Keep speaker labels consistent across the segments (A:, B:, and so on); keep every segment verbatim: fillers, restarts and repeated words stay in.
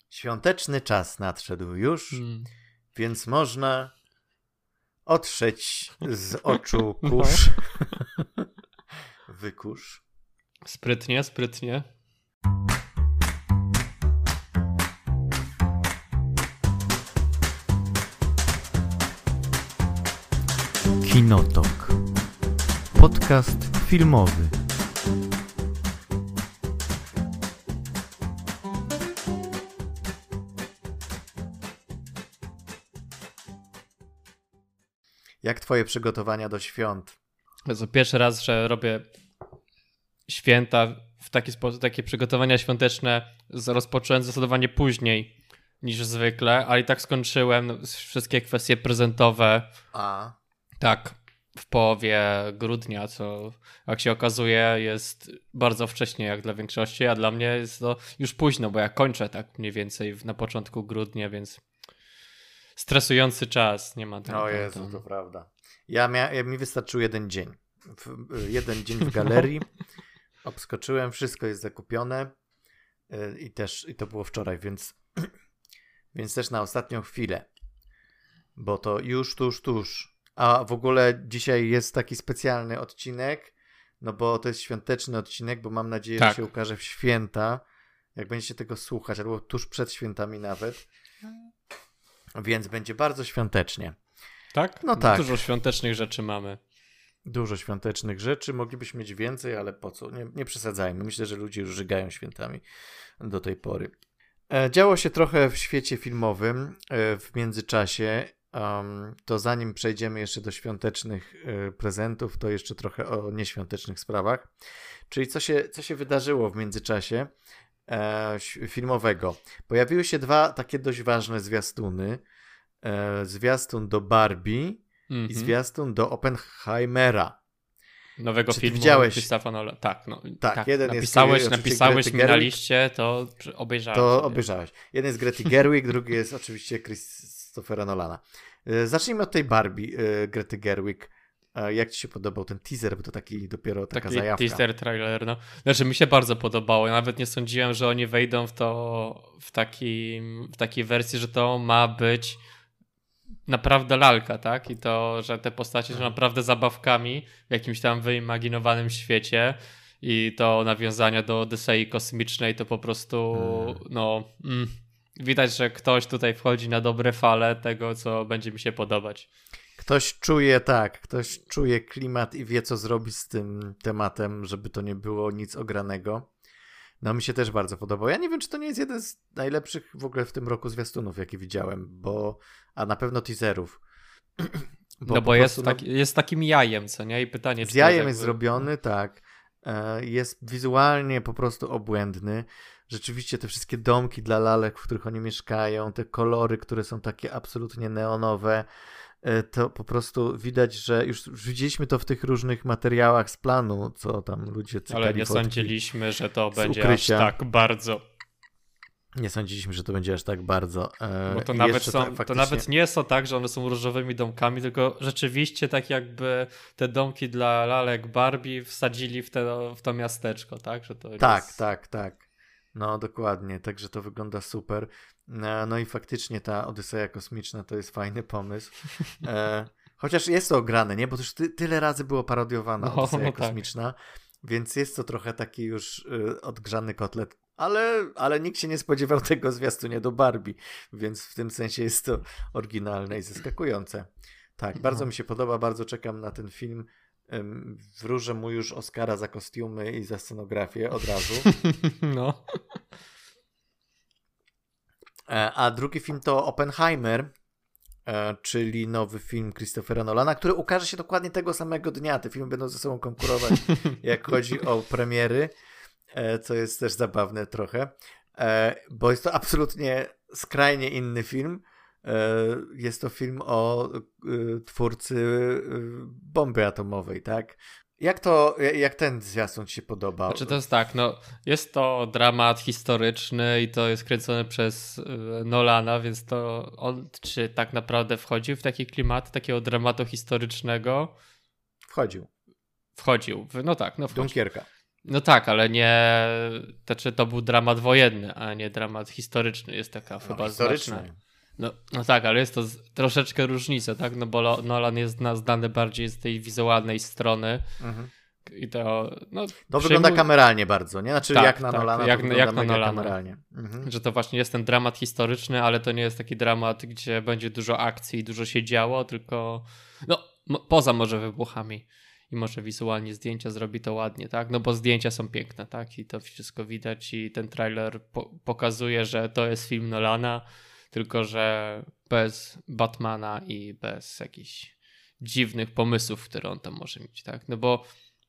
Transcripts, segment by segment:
A: Świąteczny czas nadszedł już,
B: Hmm.
A: więc można otrzeć z oczu kurz. No. Wykurz.
B: Sprytnie, sprytnie.
A: Kinotok. Podcast filmowy. Jak twoje przygotowania do świąt?
B: To pierwszy raz, że robię święta w taki sposób, takie przygotowania świąteczne rozpocząłem zdecydowanie później niż zwykle, ale i tak skończyłem wszystkie kwestie prezentowe.
A: A.
B: Tak, w połowie grudnia, co jak się okazuje jest bardzo wcześnie jak dla większości, a dla mnie jest to już późno, bo ja kończę tak mniej więcej na początku grudnia, więc stresujący czas, nie ma tego.
A: O Jezu, to prawda. Ja, mia- ja mi wystarczył jeden dzień. W, jeden dzień w galerii. Obskoczyłem, wszystko jest zakupione yy, i też i to było wczoraj, więc, więc też na ostatnią chwilę. Bo to już tuż, tuż. A w ogóle dzisiaj jest taki specjalny odcinek, no bo to jest świąteczny odcinek, bo mam nadzieję,
B: tak.
A: że się ukaże w święta, jak będziecie tego słuchać, albo tuż przed świętami nawet. Więc będzie bardzo świątecznie.
B: Tak?
A: No tak.
B: Dużo świątecznych rzeczy mamy.
A: Dużo świątecznych rzeczy. Moglibyśmy mieć więcej, ale po co? Nie, nie przesadzajmy. Myślę, że ludzie już żygają świętami do tej pory. E, działo się trochę w świecie filmowym e, w międzyczasie. Um, to zanim przejdziemy jeszcze do świątecznych e, prezentów, to jeszcze trochę o nieświątecznych sprawach. Czyli co się, co się wydarzyło w międzyczasie e, filmowego. Pojawiły się dwa takie dość ważne zwiastuny. E, zwiastun do Barbie mm-hmm. i zwiastun do Oppenheimera.
B: Nowego
A: Czy
B: filmu
A: widziałeś?
B: Christopha Nolana. Tak, no,
A: tak,
B: tak.
A: jeden
B: napisałeś,
A: jest
B: napisałeś mi na liście, to obejrzałem.
A: To
B: sobie.
A: obejrzałeś. Jeden jest Grety Gerwig, drugi jest oczywiście Christophera Nolana. E, zacznijmy od tej Barbie e, Grety Gerwig. E, jak ci się podobał ten teaser, bo to taki dopiero taka
B: taki
A: zajawka.
B: Teaser, trailer, no. Znaczy mi się bardzo podobało. Ja nawet nie sądziłem, że oni wejdą w to w, takim, w takiej wersji, że to ma być naprawdę lalka, tak? I to, że te postacie są naprawdę zabawkami w jakimś tam wyimaginowanym świecie i to nawiązania do Odysei Kosmicznej to po prostu hmm. no mm, widać, że ktoś tutaj wchodzi na dobre fale tego, co będzie mi się podobać.
A: Ktoś czuje, tak, ktoś czuje klimat i wie, co zrobić z tym tematem, żeby to nie było nic ogranego. No mi się też bardzo podobał. Ja nie wiem, czy to nie jest jeden z najlepszych w ogóle w tym roku zwiastunów, jakie widziałem, bo a na pewno teaserów.
B: Bo no bo jest, prostu, taki, jest takim jajem, co nie? I pytanie,
A: z
B: czy
A: jajem
B: jakby...
A: jest zrobiony, tak. Jest wizualnie po prostu obłędny. Rzeczywiście te wszystkie domki dla lalek, w których oni mieszkają, te kolory, które są takie absolutnie neonowe, to po prostu widać, że już widzieliśmy to w tych różnych materiałach z planu, co tam ludzie cykali.
B: Ale nie sądziliśmy, że to będzie aż tak bardzo.
A: Nie sądziliśmy, że to będzie aż tak bardzo.
B: Bo to nawet, są, faktycznie... to nawet nie jest to tak, że one są różowymi domkami, tylko rzeczywiście tak jakby te domki dla lalek Barbie wsadzili w, te, w to miasteczko, tak? Że to
A: tak,
B: jest...
A: tak, tak. No dokładnie, także to wygląda super. No i faktycznie ta Odyseja Kosmiczna to jest fajny pomysł. E, chociaż jest to ograne, nie? Bo to już ty, tyle razy było parodiowana
B: no,
A: Odyseja
B: no
A: Kosmiczna,
B: tak.
A: Więc jest to trochę taki już y, odgrzany kotlet. Ale, ale nikt się nie spodziewał tego zwiastunie do Barbie, więc w tym sensie jest to oryginalne i zaskakujące. Tak, bardzo mi się podoba, bardzo czekam na ten film. Ym, wróżę mu już Oscara za kostiumy i za scenografię od razu.
B: No.
A: A drugi film to Oppenheimer, czyli nowy film Christophera Nolana, który ukaże się dokładnie tego samego dnia. Te filmy będą ze sobą konkurować, jak chodzi o premiery, co jest też zabawne trochę, bo jest to absolutnie skrajnie inny film. Jest to film o twórcy bomby atomowej, tak? Jak to, jak ten zwiastun ci się podoba?
B: Znaczy to jest tak, no jest to dramat historyczny i to jest kręcone przez Nolana, więc to on czy tak naprawdę wchodził w taki klimat takiego dramatu historycznego?
A: Wchodził.
B: Wchodził, no tak, no wchodził.
A: Dunkierka.
B: No tak, ale nie, znaczy to był dramat wojenny, a nie dramat historyczny, jest taka
A: No,
B: chyba
A: historyczny.
B: znaczna. No, no tak, ale jest to z, troszeczkę różnica, tak? No bo Nolan jest na, znany bardziej z tej wizualnej strony.
A: Mhm.
B: I to, no,
A: To
B: przyjmuj...
A: wygląda kameralnie bardzo, nie? Znaczy
B: tak,
A: jak na
B: tak,
A: Nolana,
B: jak,
A: to wygląda
B: jak na
A: mega
B: Nolana.
A: kameralnie. Mhm.
B: Że to właśnie jest ten dramat historyczny, ale to nie jest taki dramat, gdzie będzie dużo akcji i dużo się działo, tylko no, m- poza może wybuchami i może wizualnie zdjęcia zrobi to ładnie, tak? No bo zdjęcia są piękne, tak? I to wszystko widać i ten trailer po- pokazuje, że to jest film Nolana, tylko że bez Batmana i bez jakichś dziwnych pomysłów, które on tam może mieć, tak? No bo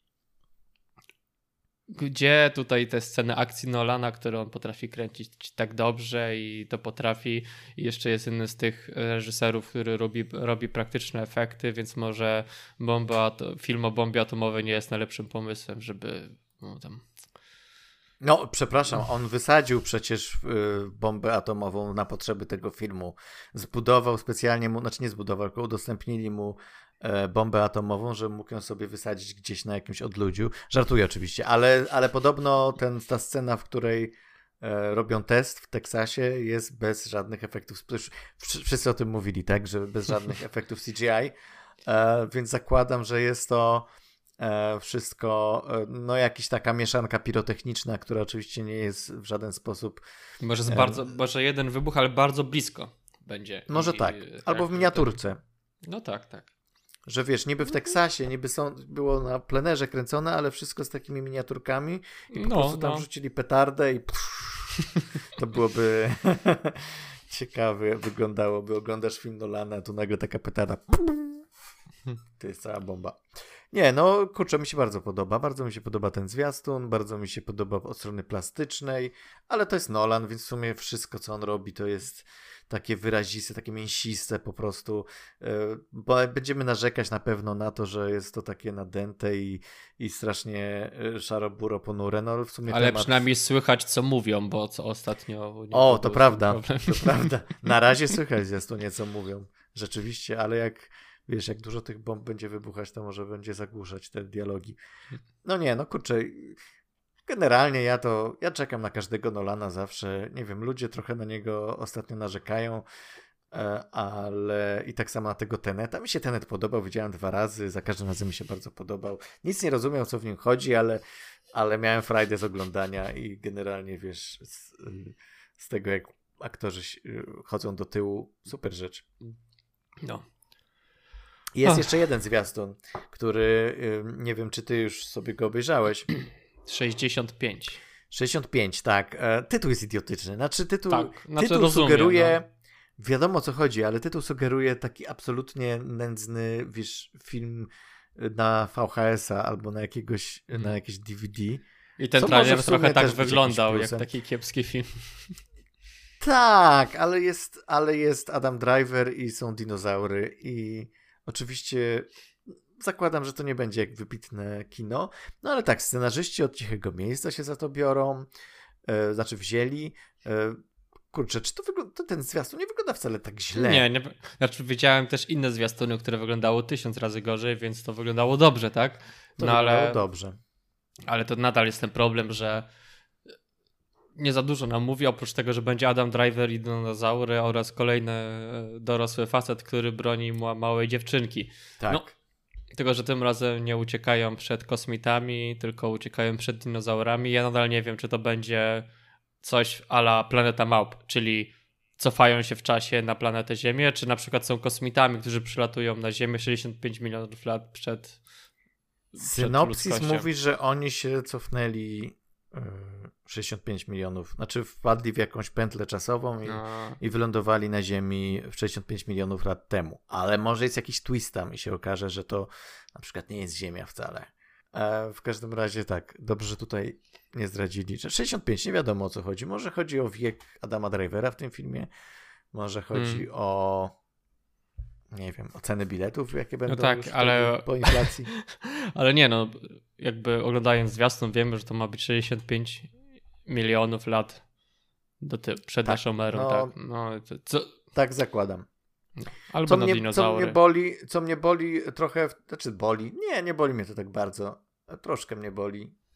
B: gdzie tutaj te sceny akcji Nolana, które on potrafi kręcić tak dobrze i to potrafi i jeszcze jest jeden z tych reżyserów, który robi, robi praktyczne efekty, więc może bomba, film o bombie atomowej nie jest najlepszym pomysłem, żeby no, tam...
A: No, przepraszam, on wysadził przecież y, bombę atomową na potrzeby tego filmu. Zbudował specjalnie mu, znaczy nie zbudował, tylko udostępnili mu e, bombę atomową, że mógł ją sobie wysadzić gdzieś na jakimś odludziu. Żartuję oczywiście, ale, ale podobno ten, ta scena, w której e, robią test w Teksasie, jest bez żadnych efektów. Wszyscy o tym mówili, tak, że bez żadnych efektów C G I, e, więc zakładam, że jest to E, wszystko, e, no jakaś taka mieszanka pirotechniczna, która oczywiście nie jest w żaden sposób...
B: Może z bardzo, może jeden wybuch, ale bardzo blisko będzie.
A: Może
B: I,
A: tak, albo w miniaturce.
B: To... No tak, tak.
A: Że wiesz, niby w Teksasie, niby są, było na plenerze kręcone, ale wszystko z takimi miniaturkami i po
B: no,
A: prostu tam
B: no.
A: rzucili petardę i to byłoby ciekawe, wyglądałoby, oglądasz film Nolana, tu nagle taka petarda, to jest cała bomba. Nie, no kurczę, mi się bardzo podoba. Bardzo mi się podoba ten zwiastun, bardzo mi się podoba od strony plastycznej, ale to jest Nolan, więc w sumie wszystko, co on robi, to jest takie wyraziste, takie mięsiste po prostu. Bo będziemy narzekać na pewno na to, że jest to takie nadęte i, i strasznie szaro-buro ponure. No, w sumie
B: ale
A: temat...
B: przynajmniej słychać, co mówią, bo co ostatnio...
A: O, to prawda, to prawda. Na razie słychać zwiastunie, co mówią. Rzeczywiście, ale jak... Wiesz, jak dużo tych bomb będzie wybuchać, to może będzie zagłuszać te dialogi. No nie, no kurczę, generalnie ja to, ja czekam na każdego Nolana zawsze. Nie wiem, ludzie trochę na niego ostatnio narzekają, ale i tak samo na tego Teneta. Mi się Tenet podobał, widziałem dwa razy, za każdym razem mi się bardzo podobał. Nic nie rozumiem, o co w nim chodzi, ale, ale miałem frajdę z oglądania i generalnie, wiesz, z, z tego, jak aktorzy chodzą do tyłu, super rzecz.
B: No.
A: Jest
B: Ach.
A: jeszcze jeden zwiastun, który nie wiem, czy ty już sobie go obejrzałeś.
B: sześćdziesiąt pięć.
A: sześćdziesiąt pięć, tak. Tytuł jest idiotyczny. Znaczy tytuł,
B: tak, znaczy
A: tytuł
B: rozumiem,
A: sugeruje,
B: no.
A: wiadomo o co chodzi, ale tytuł sugeruje taki absolutnie nędzny, wiesz, film na V H S a albo na jakiegoś, hmm. na jakieś D V D.
B: I ten trailer trochę tak wyglądał, jak taki kiepski film.
A: Tak, ale jest, ale jest Adam Driver i są dinozaury i oczywiście zakładam, że to nie będzie jak wybitne kino, no ale tak, scenarzyści od Cichego Miejsca się za to biorą, e, znaczy wzięli. E, kurczę, czy to wygląda, to ten zwiastun nie wygląda wcale tak źle.
B: Nie, nie, znaczy widziałem też inne zwiastuny, które wyglądały tysiąc razy gorzej, więc to wyglądało dobrze, tak?
A: To
B: no,
A: wyglądało
B: ale,
A: dobrze.
B: Ale to nadal jest ten problem, że nie za dużo nam mówi, oprócz tego, że będzie Adam Driver i dinozaury oraz kolejny dorosły facet, który broni ma- małej dziewczynki.
A: Tak.
B: No, tylko, że tym razem nie uciekają przed kosmitami, tylko uciekają przed dinozaurami. Ja nadal nie wiem, czy to będzie coś a la Planeta Małp, czyli cofają się w czasie na planetę Ziemię, czy na przykład są kosmitami, którzy przylatują na Ziemię sześćdziesiąt pięć milionów lat przed
A: Synopsis mówi, że oni się cofnęli sześćdziesiąt pięć milionów, znaczy wpadli w jakąś pętlę czasową i,
B: no.
A: i wylądowali na Ziemi w sześćdziesiąt pięć milionów lat temu. Ale może jest jakiś twist tam i się okaże, że to na przykład nie jest Ziemia wcale. E, w każdym razie tak, dobrze, że tutaj nie zdradzili, że sześćdziesiąt pięć, nie wiadomo o co chodzi. Może chodzi o wiek Adama Drivera w tym filmie, może chodzi hmm. o nie wiem, o ceny biletów, jakie będą
B: no tak,
A: już
B: ale...
A: po inflacji.
B: Ale nie, no jakby oglądając zwiastun wiemy, że to ma być sześćdziesiąt pięć milionów lat do ty- przed tak, naszą erą.
A: No,
B: tak, no, to, co...
A: tak zakładam.
B: No, albo
A: co
B: na
A: mnie,
B: dinozaury.
A: Co mnie boli, co mnie boli trochę, znaczy boli, nie, nie boli mnie to tak bardzo, troszkę mnie boli,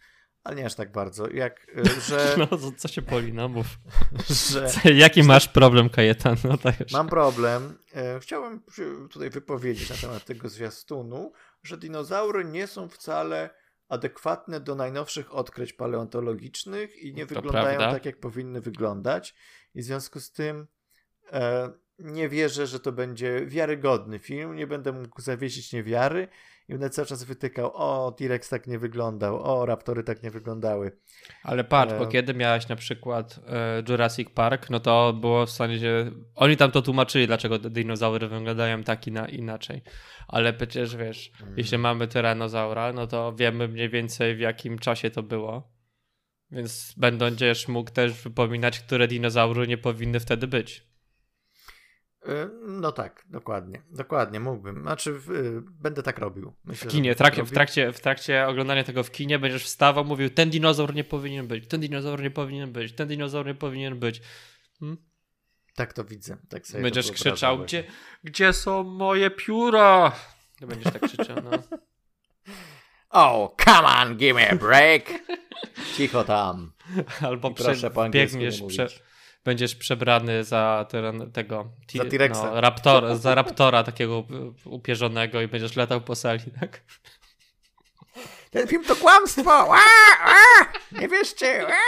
A: ale nie aż tak bardzo, jak, że...
B: No, co, co się boli, no mów.
A: że...
B: Co, jaki masz problem, Kajetan? No, tak już.
A: Mam problem. E, chciałbym się tutaj wypowiedzieć na temat tego zwiastunu, że dinozaury nie są wcale adekwatne do najnowszych odkryć paleontologicznych i nie
B: To
A: wyglądają
B: prawda.
A: tak, jak powinny wyglądać. I w związku z tym e, nie wierzę, że to będzie wiarygodny film. Nie będę mógł zawiesić niewiary i będę cały czas wytykał, o, T-Rex tak nie wyglądał, o, raptory tak nie wyglądały.
B: Ale patrz,
A: E,
B: bo kiedy miałeś na przykład e, Jurassic Park, no to było w stanie się... Oni tam to tłumaczyli, dlaczego te dinozaury wyglądają tak i na, inaczej. Ale przecież wiesz,
A: Mm.
B: jeśli mamy tyranozaura, no to wiemy mniej więcej w jakim czasie to było. Więc będziesz mógł też wypominać, które dinozaury nie powinny wtedy być.
A: e, no tak, dokładnie. Dokładnie, mógłbym. Znaczy, w, e, będę tak robił. Myślę,
B: W kinie,
A: że
B: w trakcie,
A: tak
B: w,
A: robił.
B: trakcie, w trakcie oglądania tego w kinie będziesz wstawał, mówił, ten dinozaur nie powinien być, ten dinozaur nie powinien być, ten dinozaur nie powinien być. Hmm?
A: Tak to widzę. Tak sobie
B: Będziesz
A: to wyobrażam
B: krzyczał,
A: właśnie.
B: gdzie, gdzie są moje pióra? To będziesz tak krzyczał, no.
A: Oh, come on, give me a break. Cicho tam.
B: Albo
A: I proszę po angielsku nie
B: biegniesz,
A: mówić.
B: prze, będziesz przebrany za teren, tego ti-
A: Za T-Rexa.
B: no, raptor, za raptora takiego upierzonego i będziesz latał po sali, tak?
A: Ten film to kłamstwo! Ła, ła! Nie wierzcie! Ła!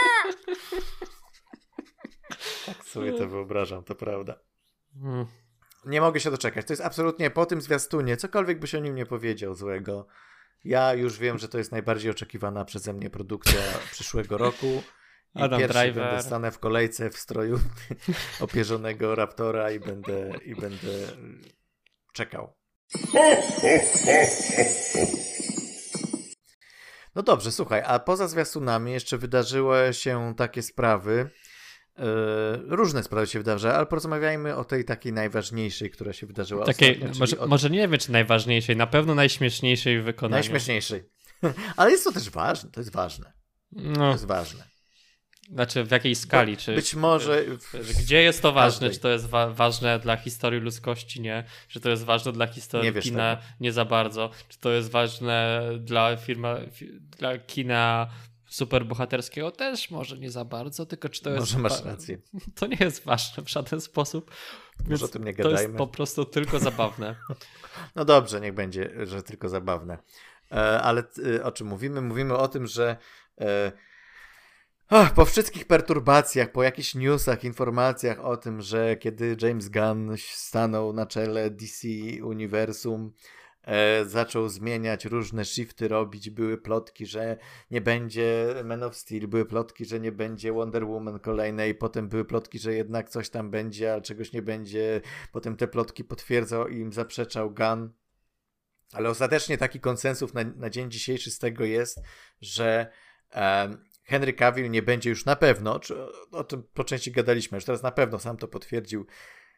A: Tak sobie to wyobrażam, to prawda.
B: Hmm.
A: Nie mogę się doczekać. To jest absolutnie po tym zwiastunie, cokolwiek byś o nim nie powiedział złego. Ja już wiem, że to jest najbardziej oczekiwana przeze mnie produkcja przyszłego roku. I
B: Adam
A: pierwszy
B: Driver.
A: będę stanę w kolejce w stroju opierzonego raptora i będę, i będę czekał. No dobrze, słuchaj, a poza zwiastunami jeszcze wydarzyły się takie sprawy, yy, różne sprawy się wydarzyły, ale porozmawiajmy o tej takiej najważniejszej, która się wydarzyła
B: Takiej,
A: ostatnio. czyli
B: może,
A: o
B: może nie wiem, czy najważniejszej, na pewno najśmieszniejszej w wykonaniu.
A: najśmieszniejszej. Ale jest to też ważne, to jest ważne, to
B: No,
A: jest ważne.
B: znaczy w jakiej skali? Czy,
A: Być może... W,
B: Że Gdzie jest to ważne?
A: każdej.
B: Czy to jest wa- ważne dla historii ludzkości? Nie. Czy to jest ważne dla historii
A: Nie wiesz
B: kina?
A: tego.
B: Nie za bardzo. Czy to jest ważne dla, firma, fi- dla kina superbohaterskiego? Też może nie za bardzo, tylko czy to jest...
A: Może masz
B: wa-
A: rację.
B: To nie jest ważne w żaden sposób.
A: Może
B: Więc
A: o tym nie
B: to jest
A: gadajmy.
B: po prostu tylko zabawne.
A: No dobrze, niech będzie, że tylko zabawne. E, ale e, o czym mówimy? Mówimy o tym, że e, ach, po wszystkich perturbacjach, po jakichś newsach, informacjach o tym, że kiedy James Gunn stanął na czele D C Uniwersum, e, zaczął zmieniać różne shifty, robić, były plotki, że nie będzie Man of Steel, były plotki, że nie będzie Wonder Woman kolejnej, potem były plotki, że jednak coś tam będzie, a czegoś nie będzie, potem te plotki potwierdzał i im zaprzeczał Gunn. Ale ostatecznie taki konsensus na, na dzień dzisiejszy z tego jest, że um, Henry Cavill nie będzie już na pewno, czy, o tym po części gadaliśmy, już teraz na pewno sam to potwierdził,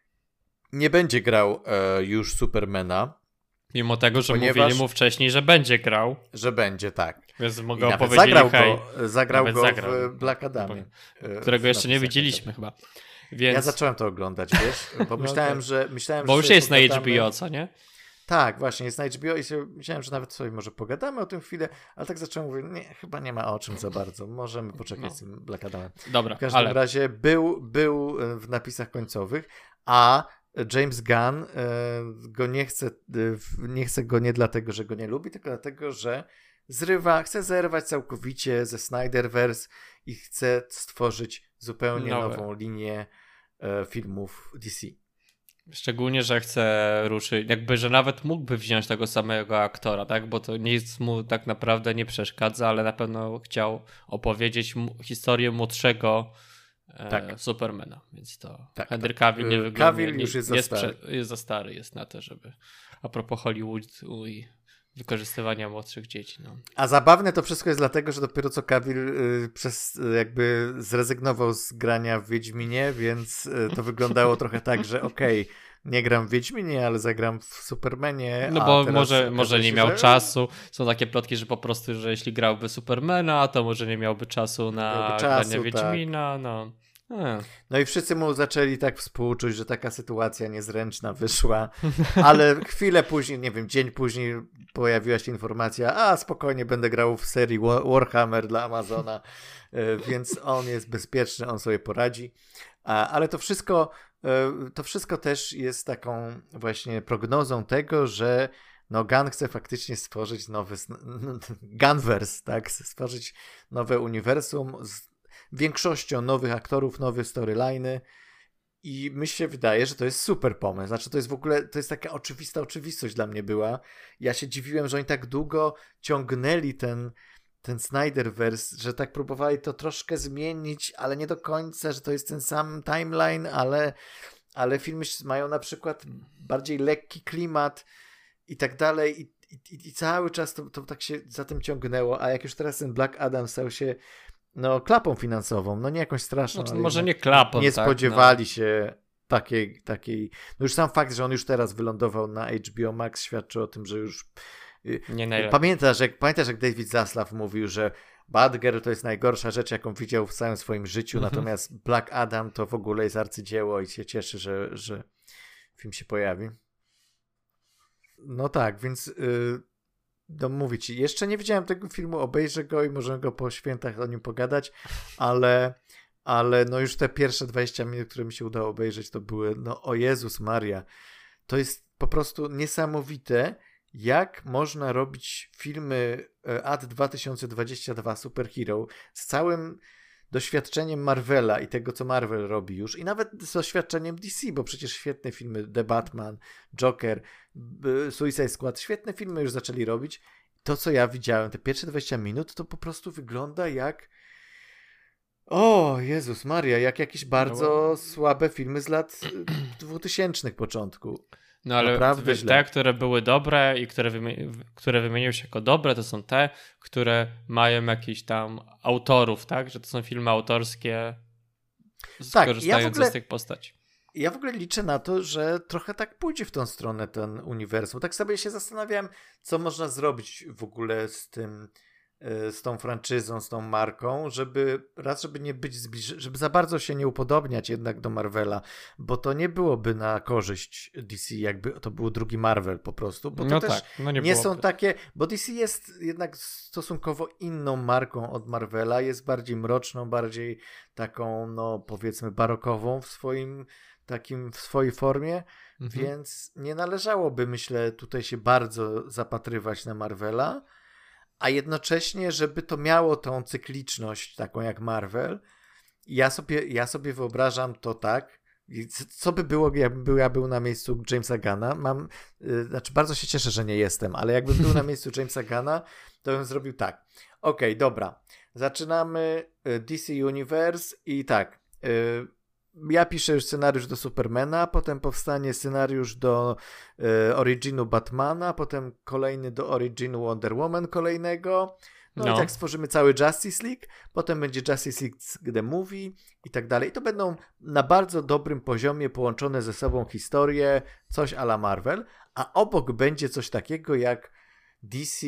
A: nie będzie grał e, już Supermana,
B: Mimo tego, że
A: Ponieważ-
B: mówili mu wcześniej, że będzie grał.
A: że będzie, tak.
B: Więc
A: I
B: mogę
A: nawet
B: opowiedzieć,
A: zagrał
B: hej,
A: go, zagrał
B: nawet
A: go
B: zagrał.
A: w Black Adamie. e,
B: którego
A: w
B: jeszcze nie
A: napisach
B: widzieliśmy chyba. Więc...
A: Ja zacząłem to oglądać, wiesz, bo myślałem,
B: okej.
A: że myślałem,
B: Bo
A: że
B: już
A: sobie
B: jest na H
A: pogadamy-
B: B O, co nie?
A: Tak, właśnie, jest na H B O i sobie, myślałem, że nawet sobie może pogadamy o tym chwilę, ale tak zacząłem mówić, nie, chyba nie ma o czym za bardzo, możemy poczekać
B: No.
A: z tym Black Adamem.
B: Dobra,
A: W każdym
B: ale
A: razie był, był w napisach końcowych, a James Gunn e, go nie chce, e, w- nie chce go nie dlatego, że go nie lubi, tylko dlatego, że zrywa, chce zerwać całkowicie ze Snyderverse i chce stworzyć zupełnie
B: Nowe.
A: nową linię e, filmów D C.
B: szczególnie, że chce ruszyć, jakby, że nawet mógłby wziąć tego samego aktora, tak? Bo to nic mu tak naprawdę nie przeszkadza, ale na pewno chciał opowiedzieć mu historię młodszego e,
A: Tak.
B: Supermana, więc to
A: Tak,
B: Henry
A: tak.
B: Cavill nie
A: E,
B: wygląda,
A: Cavill
B: nie,
A: już jest
B: nie
A: za stary.
B: sprze- jest za stary, jest na to, żeby a propos Hollywood i wykorzystywania młodszych dzieci, no.
A: A zabawne to wszystko jest dlatego, że dopiero co Cavill y, przez y, jakby zrezygnował z grania w Wiedźminie, więc y, to wyglądało trochę tak, że okej, nie gram w Wiedźminie, ale zagram w Supermanie.
B: No
A: a
B: bo
A: teraz
B: może,
A: okazuje
B: może nie
A: się,
B: miał
A: że
B: czasu. Są takie plotki, że po prostu, że jeśli grałby Supermana, to może nie miałby czasu na
A: Miałby
B: granie
A: czasu,
B: Wiedźmina, no. A.
A: No i wszyscy mu zaczęli tak współczuć, że taka sytuacja niezręczna wyszła, ale chwilę później, nie wiem, dzień później pojawiła się informacja, a spokojnie będę grał w serii Warhammer dla Amazona, więc on jest bezpieczny, on sobie poradzi. Ale to wszystko, to wszystko też jest taką właśnie prognozą tego, że no Gunn chce faktycznie stworzyć nowy Gunverse, tak? Stworzyć nowe uniwersum z większością nowych aktorów, nowe storyline'y i mi się wydaje, że to jest super pomysł. Znaczy to jest w ogóle, to jest taka oczywista oczywistość dla mnie była. Ja się dziwiłem, że oni tak długo ciągnęli ten, ten Snyderverse, że tak próbowali to troszkę zmienić, ale nie do końca, że to jest ten sam timeline, ale, ale filmy mają na przykład bardziej lekki klimat i tak dalej i, i, i cały czas to, to tak się za tym ciągnęło, a jak już teraz ten Black Adam stał się no klapą finansową, no nie jakąś straszną.
B: Znaczy, może nie klapą,
A: nie
B: tak,
A: spodziewali
B: no.
A: się takiej, takiej, no już sam fakt, że on już teraz wylądował na H B O Max świadczy o tym, że już
B: nie najlepiej.
A: Pamiętasz, jak, pamiętasz jak David Zaslav mówił, że Batgirl to jest najgorsza rzecz, jaką widział w całym swoim życiu, natomiast Black Adam to w ogóle jest arcydzieło i się cieszy, że, że film się pojawi. No tak, więc yy, no mówię ci, jeszcze nie widziałem tego filmu, obejrzę go i możemy go po świętach o nim pogadać, ale, ale no już te pierwsze dwadzieścia minut, które mi się udało obejrzeć, to były, no o Jezus Maria, to jest po prostu niesamowite, jak można robić filmy A D dwa tysiące dwadzieścia dwa Superhero z całym doświadczeniem Marvela i tego, co Marvel robi już i nawet z doświadczeniem D C, bo przecież świetne filmy The Batman, Joker, Suicide Squad, świetne filmy już zaczęli robić. To, co ja widziałem, te pierwsze dwadzieścia minut, to po prostu wygląda jak o Jezus Maria, jak jakieś bardzo no. słabe filmy z lat dwutysięcznych początku.
B: No ale
A: Naprawdę
B: wiesz, te, które były dobre i które, wymi- które wymieniły się jako dobre, to są te, które mają jakiś tam autorów, tak? Że to są filmy autorskie skorzystające tak, ja ogóle, z tych postaci.
A: Ja w ogóle liczę na to, że trochę tak pójdzie w tą stronę ten uniwersum. Tak sobie się zastanawiam, co można zrobić w ogóle z tym, z tą franczyzą, z tą marką, żeby raz, żeby nie być zbliż- żeby za bardzo się nie upodobniać jednak do Marvela, bo to nie byłoby na korzyść D C, jakby to był drugi Marvel po prostu, bo to
B: no
A: też
B: tak, no nie,
A: nie są takie, bo D C jest jednak stosunkowo inną marką od Marvela, jest bardziej mroczną, bardziej taką, no powiedzmy barokową w swoim takim, w swojej formie, mhm. więc nie należałoby, myślę, tutaj się bardzo zapatrywać na Marvela, a jednocześnie, żeby to miało tą cykliczność taką jak Marvel. Ja sobie, ja sobie wyobrażam to tak, co by było, jakbym był, ja był na miejscu Jamesa Gunna. Mam, yy, znaczy bardzo się cieszę, że nie jestem, ale jakbym był na miejscu Jamesa Gunna, to bym zrobił tak. Okej, okay, dobra. Zaczynamy D C Universe i tak. Yy, Ja piszę już scenariusz do Supermana, potem powstanie scenariusz do e, originu Batmana, potem kolejny do originu Wonder Woman kolejnego. No, no i tak stworzymy cały Justice League, potem będzie Justice League The Movie i tak dalej. I to będą na bardzo dobrym poziomie połączone ze sobą historie, coś a la Marvel, a obok będzie coś takiego jak D C,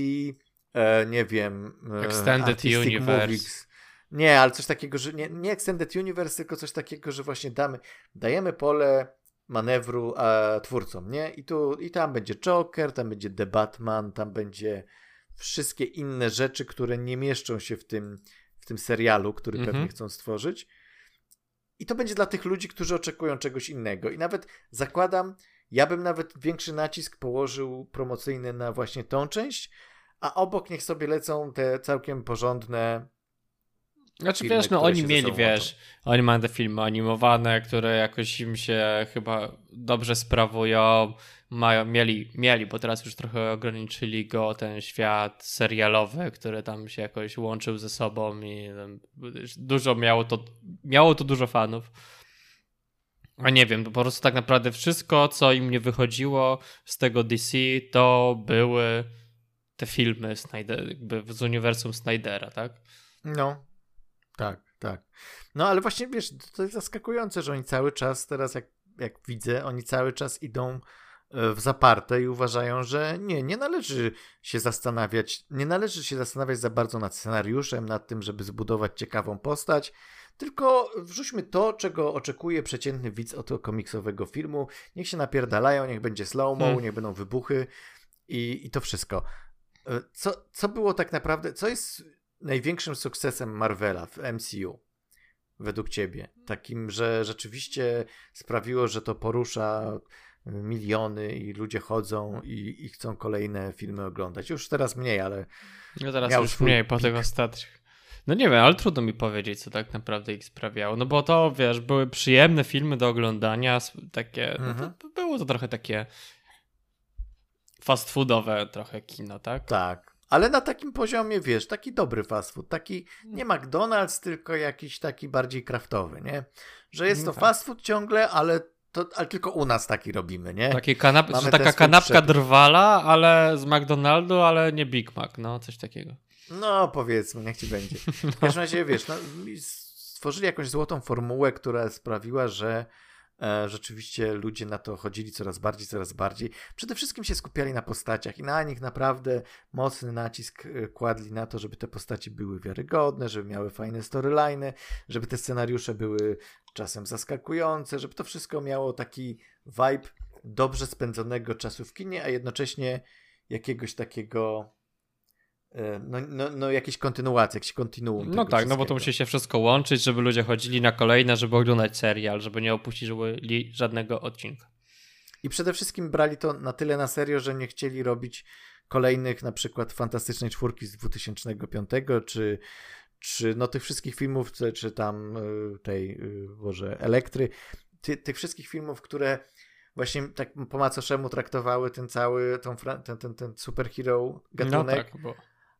A: e, nie wiem, e,
B: Extended Universe.
A: Movies. Nie, ale coś takiego, że nie, nie Extended Universe, tylko coś takiego, że właśnie damy, dajemy pole manewru e, twórcom, nie? I tu i tam będzie Joker, tam będzie The Batman, tam będzie wszystkie inne rzeczy, które nie mieszczą się w tym, w tym serialu, który mm-hmm. pewnie chcą stworzyć. I to będzie dla tych ludzi, którzy oczekują czegoś innego. I nawet zakładam, ja bym nawet większy nacisk położył promocyjny na właśnie tą część, a obok niech sobie lecą te całkiem porządne
B: Znaczy
A: filmy,
B: wiesz, no
A: które
B: oni
A: się
B: mieli,
A: ze sobą
B: wiesz,
A: łączą.
B: oni mają te filmy animowane, które jakoś im się chyba dobrze sprawują, mają, mieli, mieli, bo teraz już trochę ograniczyli go, ten świat serialowy, który tam się jakoś łączył ze sobą i tam dużo miało to, miało to dużo fanów. A nie wiem, po prostu tak naprawdę wszystko, co im nie wychodziło z tego D C, to były te filmy Snyder, jakby z uniwersum Snydera, tak?
A: No, tak, tak. No ale właśnie wiesz, to jest zaskakujące, że oni cały czas teraz, jak, jak widzę, oni cały czas idą w zaparte i uważają, że nie, nie należy się zastanawiać, nie należy się zastanawiać za bardzo nad scenariuszem, nad tym, żeby zbudować ciekawą postać, tylko wrzućmy to, czego oczekuje przeciętny widz od komiksowego filmu. Niech się napierdalają, niech będzie slow-mo, hmm. niech będą wybuchy i, i to wszystko. Co, co było tak naprawdę, co jest największym sukcesem Marvela w M C U według ciebie? Takim, że rzeczywiście sprawiło, że to porusza miliony i ludzie chodzą i, i chcą kolejne filmy oglądać. Już teraz mniej, ale...
B: No teraz już mniej po tych ostatnich. No nie wiem, ale trudno mi powiedzieć, co tak naprawdę ich sprawiało. No bo to, wiesz, były przyjemne filmy do oglądania, takie, mhm. no to, było to trochę takie fast foodowe trochę kino, tak?
A: Tak, ale na takim poziomie, wiesz, taki dobry fast food, taki nie McDonald's, tylko jakiś taki bardziej kraftowy, nie? Że jest to no tak. fast food ciągle, ale to, ale tylko u nas taki robimy, nie?
B: Takie kanap- że taka kanapka drwala, ale z McDonaldu, ale nie Big Mac, no coś takiego.
A: No powiedzmy, niech ci będzie. W każdym razie, wiesz, no, stworzyli jakąś złotą formułę, która sprawiła, że e, rzeczywiście ludzie na to chodzili coraz bardziej, coraz bardziej. Przede wszystkim się skupiali na postaciach i na nich naprawdę mocny nacisk kładli na to, żeby te postaci były wiarygodne, żeby miały fajne storyline'y, żeby te scenariusze były czasem zaskakujące, żeby to wszystko miało taki vibe dobrze spędzonego czasu w kinie, a jednocześnie jakiegoś takiego no, no, no jakieś kontynuacje, jakieś kontinuum.
B: No tak, no bo to musi się wszystko łączyć, żeby ludzie chodzili na kolejne, żeby oglądać serial, żeby nie opuścić żadnego odcinka.
A: I przede wszystkim brali to na tyle na serio, że nie chcieli robić kolejnych na przykład Fantastycznej Czwórki z dwa tysiące piątego, czy, czy no tych wszystkich filmów, czy, czy tam tej, Boże, Elektry, Ty, tych wszystkich filmów, które właśnie tak po macoszemu traktowały ten cały, tą, ten, ten, ten superhero gatunek.
B: No tak, bo...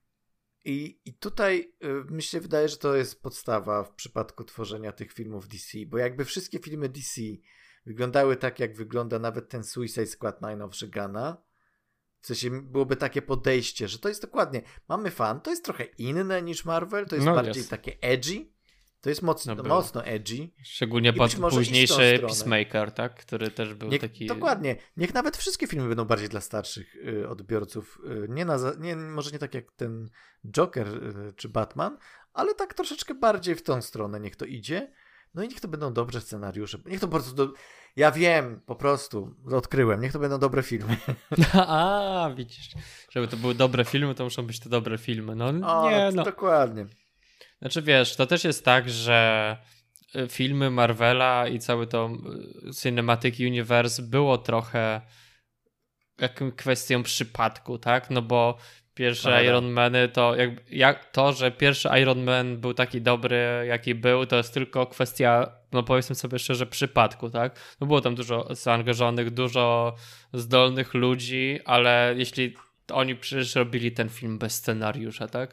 A: I, I tutaj y, mi się wydaje, że to jest podstawa w przypadku tworzenia tych filmów D C, bo jakby wszystkie filmy D C wyglądały tak, jak wygląda nawet ten Suicide Squad najnowszy Gana, w sensie byłoby takie podejście, że to jest dokładnie, mamy fan, to jest trochę inne niż Marvel, to jest no bardziej jest. takie edgy, to jest mocno, no mocno edgy.
B: Szczególnie pod późniejszy Peacemaker, tak? Który też był
A: Niech,
B: taki...
A: Dokładnie. Niech nawet wszystkie filmy będą bardziej dla starszych y, odbiorców. Y, nie na, nie, może nie tak jak ten Joker y, czy Batman, ale tak troszeczkę bardziej w tą stronę niech to idzie. No i niech to będą dobre scenariusze. Niech to po prostu... Do... Ja wiem, po prostu, odkryłem. Niech to będą dobre filmy.
B: A, widzisz. Żeby to były dobre filmy, to muszą być to dobre filmy. No
A: o,
B: nie, no.
A: Dokładnie.
B: Znaczy wiesz, to też jest tak, że filmy Marvela i cały to Cinematic Universe było trochę jaką kwestią przypadku, tak? No bo pierwsze Aha. Iron Many to jak, jak to, że pierwszy Iron Man był taki dobry, jaki był, to jest tylko kwestia, no powiedzmy sobie szczerze, przypadku, tak? No było tam dużo zaangażowanych, dużo zdolnych ludzi, ale jeśli oni przecież robili ten film bez scenariusza, tak?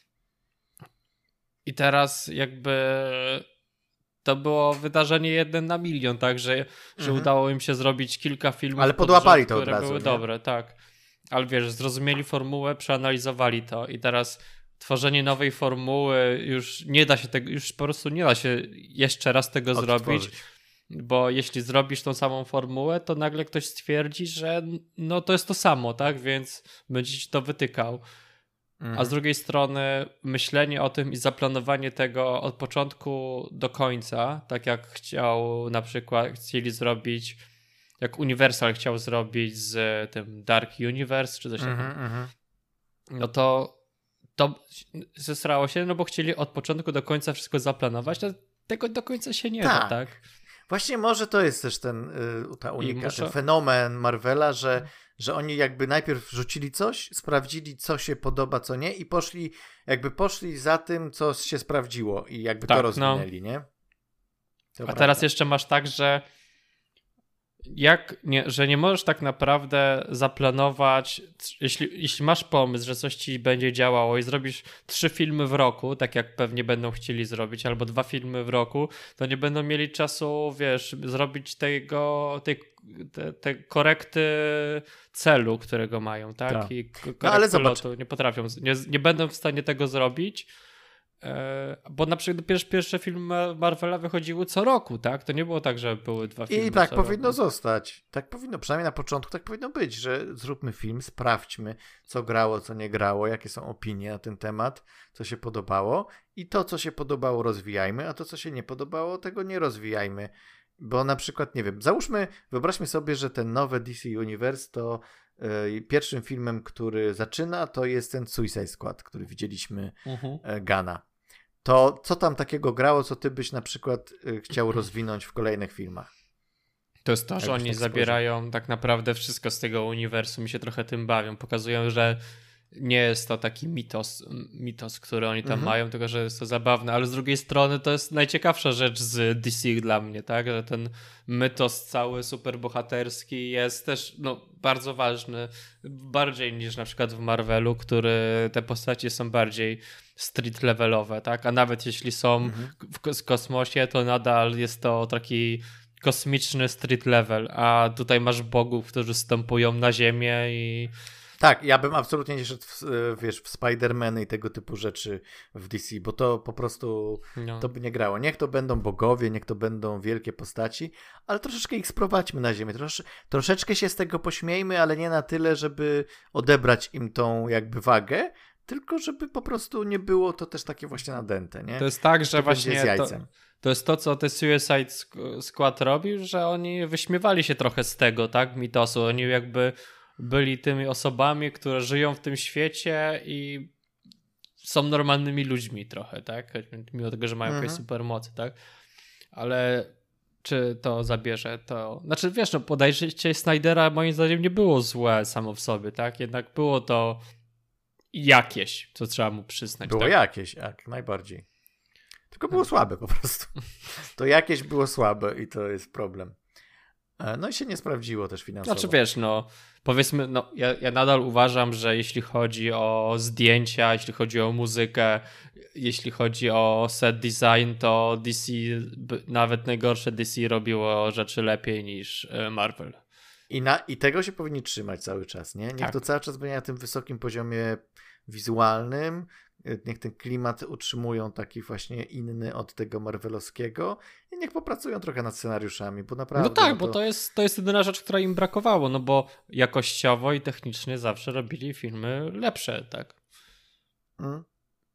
B: I teraz jakby to było wydarzenie jeden na milion, tak, że, mhm. że udało im się zrobić kilka filmów,
A: ale podłapali to od
B: które
A: razu,
B: były
A: nie?
B: dobre, tak. Ale wiesz, zrozumieli formułę, przeanalizowali to i teraz tworzenie nowej formuły już nie da się tego, już po prostu nie da się jeszcze raz tego Odtworzyć. zrobić, bo jeśli zrobisz tą samą formułę, to nagle ktoś stwierdzi, że no to jest to samo, tak, więc będzie ci to wytykał. A z drugiej strony myślenie o tym i zaplanowanie tego od początku do końca, tak jak chciał na przykład, chcieli zrobić, jak Universal chciał zrobić z tym Dark Universe, czy coś takiego, mm-hmm. no to to zesrało się, no bo chcieli od początku do końca wszystko zaplanować, a tego do końca się nie
A: tak.
B: da, tak?
A: Właśnie może to jest też ten, ta unika, muszę... ten fenomen Marvela, że, że oni jakby najpierw wrzucili coś, sprawdzili, co się podoba, co nie i poszli, jakby poszli za tym, co się sprawdziło i jakby tak, to rozwinęli, no. nie? To
B: A
A: prawda.
B: Teraz jeszcze masz tak, że jak nie, że nie możesz tak naprawdę zaplanować, jeśli, jeśli masz pomysł, że coś ci będzie działało i zrobisz trzy filmy w roku, tak jak pewnie będą chcieli zrobić, albo dwa filmy w roku, to nie będą mieli czasu, wiesz, zrobić tego, tej, te, te korekty celu, którego mają, tak?
A: tak.
B: I korekty
A: no, ale zobacz.
B: lotu nie potrafią, nie, nie będą w stanie tego zrobić, Bo na przykład pierwsze, pierwsze filmy Marvela wychodziły co roku, tak? To nie było tak, że były dwa filmy
A: I tak
B: co
A: powinno
B: roku.
A: zostać. Tak powinno, przynajmniej na początku tak powinno być, że zróbmy film, sprawdźmy, co grało, co nie grało, jakie są opinie na ten temat, co się podobało i to, co się podobało, rozwijajmy, a to, co się nie podobało, tego nie rozwijajmy. Bo na przykład, nie wiem, załóżmy, wyobraźmy sobie, że ten nowy D C Universe to yy, pierwszym filmem, który zaczyna, to jest ten Suicide Squad, który widzieliśmy
B: Mhm.
A: yy, Gana. To co tam takiego grało, co ty byś na przykład yy, chciał rozwinąć w kolejnych filmach?
B: To jest to, że
A: Jakbyś
B: oni
A: tak
B: zabierają spojrzał. tak naprawdę wszystko z tego uniwersum i się trochę tym bawią. Pokazują, że nie jest to taki mitos, mitos który oni tam
A: Mhm.
B: mają, tylko że jest to zabawne, ale z drugiej strony to jest najciekawsza rzecz z D C dla mnie, tak, że ten mytos cały superbohaterski jest też no, bardzo ważny, bardziej niż na przykład w Marvelu, który te postacie są bardziej street levelowe, tak, a nawet jeśli są
A: Mhm.
B: w, w kosmosie, to nadal jest to taki kosmiczny street level, a tutaj masz bogów, którzy stępują na ziemię i
A: Tak, ja bym absolutnie nie szedł w, wiesz, w Spider-Many i tego typu rzeczy w D C, bo to po prostu
B: no.
A: to by nie grało. Niech to będą bogowie, niech to będą wielkie postaci, ale troszeczkę ich sprowadźmy na ziemię. Trosz, troszeczkę się z tego pośmiejmy, ale nie na tyle, żeby odebrać im tą jakby wagę, tylko żeby po prostu nie było to też takie właśnie nadęte, nie?
B: To jest tak, że
A: to
B: właśnie
A: z jajcem.
B: To, to jest to, co te Suicide Squad robił, że oni wyśmiewali się trochę z tego, tak, mitosu. Oni jakby byli tymi osobami, które żyją w tym świecie i są normalnymi ludźmi trochę, tak? Mimo tego, że mają mhm. jakieś supermocy, tak? Ale czy to zabierze, to... Znaczy, wiesz, no podejście Snydera moim zdaniem nie było złe samo w sobie, tak? Jednak było to jakieś, co trzeba mu przyznać.
A: Było
B: tak?
A: jakieś, jak najbardziej. Tylko było słabe po prostu. To jakieś było słabe i to jest problem. No i się nie sprawdziło też finansowo.
B: Znaczy wiesz, no powiedzmy, no ja, ja nadal uważam, że jeśli chodzi o zdjęcia, jeśli chodzi o muzykę, jeśli chodzi o set design, to D C, nawet najgorsze D C robiło rzeczy lepiej niż Marvel.
A: I, na, i tego się powinni trzymać cały czas, nie? Niech
B: tak.
A: to cały czas będzie na tym wysokim poziomie wizualnym, niech ten klimat utrzymują taki właśnie inny od tego marvelowskiego i niech popracują trochę nad scenariuszami, bo naprawdę...
B: No tak,
A: no to...
B: bo to jest, to jest jedyna rzecz, która im brakowało, no bo jakościowo i technicznie zawsze robili filmy lepsze, tak?
A: Hmm.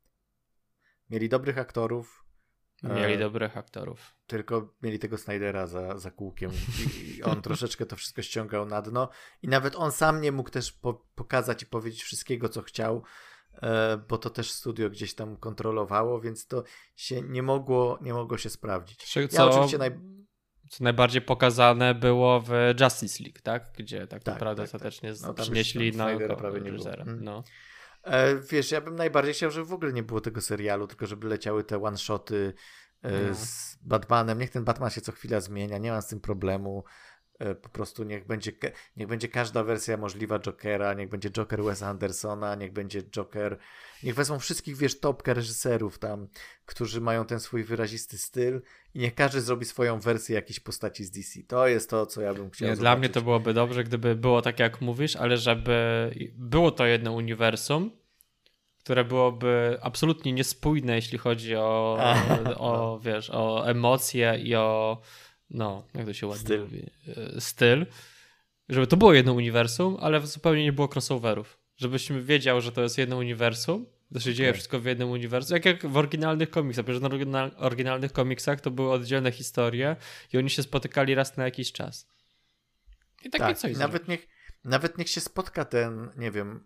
A: Mieli dobrych aktorów.
B: Mieli
A: e...
B: dobrych aktorów.
A: Tylko mieli tego Snydera za, za kółkiem i, i on troszeczkę to wszystko ściągał na dno i nawet on sam nie mógł też po, pokazać i powiedzieć wszystkiego, co chciał, bo to też studio gdzieś tam kontrolowało, więc to się nie mogło, nie mogło się sprawdzić.
B: Co,
A: ja oczywiście naj...
B: co najbardziej pokazane było w Justice League, tak? Gdzie tak, tak naprawdę tak, ostatecznie tak. No, przynieśli na reżysera. Hmm. No.
A: E, wiesz, ja bym najbardziej chciał, żeby w ogóle nie było tego serialu, tylko żeby leciały te one-shoty e, no. z Batmanem. Niech ten Batman się co chwila zmienia, nie mam z tym problemu. Po prostu niech będzie, niech będzie każda wersja możliwa Jokera, niech będzie Joker Wesa Andersona, niech będzie Joker, niech wezmą wszystkich, wiesz, topkę reżyserów tam, którzy mają ten swój wyrazisty styl i niech każdy zrobi swoją wersję jakiejś postaci z D C. To jest to, co ja bym chciał
B: Nie,
A: zobaczyć.
B: Dla mnie to byłoby dobrze, gdyby było tak, jak mówisz, ale żeby było to jedno uniwersum, które byłoby absolutnie niespójne, jeśli chodzi o, o no. wiesz, o emocje i o no, jak to się ładnie
A: styl.
B: mówi, styl, żeby to było jedno uniwersum, ale zupełnie nie było crossoverów. Żebyśmy wiedział, że to jest jedno uniwersum, to się okay. dzieje wszystko w jednym uniwersum, jak, jak w oryginalnych komiksach, przecież na oryginal, oryginalnych komiksach to były oddzielne historie i oni się spotykali raz na jakiś czas. I takie
A: tak,
B: coś
A: nawet niech, nawet niech się spotka ten, nie wiem,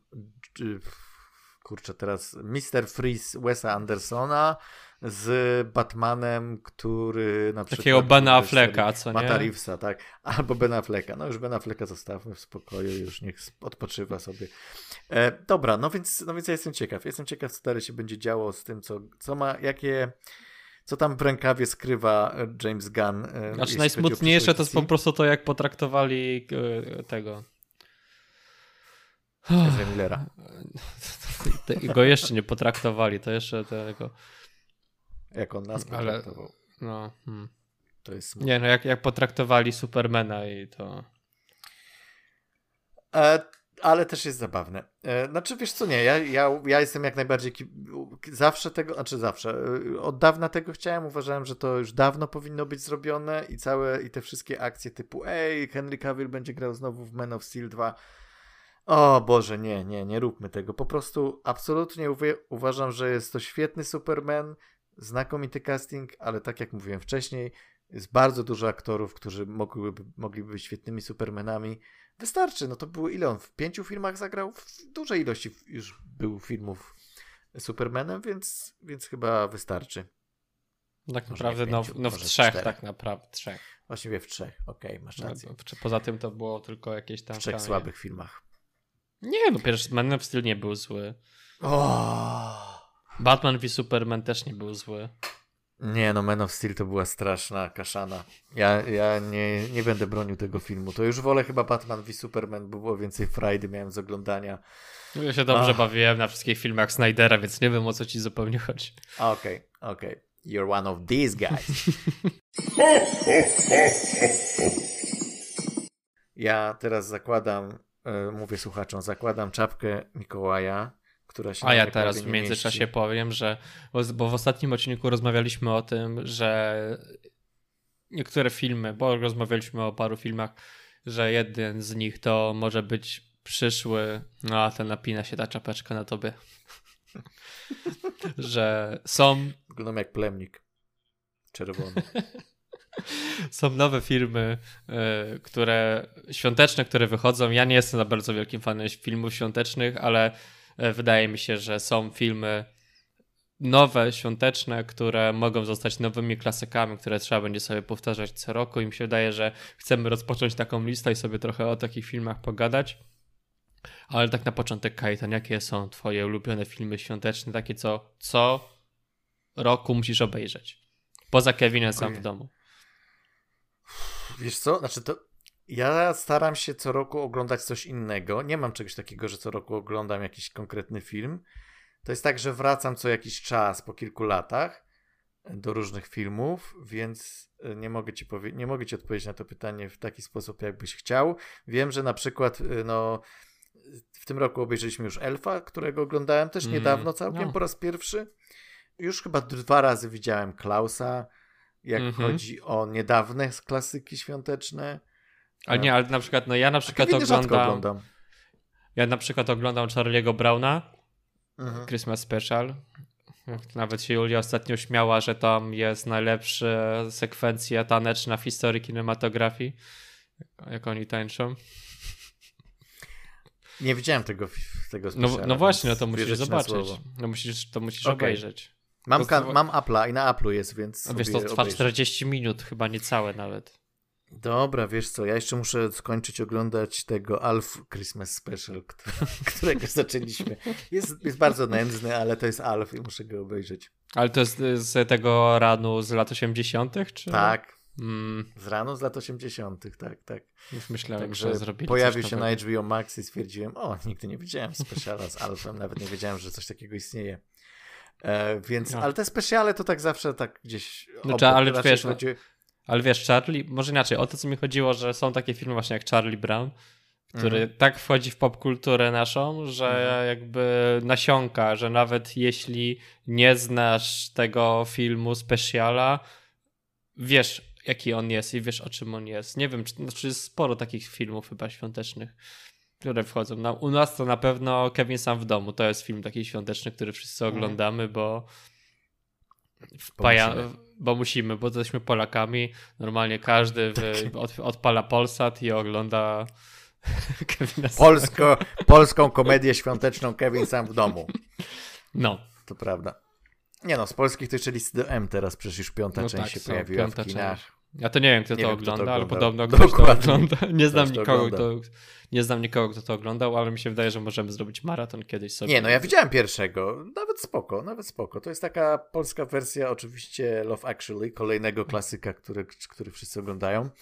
A: kurczę teraz, mister Freeze Wesa Andersona z Batmanem, który na przykład...
B: Takiego Bena Afflecka, co nie?
A: Mata Reevesa, tak. Albo Bena Afflecka. No już Bena Afflecka zostawmy w spokoju, już niech odpoczywa sobie. E, dobra, no więc, no więc ja jestem ciekaw. Jestem ciekaw, co dalej się będzie działo z tym, co, co ma, jakie... Co tam w rękawie skrywa James Gunn. E,
B: znaczy najsmutniejsze to jest po prostu to, jak potraktowali e, tego...
A: Ezra Millera.
B: Go jeszcze nie potraktowali, to jeszcze tego...
A: Jak on nas potraktował.
B: Ale, no, hmm.
A: To jest smutne.
B: Nie, no jak, jak potraktowali Supermana i to...
A: E, ale też jest zabawne. E, znaczy, wiesz co, nie, ja, ja, ja jestem jak najbardziej, ki- zawsze tego, znaczy zawsze, e, od dawna tego chciałem, uważałem, że to już dawno powinno być zrobione i całe, i te wszystkie akcje typu, ej, Henry Cavill będzie grał znowu w Man of Steel dwa. O Boże, nie, nie, nie róbmy tego. Po prostu absolutnie uwie- uważam, że jest to świetny Superman, znakomity casting, ale tak jak mówiłem wcześniej, jest bardzo dużo aktorów, którzy mogłyby, mogliby być świetnymi Supermanami. Wystarczy, no to było ile on? W pięciu filmach zagrał? W dużej ilości już był filmów Supermanem, więc, więc chyba wystarczy.
B: Tak
A: Może
B: naprawdę,
A: nie w
B: no,
A: pięciu,
B: no w
A: może w
B: trzech
A: czterech.
B: tak naprawdę, trzech.
A: Właściwie w trzech, okej, masz
B: No,
A: rację.
B: czy poza tym to było tylko jakieś tam...
A: W trzech
B: kamienie.
A: słabych filmach.
B: Nie, no pierwszy Man of Steel nie był zły.
A: O!
B: Batman v Superman też nie był zły.
A: Nie, no Man of Steel to była straszna kaszana. Ja, ja nie, nie będę bronił tego filmu. To już wolę chyba Batman v Superman, bo było więcej frajdy miałem z oglądania.
B: Ja się dobrze
A: Ach.
B: bawiłem na wszystkich filmach Snydera, więc nie wiem, o co ci zupełnie chodzi.
A: Okej, okej. You're one of these guys. Ja teraz zakładam, e, mówię słuchaczom, zakładam czapkę Mikołaja, która się
B: A
A: na
B: ja
A: mnie
B: teraz
A: prawie
B: w
A: nie
B: międzyczasie
A: mieści.
B: powiem, że bo w ostatnim odcinku rozmawialiśmy o tym, że niektóre filmy, bo rozmawialiśmy o paru filmach, że jeden z nich to może być przyszły, no a ten napina się ta czapeczka na tobie. Że są
A: Wyglądam jak plemnik. Czerwony.
B: są nowe filmy, y, które świąteczne, które wychodzą. Ja nie jestem za bardzo wielkim fanem filmów świątecznych, ale y, wydaje mi się, że są filmy nowe, świąteczne, które mogą zostać nowymi klasykami, które trzeba będzie sobie powtarzać co roku i mi się wydaje, że chcemy rozpocząć taką listę i sobie trochę o takich filmach pogadać. Ale tak na początek, Kajetan, jakie są twoje ulubione filmy świąteczne, takie co co roku musisz obejrzeć? Poza Kevinem sam w
A: Ojej.
B: domu.
A: Wiesz co? Znaczy to ja staram się co roku oglądać coś innego. Nie mam czegoś takiego, że co roku oglądam jakiś konkretny film. To jest tak, że wracam co jakiś czas po kilku latach do różnych filmów, więc nie mogę ci powie- nie mogę ci odpowiedzieć na to pytanie w taki sposób, jakbyś chciał. Wiem, że na przykład no w tym roku obejrzeliśmy już Elfa, którego oglądałem też
B: Mm,
A: niedawno całkiem
B: no.
A: po raz pierwszy. Już chyba dwa razy widziałem Klausa, jak
B: Mhm.
A: chodzi o niedawne klasyki świąteczne.
B: Ale nie, ale na przykład, no ja na przykład
A: Keviny rzadko
B: oglądam,
A: oglądam.
B: ja na przykład oglądam Charlie'ego Browna,
A: Mhm.
B: Christmas Special. Nawet się Julia ostatnio śmiała, że tam jest najlepsza sekwencja taneczna w historii kinematografii, jak oni tańczą.
A: Nie widziałem tego, tego
B: No,
A: speciala,
B: no właśnie, no
A: więc
B: to musisz
A: wierzę ci na
B: zobaczyć.
A: słowo.
B: No musisz, to musisz
A: Okej.
B: obejrzeć.
A: Mam,
B: To-
A: ka- mam Apple'a i na Apple'u jest, więc
B: A wiesz, to
A: sobie
B: trwa
A: obejrzę.
B: czterdzieści minut, chyba niecałe nawet.
A: Dobra, wiesz co, ja jeszcze muszę skończyć oglądać tego Alf Christmas Special, który, którego zaczęliśmy. Jest, jest bardzo nędzny, ale to jest Alf i muszę go obejrzeć.
B: Ale to jest z tego ranu z lat osiemdziesiątych? Czy...
A: Tak,
B: Mm,
A: z rano z lat osiemdziesiątych, tak, tak.
B: już myślałem,
A: Także
B: że zrobili
A: pojawił
B: coś
A: się na
B: nowego.
A: H B O Max i stwierdziłem, o, nigdy nie widziałem speciala z Alfem, nawet nie wiedziałem, że coś takiego istnieje. E, więc,
B: No.
A: ale te speciale to tak zawsze tak gdzieś
B: No,
A: obok,
B: czy- ale
A: raczej
B: wiesz,
A: chodzi...
B: Ale wiesz, Charlie, może inaczej, o to co mi chodziło, że są takie filmy właśnie jak Charlie Brown, który
A: Mhm.
B: tak wchodzi w popkulturę naszą, że
A: Mhm.
B: jakby nasiąka, że nawet jeśli nie znasz tego filmu specjala, wiesz jaki on jest i wiesz o czym on jest. Nie wiem, czy, znaczy jest sporo takich filmów chyba świątecznych, które wchodzą. No, u nas to na pewno Kevin sam w domu, to jest film taki świąteczny, który wszyscy
A: Mhm.
B: oglądamy, bo
A: Bo
B: Paja,
A: musimy.
B: bo musimy, bo jesteśmy Polakami. Normalnie każdy w, od, odpala Polsat i ogląda Kevina Smith.
A: Polsko, polską komedię świąteczną Kevin sam w domu.
B: No,
A: To prawda. Nie no, z polskich to jeszcze Listy do M teraz przecież już piąta
B: no
A: część
B: tak,
A: się
B: są,
A: pojawiła
B: piąta
A: w kinach.
B: część. Ja to nie wiem, kto
A: Nie
B: to
A: wiem, kto to
B: ogląda, ale
A: oglądał.
B: podobno ktoś to
A: Dokładnie.
B: ogląda. Nie znam
A: Ktoś to
B: nikogo,
A: ogląda.
B: kto, nie znam nikogo, kto to oglądał, ale mi się wydaje, że możemy zrobić maraton kiedyś sobie.
A: Nie no, ja widziałem pierwszego. Nawet spoko, nawet spoko. To jest taka polska wersja oczywiście Love Actually, kolejnego klasyka, który, który wszyscy oglądają.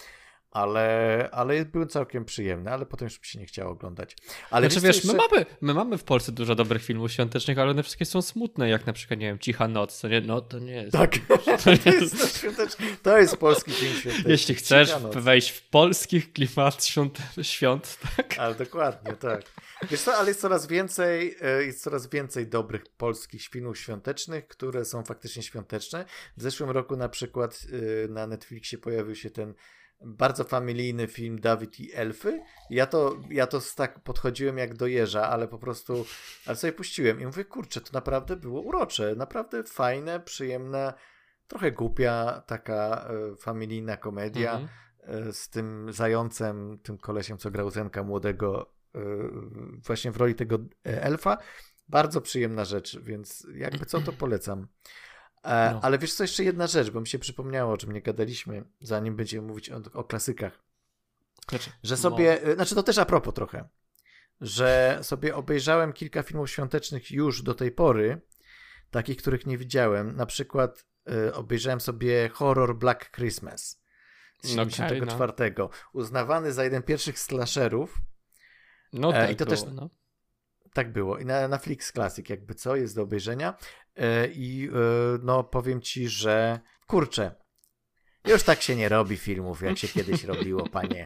A: ale, ale były całkiem przyjemne, ale potem już mi się nie chciało oglądać. Ale
B: znaczy wiesz,
A: jeszcze...
B: my, mamy, my mamy w Polsce dużo dobrych filmów świątecznych, ale one wszystkie są smutne, jak na przykład, nie wiem, Cicha Noc, to nie, no to nie jest.
A: Tak, to, nie jest to, świąteczny, to jest polski film świąteczny.
B: Jeśli chcesz wejść w polskich klimat świąt, świąt, tak?
A: Ale dokładnie, tak. Wiesz co, ale jest coraz więcej, jest coraz więcej dobrych polskich filmów świątecznych, które są faktycznie świąteczne. W zeszłym roku na przykład na Netflixie pojawił się ten bardzo familijny film Dawid i Elfy. Ja to, ja to tak podchodziłem jak do jeża, ale po prostu ale sobie puściłem i mówię, kurczę, to naprawdę było urocze, naprawdę fajne, przyjemne, trochę głupia taka e, familijna komedia mhm. e, z tym zającem, tym kolesiem, co grał Zenka młodego e, właśnie w roli tego elfa. Bardzo przyjemna rzecz, więc jakby co, to polecam. E, no. Ale wiesz co, jeszcze jedna rzecz, bo mi się przypomniało, o czym nie gadaliśmy, zanim będziemy mówić o, o klasykach. Znaczy, że sobie, no. znaczy to też a propos trochę, że sobie obejrzałem kilka filmów świątecznych już do tej pory, takich, których nie widziałem. Na przykład y, obejrzałem sobie horror Black Christmas z siedemdziesiątego czwartego. Okay, no. Uznawany za jeden z pierwszych slasherów.
B: No tak
A: e, i to
B: było,
A: też,
B: no.
A: Tak było. I na, na Flix Classic jakby co, jest do obejrzenia. E, I e, no powiem ci, że kurczę, już tak się nie robi filmów, jak się kiedyś robiło, panie.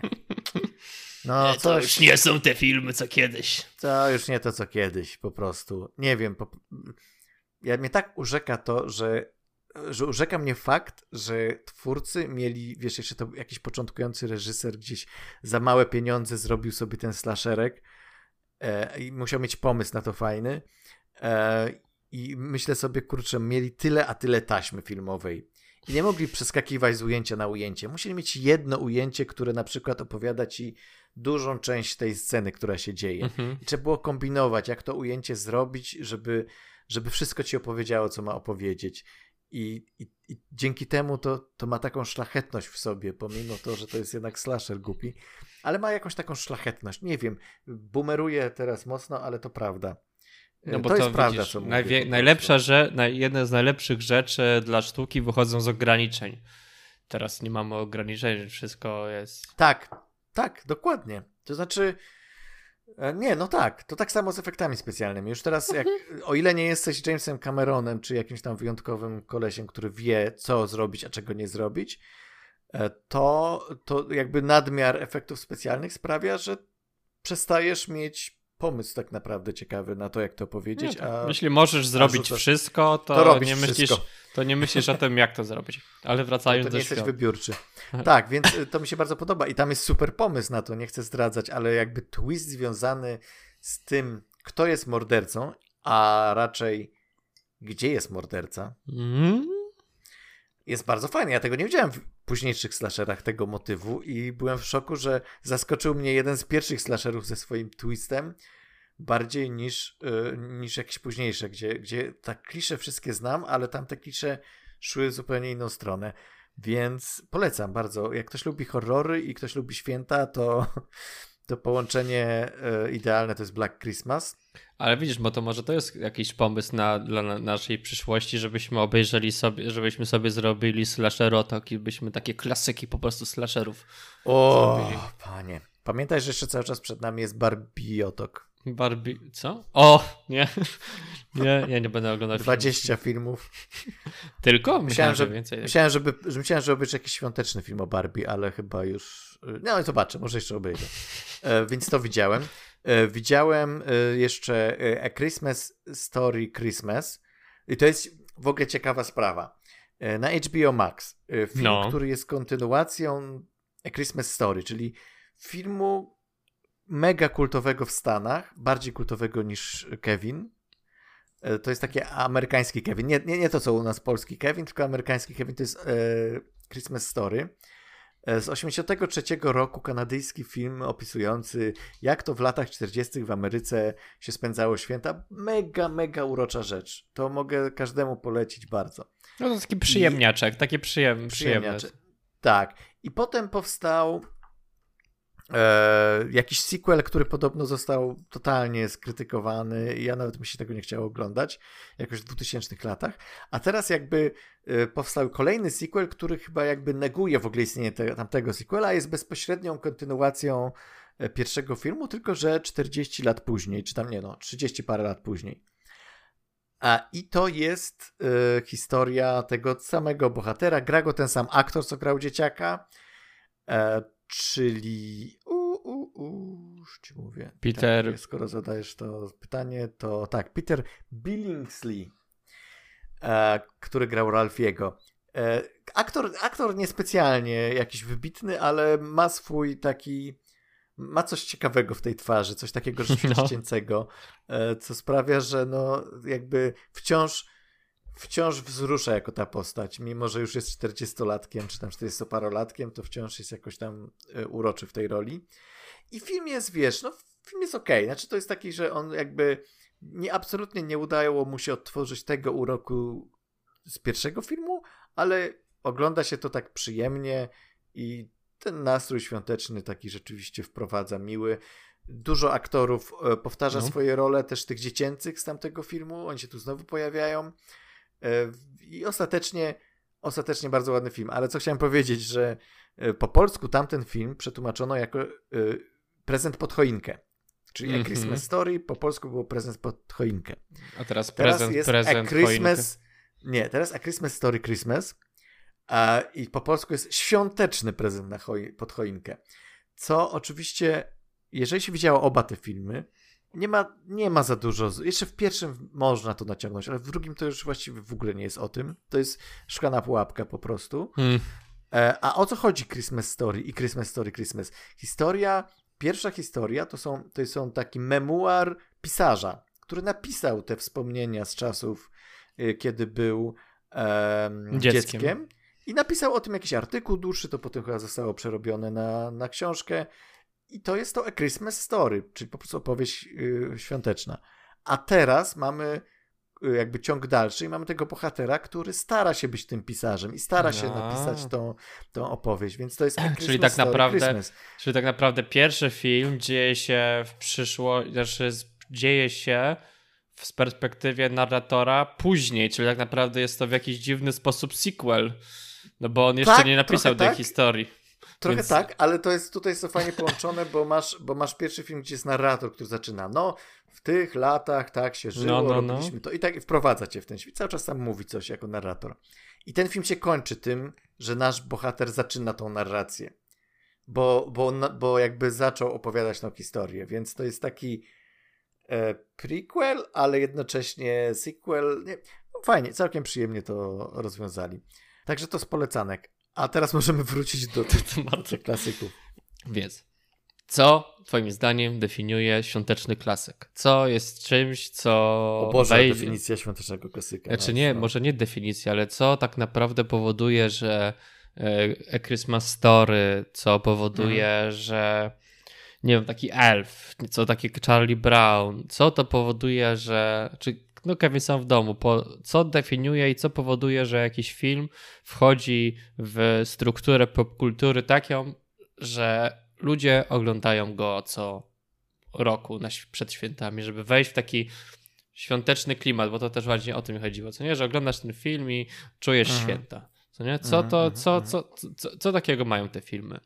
A: No
B: nie, to już nie są te filmy, co kiedyś.
A: To już nie to, co kiedyś, po prostu. Nie wiem, po... ja mnie tak urzeka to, że, że urzeka mnie fakt, że twórcy mieli, wiesz, jeszcze to jakiś początkujący reżyser gdzieś za małe pieniądze zrobił sobie ten slasherek e, i musiał mieć pomysł na to fajny e, i myślę sobie, kurczę, mieli tyle, a tyle taśmy filmowej. I nie mogli przeskakiwać z ujęcia na ujęcie. Musieli mieć jedno ujęcie, które na przykład opowiada ci dużą część tej sceny, która się dzieje. Mhm. I trzeba było kombinować, jak to ujęcie zrobić, żeby, żeby wszystko ci opowiedziało, co ma opowiedzieć. I, i, i dzięki temu to, to ma taką szlachetność w sobie, pomimo to, że to jest jednak slasher głupi, ale ma jakąś taką szlachetność. Nie wiem, boomeruje teraz mocno, ale to prawda.
B: No bo
A: to,
B: to
A: jest
B: widzisz,
A: prawda, co
B: najwie-
A: mówię.
B: Najlepsza rzecz, naj- jedne z najlepszych rzeczy dla sztuki wychodzą z ograniczeń. Teraz nie mamy ograniczeń, wszystko jest...
A: Tak, tak, dokładnie. To znaczy, nie, no tak, to tak samo z efektami specjalnymi. Już teraz, jak, o ile nie jesteś Jamesem Cameronem, czy jakimś tam wyjątkowym kolesiem, który wie, co zrobić, a czego nie zrobić, to, to jakby nadmiar efektów specjalnych sprawia, że przestajesz mieć pomysł tak naprawdę ciekawy na to, jak to powiedzieć.
B: No,
A: a,
B: jeśli możesz zrobić
A: rzucasz,
B: wszystko, to,
A: to
B: nie myślisz, to nie myślisz o tym, jak to zrobić. Ale wracając
A: to, to
B: do
A: nie jesteś
B: świąt.
A: wybiórczy. Tak, więc to mi się bardzo podoba i tam jest super pomysł na to, nie chcę zdradzać, ale jakby twist związany z tym, kto jest mordercą, a raczej gdzie jest morderca,
B: mm?
A: jest bardzo fajny. Ja tego nie widziałem w późniejszych slasherach, tego motywu i byłem w szoku, że zaskoczył mnie jeden z pierwszych slasherów ze swoim twistem, bardziej niż, yy, niż jakieś późniejsze, gdzie, gdzie tak klisze wszystkie znam, ale tam te klisze szły w zupełnie inną stronę. Więc polecam bardzo. Jak ktoś lubi horrory i ktoś lubi święta, to, to połączenie yy, idealne to jest Black Christmas.
B: Ale widzisz, bo to może to jest jakiś pomysł na, dla na naszej przyszłości, żebyśmy obejrzeli sobie, żebyśmy sobie zrobili slasherotok i byśmy takie klasyki po prostu slasherów
A: O,
B: zrobili.
A: panie. Pamiętaj, że jeszcze cały czas przed nami jest Barbieotok.
B: Barbie... Co? O, nie. Nie, ja nie będę oglądał
A: dwadzieścia filmów.
B: Tylko?
A: Myślałem,
B: Myślałem,
A: że,
B: że więcej.
A: Myślałem, żeby, że myślałem, że obejrzę jakiś świąteczny film o Barbie, ale chyba już... No, zobaczę, może jeszcze obejrzę. E, więc to widziałem. E, widziałem e, jeszcze A Christmas Story Christmas. I to jest w ogóle ciekawa sprawa. E, na H B O Max. E, film, no. który jest kontynuacją A Christmas Story, czyli filmu mega kultowego w Stanach, bardziej kultowego niż Kevin. To jest taki amerykański Kevin. Nie, nie, nie to, co u nas polski Kevin, tylko amerykański Kevin. To jest e, Christmas Story. E, z osiemdziesiątego trzeciego roku kanadyjski film opisujący, jak to w latach czterdziestych w Ameryce się spędzało święta. Mega, mega urocza rzecz. To mogę każdemu polecić bardzo.
B: No to taki przyjemniaczek, I... takie przyjem... przyjemniaczek.
A: Tak. I potem powstał E, jakiś sequel, który podobno został totalnie skrytykowany i ja nawet mi się tego nie chciało oglądać, jakoś w dwutysięcznych latach. A teraz jakby e, powstał kolejny sequel, który chyba jakby neguje w ogóle istnienie te, tamtego sequela, jest bezpośrednią kontynuacją e, pierwszego filmu, tylko że czterdzieści lat później, czy tam nie no, trzydzieści parę lat później. A i to jest e, historia tego samego bohatera. Gra go ten sam aktor, co grał dzieciaka, e, czyli u, u, u, już ci mówię.
B: Peter.
A: Tak, skoro zadajesz to pytanie, to tak, Peter Billingsley, e, który grał Ralphiego. E, aktor, aktor niespecjalnie jakiś wybitny, ale ma swój taki, ma coś ciekawego w tej twarzy, coś takiego rzeczywistego, no. e, co sprawia, że no jakby wciąż wciąż wzrusza jako ta postać, mimo że już jest czterdziestolatkiem, czy tam czterdziestoparolatkiem, to wciąż jest jakoś tam y, uroczy w tej roli. I film jest, wiesz, no film jest okej, okay. Znaczy to jest taki, że on jakby nie, absolutnie nie udało mu się odtworzyć tego uroku z pierwszego filmu, ale ogląda się to tak przyjemnie i ten nastrój świąteczny taki rzeczywiście wprowadza miły. Dużo aktorów y, powtarza no. swoje role, też tych dziecięcych z tamtego filmu, oni się tu znowu pojawiają. I ostatecznie, ostatecznie bardzo ładny film. Ale co chciałem powiedzieć, że po polsku tamten film przetłumaczono jako y, prezent pod choinkę. Czyli mm-hmm. A Christmas Story po polsku było prezent pod choinkę.
B: A teraz,
A: teraz
B: prezent,
A: jest
B: prezent,
A: A Christmas, nie, teraz A Christmas Story Christmas. A, I po polsku jest świąteczny prezent na choi- pod choinkę. Co oczywiście, jeżeli się widziało oba te filmy, Nie ma, nie ma za dużo. Jeszcze w pierwszym można to naciągnąć, ale w drugim to już właściwie w ogóle nie jest o tym. To jest szklana pułapka po prostu. Hmm. E, a o co chodzi Christmas Story i Christmas Story Christmas? Historia, pierwsza historia to są, to są taki memuar pisarza, który napisał te wspomnienia z czasów, y, kiedy był e, dzieckiem. dzieckiem. I napisał o tym jakiś artykuł dłuższy, to potem chyba zostało przerobione na, na książkę. I to jest to A Christmas Story, czyli po prostu opowieść yy, świąteczna. A teraz mamy yy, jakby ciąg dalszy i mamy tego bohatera, który stara się być tym pisarzem i stara się
B: no.
A: napisać tą, tą opowieść, więc to jest A Christmas
B: czyli tak
A: Story
B: naprawdę,
A: Christmas.
B: Czyli tak naprawdę pierwszy film dzieje się w przyszłości, znaczy dzieje się z perspektywie narratora później, czyli tak naprawdę jest to w jakiś dziwny sposób sequel, no bo on jeszcze
A: tak,
B: nie napisał tej tak. historii.
A: Trochę
B: Więc...
A: tak, ale to jest tutaj jest to fajnie połączone, bo masz, bo masz pierwszy film, gdzie jest narrator, który zaczyna, no w tych latach tak się żyło, no, no, robiliśmy no. to i tak wprowadza cię w ten świat, cały czas tam mówi coś jako narrator. I ten film się kończy tym, że nasz bohater zaczyna tą narrację, bo, bo, bo jakby zaczął opowiadać tą historię, więc to jest taki e, prequel, ale jednocześnie sequel. Nie, no fajnie, całkiem przyjemnie to rozwiązali. Także to z polecanek. A teraz możemy wrócić do tych klasyków.
B: Więc, co twoim zdaniem definiuje świąteczny klasyk? Co jest czymś, co...
A: O Boże, wejdzie... definicja świątecznego klasyka.
B: Znaczy nie, no. może nie definicja, ale co tak naprawdę powoduje, że A Christmas Story, co powoduje, mhm. że nie wiem, taki Elf, co taki Charlie Brown, co to powoduje, że... Czy no Kevin Sam w domu, po, co definiuje i co powoduje, że jakiś film wchodzi w strukturę popkultury taką, że ludzie oglądają go co roku na, przed świętami, żeby wejść w taki świąteczny klimat, bo to też właśnie o tym chodziło, co nie, że oglądasz ten film i czujesz mhm. święta, co nie, co to, co, co, co, co, co takiego mają te filmy?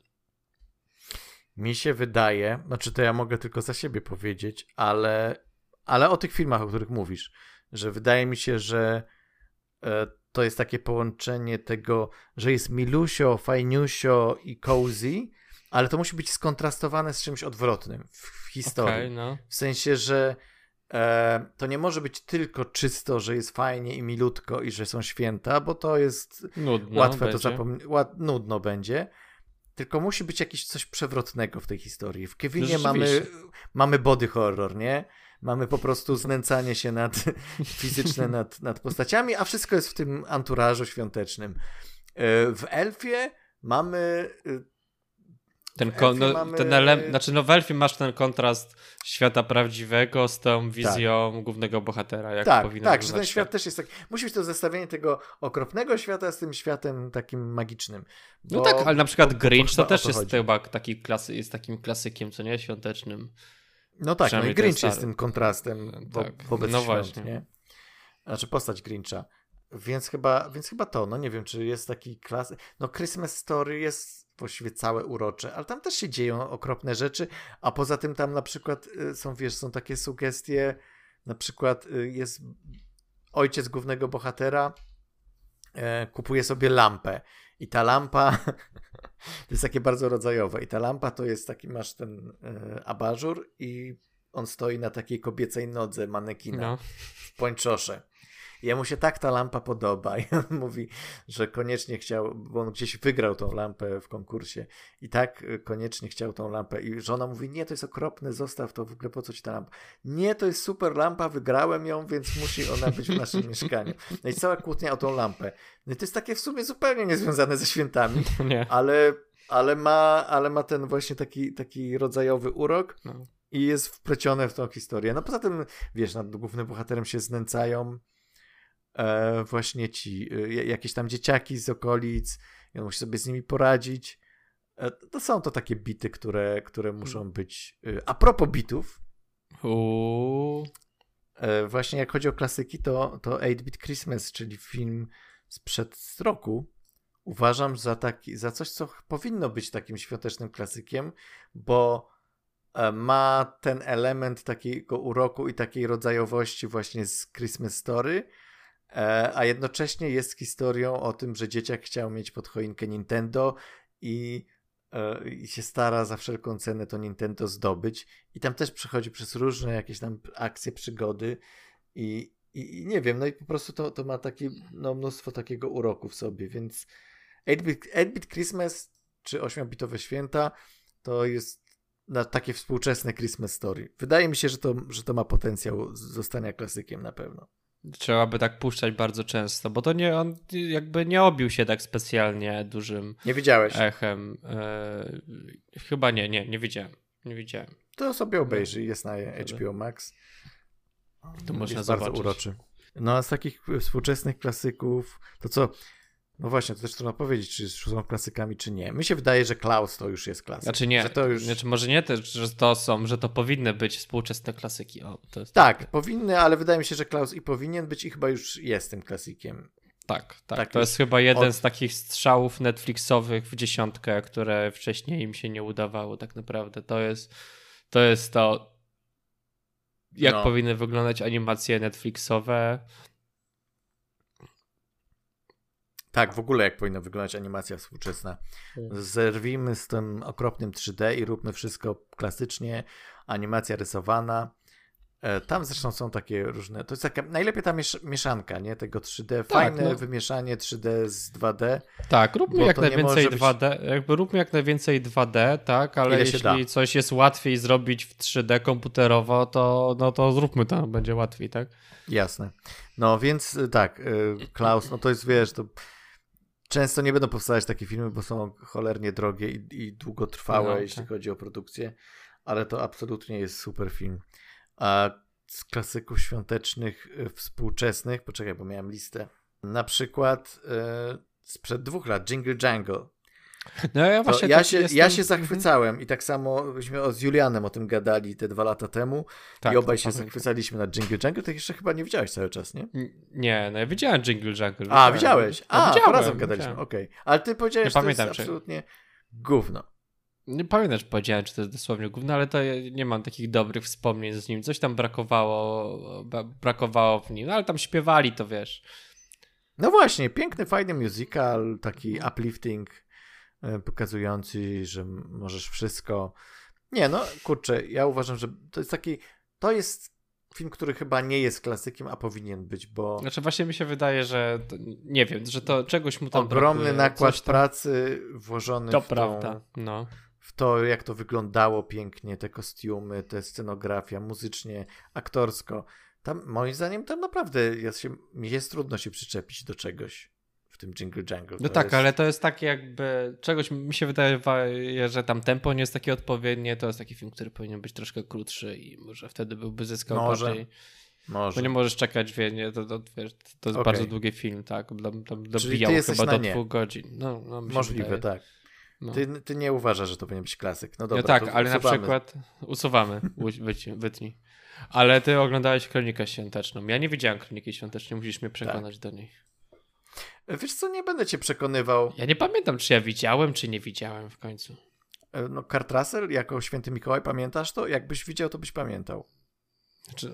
A: Mi się wydaje, znaczy to ja mogę tylko za siebie powiedzieć, ale Ale o tych filmach, o których mówisz, że wydaje mi się, że e, to jest takie połączenie tego, że jest milusio, fajniusio i cozy, ale to musi być skontrastowane z czymś odwrotnym w, w historii. Okay, no. W sensie, że e, to nie może być tylko czysto, że jest fajnie i milutko i że są święta, bo to jest nudno łatwe będzie. to zapomnieć, łat, nudno będzie. Tylko musi być jakieś coś przewrotnego w tej historii. W Kevinie no mamy, mamy body horror, nie? Mamy po prostu znęcanie się nad fizyczne nad, nad postaciami, a wszystko jest w tym anturażu świątecznym. W Elfie mamy
B: Ten, kon, no,
A: mamy...
B: ten element, znaczy no w Elfie masz ten kontrast świata prawdziwego z tą wizją tak. głównego bohatera. Jak
A: tak,
B: powinien
A: tak, że ten świat,
B: świat
A: też jest taki. Musi być to zestawienie tego okropnego świata z tym światem takim magicznym. Bo,
B: no tak, ale na przykład
A: bo,
B: Grinch to, to też
A: to
B: jest
A: chodzi.
B: chyba taki klasy, jest takim klasykiem, co nie? Świątecznym.
A: No tak, no i Grinch jest tym kontrastem wo,
B: tak.
A: wobec
B: no
A: świąt,
B: właśnie.
A: nie? Znaczy postać Grincha. Więc chyba, więc chyba to, no nie wiem, czy jest taki klas... No Christmas Story jest właściwie całe urocze, ale tam też się dzieją okropne rzeczy, a poza tym tam na przykład są, wiesz, są takie sugestie, na przykład jest ojciec głównego bohatera, e, kupuje sobie lampę i ta lampa to jest takie bardzo rodzajowe i ta lampa to jest taki, masz ten e, abażur i on stoi na takiej kobiecej nodze manekina
B: no.
A: w pończosze. Jemu się tak ta lampa podoba i on mówi, że koniecznie chciał, bo on gdzieś wygrał tą lampę w konkursie i tak koniecznie chciał tą lampę i żona mówi, nie, to jest okropne, zostaw to, w ogóle po co ci ta lampa? Nie, to jest super lampa, wygrałem ją, więc musi ona być w naszym mieszkaniu. No i cała kłótnia o tą lampę. No i to jest takie w sumie zupełnie niezwiązane ze świętami,
B: nie.
A: ale, ale, ma, ale ma ten właśnie taki, taki rodzajowy urok
B: no.
A: i jest wplecione w tą historię. No poza tym, wiesz, nad głównym bohaterem się znęcają E, właśnie ci, e, jakieś tam dzieciaki z okolic i on musi sobie z nimi poradzić. E, to są to takie bity, które, które muszą być. E, a propos bitów, e, właśnie jak chodzi o klasyki, to, to eight bit Christmas, czyli film sprzed roku, uważam za, taki, za coś, co powinno być takim świątecznym klasykiem, bo e, ma ten element takiego uroku i takiej rodzajowości właśnie z Christmas Story, a jednocześnie jest historią o tym, że dzieciak chciał mieć pod choinkę Nintendo i, e, i się stara za wszelką cenę to Nintendo zdobyć i tam też przechodzi przez różne jakieś tam akcje, przygody i, i, i nie wiem, no i po prostu to, to ma takie, no, mnóstwo takiego uroku w sobie, więc eight bit Christmas czy ośmiobitowe święta to jest na takie współczesne Christmas Story. Wydaje mi się, że to, że to ma potencjał zostania klasykiem na pewno.
B: Trzeba by tak puszczać bardzo często, bo to nie, on jakby nie obił się tak specjalnie dużym
A: nie widziałeś?
B: echem. E, chyba nie, nie, nie widziałem. Nie widziałem.
A: To sobie obejrzyj, jest na H B O Max.
B: To można
A: jest
B: zobaczyć.
A: Bardzo uroczy. No a z takich współczesnych klasyków, to co, no właśnie, to też trudno powiedzieć, czy są klasykami, czy nie. Mi się wydaje, że Klaus to już jest klasyk.
B: Znaczy nie,
A: że to już...
B: znaczy może nie też, że to są, że to powinny być współczesne klasyki. O, to jest
A: tak,
B: takie.
A: powinny, ale wydaje mi się, że Klaus i powinien być i chyba już jest tym klasikiem.
B: Tak, tak.
A: tak
B: to jest chyba jeden
A: od...
B: z takich strzałów Netflixowych w dziesiątkę, które wcześniej im się nie udawało tak naprawdę. To jest to, jest to jak
A: no.
B: powinny wyglądać animacje Netflixowe.
A: Tak, w ogóle jak powinna wyglądać animacja współczesna. Zerwijmy z tym okropnym trzy D i róbmy wszystko klasycznie. Animacja rysowana. Tam zresztą są takie różne, to jest taka, najlepiej ta miesz- mieszanka, nie, tego trzy D, fajne
B: tak, no.
A: wymieszanie trzy D z dwa D.
B: Tak, róbmy jak najwięcej
A: być...
B: dwa D, jakby róbmy jak najwięcej dwa D, tak, ale
A: Ile
B: jeśli coś jest łatwiej zrobić w trzy D komputerowo, to no to zróbmy to, będzie łatwiej, tak?
A: Jasne. No więc tak, Klaus, no to jest, wiesz, to często nie będą powstawać takie filmy, bo są cholernie drogie i, i długotrwałe,
B: no,
A: jeśli
B: tak.
A: chodzi o produkcję, ale to absolutnie jest super film. A z klasyków świątecznych współczesnych, poczekaj, bo miałem listę, na przykład e, sprzed dwóch lat Jingle Jangle.
B: No ja właśnie
A: ja,
B: tak
A: się,
B: jestem...
A: ja się zachwycałem i tak samo myśmy z Julianem o tym gadali te dwa lata temu
B: tak,
A: i obaj się
B: pamiętam.
A: zachwycaliśmy na Jingle Jangle, tak jeszcze chyba nie widziałeś cały czas, nie?
B: Nie, no ja widziałem Jingle Jangle.
A: A,
B: widziałem.
A: widziałeś? A,
B: no, widziałem,
A: razem gadaliśmy, okej. Okay. Ale ty powiedziałeś,
B: nie
A: że to
B: pamiętam,
A: jest
B: czy...
A: absolutnie gówno.
B: Nie pamiętam, czy powiedziałem, czy to jest dosłownie gówno, ale to ja nie mam takich dobrych wspomnień z nim. Coś tam brakowało, brakowało w nim, no ale tam śpiewali, to wiesz.
A: No właśnie, piękny, fajny musical, taki uplifting, pokazujący, że możesz wszystko. Nie, no kurczę, ja uważam, że to jest taki, to jest film, który chyba nie jest klasykiem, a powinien być, bo...
B: Znaczy właśnie mi się wydaje, że to, nie wiem, że to czegoś mu tam
A: ogromny
B: brakuje.
A: nakład
B: tam...
A: pracy włożony
B: to
A: w,
B: prawda.
A: tą,
B: no.
A: w to, jak to wyglądało pięknie, te kostiumy, te scenografia, muzycznie, aktorsko. Tam, moim zdaniem, tam naprawdę jest, się, jest trudno się przyczepić do czegoś w tym Jingle Jangle.
B: No
A: to
B: tak,
A: jest...
B: ale to jest takie jakby, czegoś mi się wydaje, że tam tempo nie jest takie odpowiednie, to jest taki film, który powinien być troszkę krótszy i może wtedy byłby zyskał
A: może,
B: bardziej.
A: Może.
B: Bo nie możesz czekać, wie, nie, to, to, wiesz, to jest okay. bardzo długi film, tak, tam, tam dobijał chyba do nie. dwóch godzin. No, no
A: Możliwe, tak. No. Ty, ty nie uważasz, że to powinien być klasyk. No dobra,
B: no tak, ale
A: usuwamy.
B: Na przykład usuwamy, wytnij. Ale ty oglądałeś Kronikę Świąteczną. Ja nie widziałem Kroniki Świątecznej, musisz mnie przekonać tak. do niej.
A: Wiesz co, nie będę cię przekonywał.
B: Ja nie pamiętam, czy ja widziałem, czy nie widziałem w końcu.
A: No Kurt Russell jako Święty Mikołaj, pamiętasz to? Jakbyś widział, to byś pamiętał.
B: Znaczy,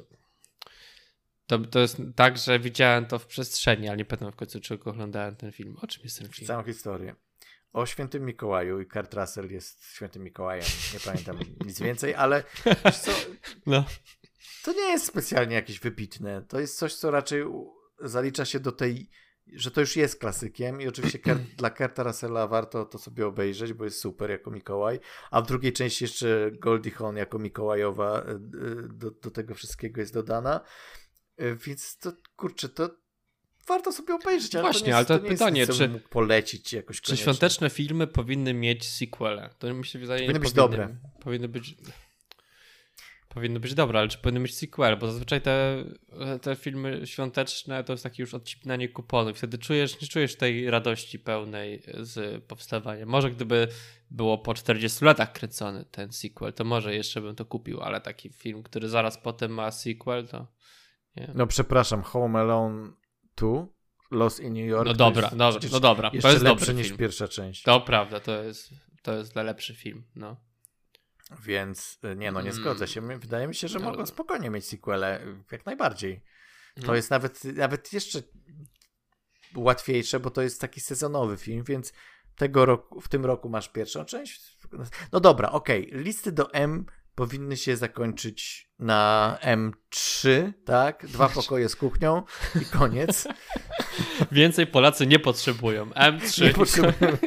B: to, to jest tak, że widziałem to w przestrzeni, ale nie pamiętam w końcu, czego oglądałem ten film. O czym jest ten film?
A: Całą historię. O Świętym Mikołaju i Kurt Russell jest Świętym Mikołajem. Nie pamiętam nic więcej, ale wiesz co,
B: no.
A: to nie jest specjalnie jakieś wybitne. To jest coś, co raczej zalicza się do tej, że to już jest klasykiem i oczywiście Kurt, dla Kurta Russella warto to sobie obejrzeć, bo jest super jako Mikołaj, a w drugiej części jeszcze Goldie Hawn jako Mikołajowa do, do tego wszystkiego jest dodana. Więc to, kurczę, to warto sobie obejrzeć, ale
B: Właśnie,
A: to nie
B: ale to,
A: to nie
B: pytanie,
A: jest,
B: czy
A: mógł polecić jakoś
B: czy
A: koniecznie.
B: świąteczne filmy powinny mieć sequele? To mi się wydaje,
A: powinny
B: nie
A: być
B: powinny,
A: dobre.
B: Powinny być powinny być dobre, ale czy powinny mieć sequel? Bo zazwyczaj te, te filmy świąteczne to jest takie już odcinanie kuponów. Wtedy czujesz, nie czujesz tej radości pełnej z powstawania. Może gdyby było po czterdziestu latach kręcony ten sequel, to może jeszcze bym to kupił, ale taki film, który zaraz potem ma sequel, to nie.
A: No przepraszam, Home Alone dwa, Lost in New York.
B: No dobra,
A: jest,
B: dobra, no dobra.
A: Jeszcze
B: to jest
A: lepszy
B: dobry
A: niż
B: film.
A: pierwsza część.
B: To prawda, to jest, to jest lepszy film, no.
A: Więc nie no, nie zgodzę się. Wydaje mi się, że
B: no,
A: mogą spokojnie mieć sequele, jak najbardziej. To
B: no.
A: jest nawet, nawet jeszcze łatwiejsze, bo to jest taki sezonowy film, więc tego roku, w tym roku masz pierwszą część. No dobra, okej. Okay. Listy do M powinny się zakończyć na M trzy, tak? Dwa pokoje z kuchnią i koniec.
B: Więcej Polacy nie potrzebują. M trzy.
A: Nie potrzebują.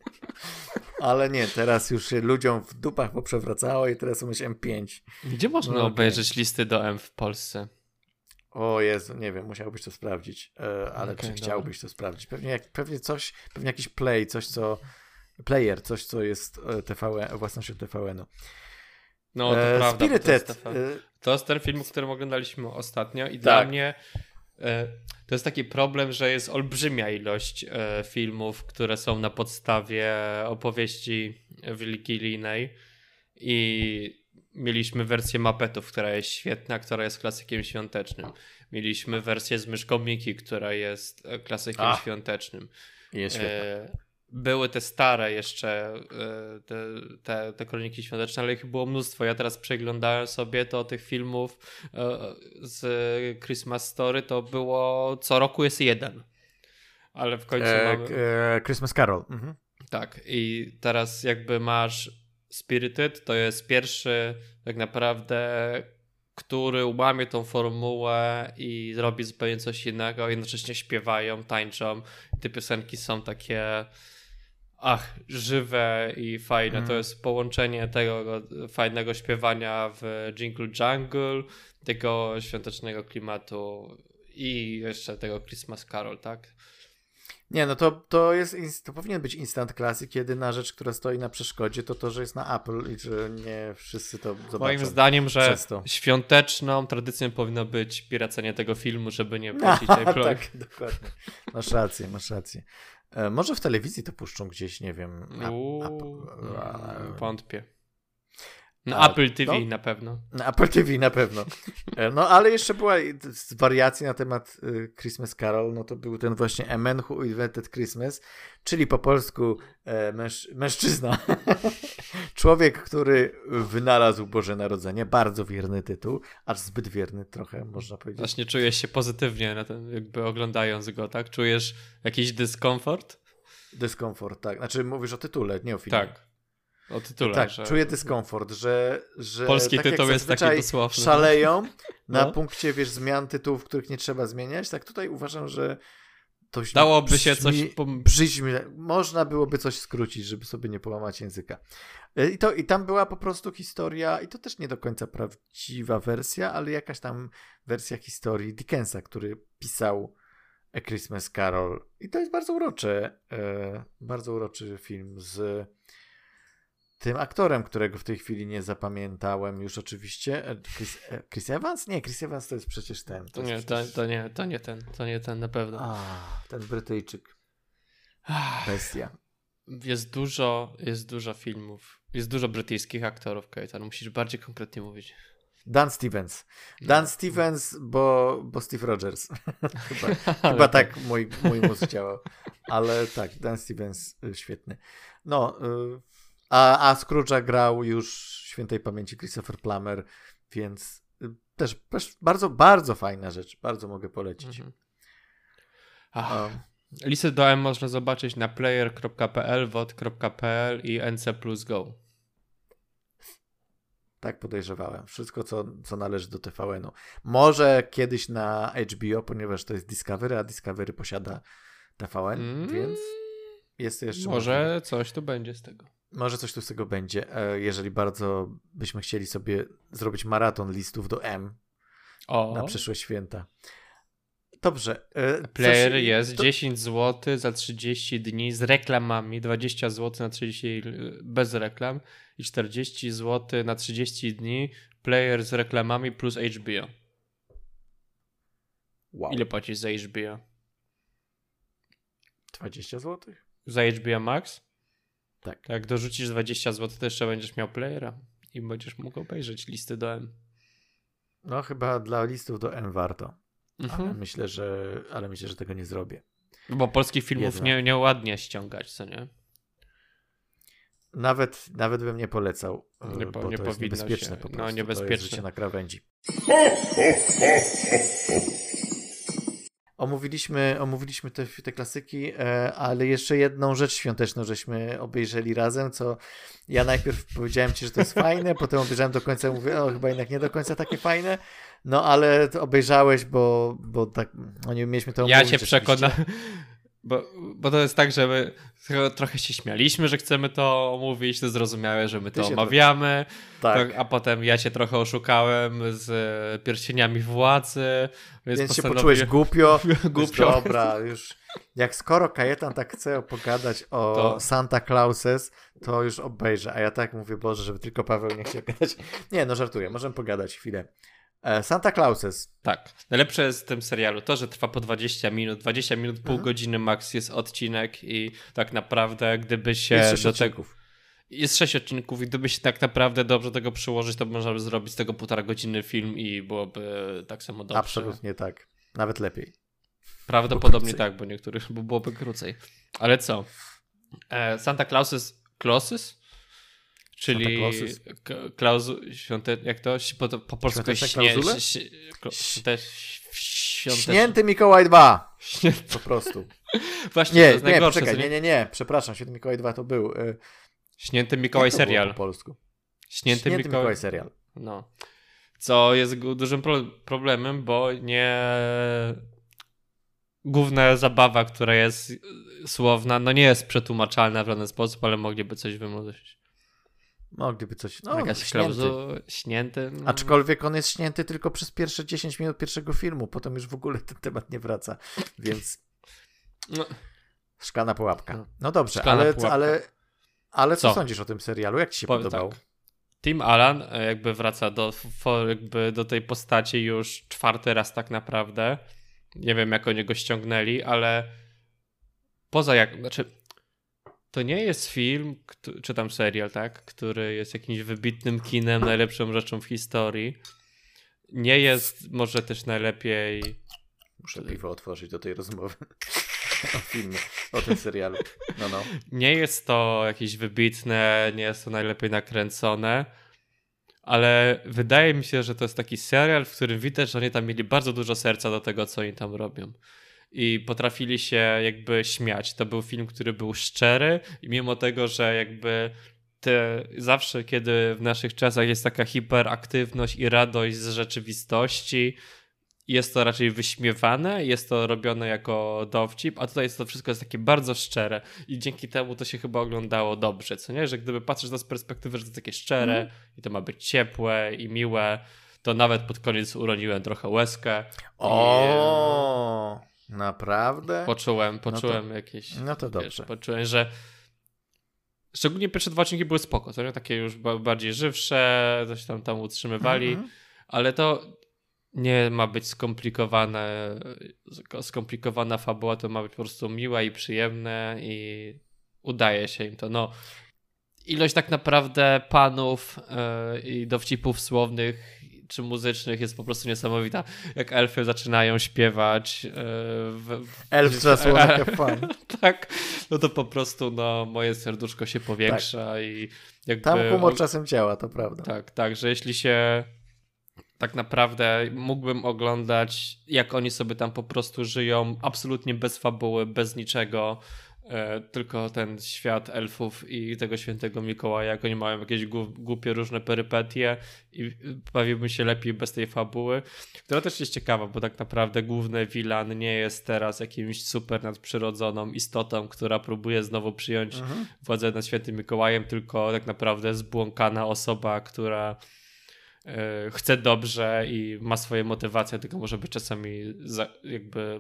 A: Ale nie, teraz już się ludziom w dupach poprzewracało i teraz są już M pięć.
B: Gdzie można no, obejrzeć okay. listy do M w Polsce?
A: O Jezu, nie wiem, musiałbyś to sprawdzić. E, ale okay, czy chciałbyś to sprawdzić? Pewnie, jak, pewnie coś, pewnie jakiś play, coś co... Player, coś co jest T V N, własnością T V N-u.
B: No to
A: e,
B: prawda.
A: Spirited.
B: To jest, to jest ten film, który oglądaliśmy ostatnio i tak. dla mnie e, to jest taki problem, że jest olbrzymia ilość e, filmów, które są na podstawie opowieści wigilijnej i mieliśmy wersję Muppetów, która jest świetna, która jest klasykiem świątecznym. Mieliśmy wersję z Myszką Miki, która jest klasykiem
A: A,
B: świątecznym.
A: Jest świetna. E,
B: Były te stare jeszcze, te, te, te kroniki świąteczne, ale ich było mnóstwo. Ja teraz przeglądałem sobie to tych filmów z Christmas Story, to było co roku jest jeden. Ale w końcu
A: e,
B: mamy...
A: E, Christmas Carol. Mhm.
B: Tak, i teraz jakby masz Spirited, to jest pierwszy tak naprawdę, który łamie tą formułę i robi zupełnie coś innego, jednocześnie śpiewają, tańczą. I te piosenki są takie ach, żywe i fajne. Mm. To jest połączenie tego fajnego śpiewania w Jingle Jangle, tego świątecznego klimatu i jeszcze tego Christmas Carol, tak?
A: Nie, no to, to jest, to powinien być instant classic. Jedyna rzecz, która stoi na przeszkodzie, to to, że jest na Apple i że nie wszyscy to zobaczą.
B: Moim zdaniem, że świąteczną tradycją powinno być piracenie tego filmu, żeby nie płacić
A: no,
B: Apple.
A: Tak, dokładnie. Masz rację, masz rację. E, może w telewizji to puszczą gdzieś, nie wiem.
B: Uuu,
A: Apple,
B: wątpię. Na A, Apple T V no, na pewno.
A: Na Apple T V na pewno. No ale jeszcze była z wariacji na temat Christmas Carol, no to był ten właśnie A Man Who Invented Christmas, czyli po polsku e, męż, mężczyzna. Człowiek, który wynalazł Boże Narodzenie. Bardzo wierny tytuł, aż zbyt wierny trochę, można powiedzieć.
B: Właśnie czujesz się pozytywnie na ten, jakby oglądając go, tak? Czujesz jakiś dyskomfort?
A: Dyskomfort, tak. Znaczy mówisz o tytule, nie o filmie.
B: Tak. O tytule,
A: tak,
B: że...
A: czuję dyskomfort, że, że
B: polski
A: tak
B: tytuł jest taki dosłowny.
A: Szaleją na
B: no.
A: punkcie, wiesz, zmian tytułów, których nie trzeba zmieniać, tak tutaj uważam, że to
B: dałoby
A: brzmi,
B: się coś
A: brzmi, można byłoby coś skrócić, żeby sobie nie połamać języka. I, to, I tam była po prostu historia, i to też nie do końca prawdziwa wersja, ale jakaś tam wersja historii Dickensa, który pisał A Christmas Carol. I to jest bardzo uroczy, e, bardzo uroczy film z tym aktorem, którego w tej chwili nie zapamiętałem już oczywiście. Chris, Chris Evans? Nie, Chris Evans to jest przecież ten. To,
B: nie,
A: jest
B: to,
A: przecież...
B: to nie, to nie ten, to nie ten na pewno.
A: A, ten Brytyjczyk. Bestia.
B: Jest dużo, jest dużo filmów. Jest dużo brytyjskich aktorów, Kajetan. Musisz bardziej konkretnie mówić.
A: Dan Stevens. Dan
B: no. Stevens,
A: bo, bo Steve Rogers. chyba chyba tak mój, mój mózg działał. Ale tak, Dan Stevens świetny. No, a, a Scrooge'a grał już świętej pamięci Christopher Plummer, więc też, też bardzo, bardzo fajna rzecz. Bardzo mogę polecić. Mhm.
B: Um. Listę do M można zobaczyć na player kropka p l, w o d kropka p l i N C plus go.
A: Tak podejrzewałem. Wszystko, co, co należy do T V N-u. Może kiedyś na H B O, ponieważ to jest Discovery, a Discovery posiada T V N, mm. więc jest to jeszcze
B: Może
A: możliwe.
B: coś tu będzie z tego.
A: Może coś tu z tego będzie, jeżeli bardzo byśmy chcieli sobie zrobić maraton listów do M o. na przyszłe święta. Dobrze.
B: E, Player coś, jest to... dziesięć złotych za trzydzieści dni z reklamami, dwadzieścia złotych na trzydzieści bez reklam i czterdzieści złotych na trzydzieści dni Player z reklamami plus H B O. Wow. Ile płacisz za H B O?
A: dwadzieścia złotych?
B: Za H B O Max?
A: Tak.
B: Jak dorzucisz dwadzieścia złotych, to jeszcze będziesz miał Playera i będziesz mógł obejrzeć listy do M.
A: No chyba dla listów do M warto.
B: Mhm.
A: Ale myślę, że ale myślę, że tego nie zrobię.
B: Bo polskich filmów nie, nieładnie ściągać, co nie?
A: Nawet, nawet bym nie polecał,
B: nie po,
A: bo
B: nie
A: to jest niebezpieczne
B: się.
A: po prostu.
B: No, niebezpieczne.
A: To jest życie na krawędzi. Omówiliśmy, omówiliśmy te, te klasyki, ale jeszcze jedną rzecz świąteczną żeśmy obejrzeli razem, co ja najpierw powiedziałem ci, że to jest fajne, potem obejrzałem do końca i mówię, o chyba jednak nie do końca takie fajne, no ale to obejrzałeś, bo, bo tak, no nie mieliśmy to omówić.
B: Ja się przekonałem, bo, bo to jest tak, że my trochę się śmialiśmy, że chcemy to omówić, to zrozumiałe, że my to omawiamy,
A: tak.
B: to, a potem ja się trochę oszukałem z pierścieniami władzy. Więc,
A: więc
B: postanowiłem...
A: się poczułeś głupio. głupio. Dobra, już jak skoro Kajetan tak chce pogadać o to... Santa Clauses, to już obejrzę, a ja tak mówię, Boże, żeby tylko Paweł nie chciał gadać. Nie, no żartuję, możemy pogadać chwilę. Santa Clauses.
B: Tak. Najlepsze jest w tym serialu to, że trwa po dwadzieścia minut. dwadzieścia minut, pół mhm. godziny max jest odcinek i tak naprawdę gdyby się
A: jest
B: do
A: tego...
B: Jest sześć odcinków i gdyby się tak naprawdę dobrze tego przyłożyć, to można by zrobić z tego półtora godziny film i byłoby tak samo dobrze.
A: Absolutnie tak. Nawet lepiej.
B: Prawdopodobnie tak, bo niektórych bo byłoby krócej. Ale co? E, Santa Clauses Clauses? Czyli klauzu, świąte, jak to po, po polsku śnie, śnie,
A: Śnięty Mikołaj dwa. Śnięty. Po prostu.
B: Właśnie,
A: nie,
B: to jest
A: nie,
B: najgorsze.
A: Poczekaj, nie, nie, nie, przepraszam, Święty Mikołaj dwa to był. Y...
B: Śnięty Mikołaj
A: to
B: serial.
A: Po polsku.
B: Śnięty,
A: Śnięty
B: Mikołaj...
A: Mikołaj serial.
B: No. Co jest dużym pro- problemem, bo nie... Główna zabawa, która jest słowna, no nie jest przetłumaczalna w żaden sposób, ale mogliby coś wymyślić.
A: Mogliby coś... No,
B: jakaś klauzu... Śnięty. No.
A: Aczkolwiek on jest śnięty tylko przez pierwsze dziesięć minut pierwszego filmu, potem już w ogóle ten temat nie wraca, więc... No. Szklana pułapka. No dobrze, Szklana ale, pułapka. ale ale co, co sądzisz o tym serialu? Jak ci się Powiem podobał? Tak.
B: Tim Allen jakby wraca do, jakby do tej postaci już czwarty raz tak naprawdę. Nie wiem, jak oni go ściągnęli, ale poza jak... Znaczy, to nie jest film, czy tam serial, tak? Który jest jakimś wybitnym kinem, najlepszą rzeczą w historii. Nie jest może też najlepiej...
A: Muszę piwo otworzyć do tej rozmowy. O filmie, o tym serialu. No, no.
B: Nie jest to jakieś wybitne, nie jest to najlepiej nakręcone, ale wydaje mi się, że to jest taki serial, w którym widać, że oni tam mieli bardzo dużo serca do tego, co oni tam robią. I potrafili się jakby śmiać. To był film, który był szczery i mimo tego, że jakby te, zawsze, kiedy w naszych czasach jest taka hiperaktywność i radość z rzeczywistości, jest to raczej wyśmiewane, jest to robione jako dowcip, a tutaj jest to wszystko jest takie bardzo szczere i dzięki temu to się chyba oglądało dobrze, co nie? Że gdyby patrzeć na to z perspektywy, że to takie szczere mm. i to ma być ciepłe i miłe, to nawet pod koniec uroniłem trochę łezkę.
A: O, Naprawdę?
B: Poczułem, poczułem
A: no to,
B: jakieś...
A: No to dobrze.
B: Wiesz, poczułem, że szczególnie pierwsze dwa odcinki były spoko, to nie? Takie już bardziej żywsze, coś tam tam utrzymywali, mm-hmm. ale to nie ma być skomplikowane, skomplikowana fabuła, to ma być po prostu miłe i przyjemne i udaje się im to. No, ilość tak naprawdę panów yy, i dowcipów słownych czy muzycznych jest po prostu niesamowita. Jak elfy zaczynają śpiewać. Yy, w,
A: Elf zasłon have fun.
B: Tak, no to po prostu no, moje serduszko się powiększa tak. i jakby...
A: Tam humor czasem działa, to prawda.
B: Tak, tak, że jeśli się tak naprawdę mógłbym oglądać, jak oni sobie tam po prostu żyją, absolutnie bez fabuły, bez niczego, e, tylko ten świat elfów i tego świętego Mikołaja, jak oni mają jakieś głupie różne perypetie i bawiłbym się lepiej bez tej fabuły, która też jest ciekawa, bo tak naprawdę główny villain nie jest teraz jakimś super nadprzyrodzoną istotą, która próbuje znowu przyjąć mhm. władzę nad świętym Mikołajem, tylko tak naprawdę zbłąkana osoba, która chce dobrze i ma swoje motywacje, tylko może być czasami za, jakby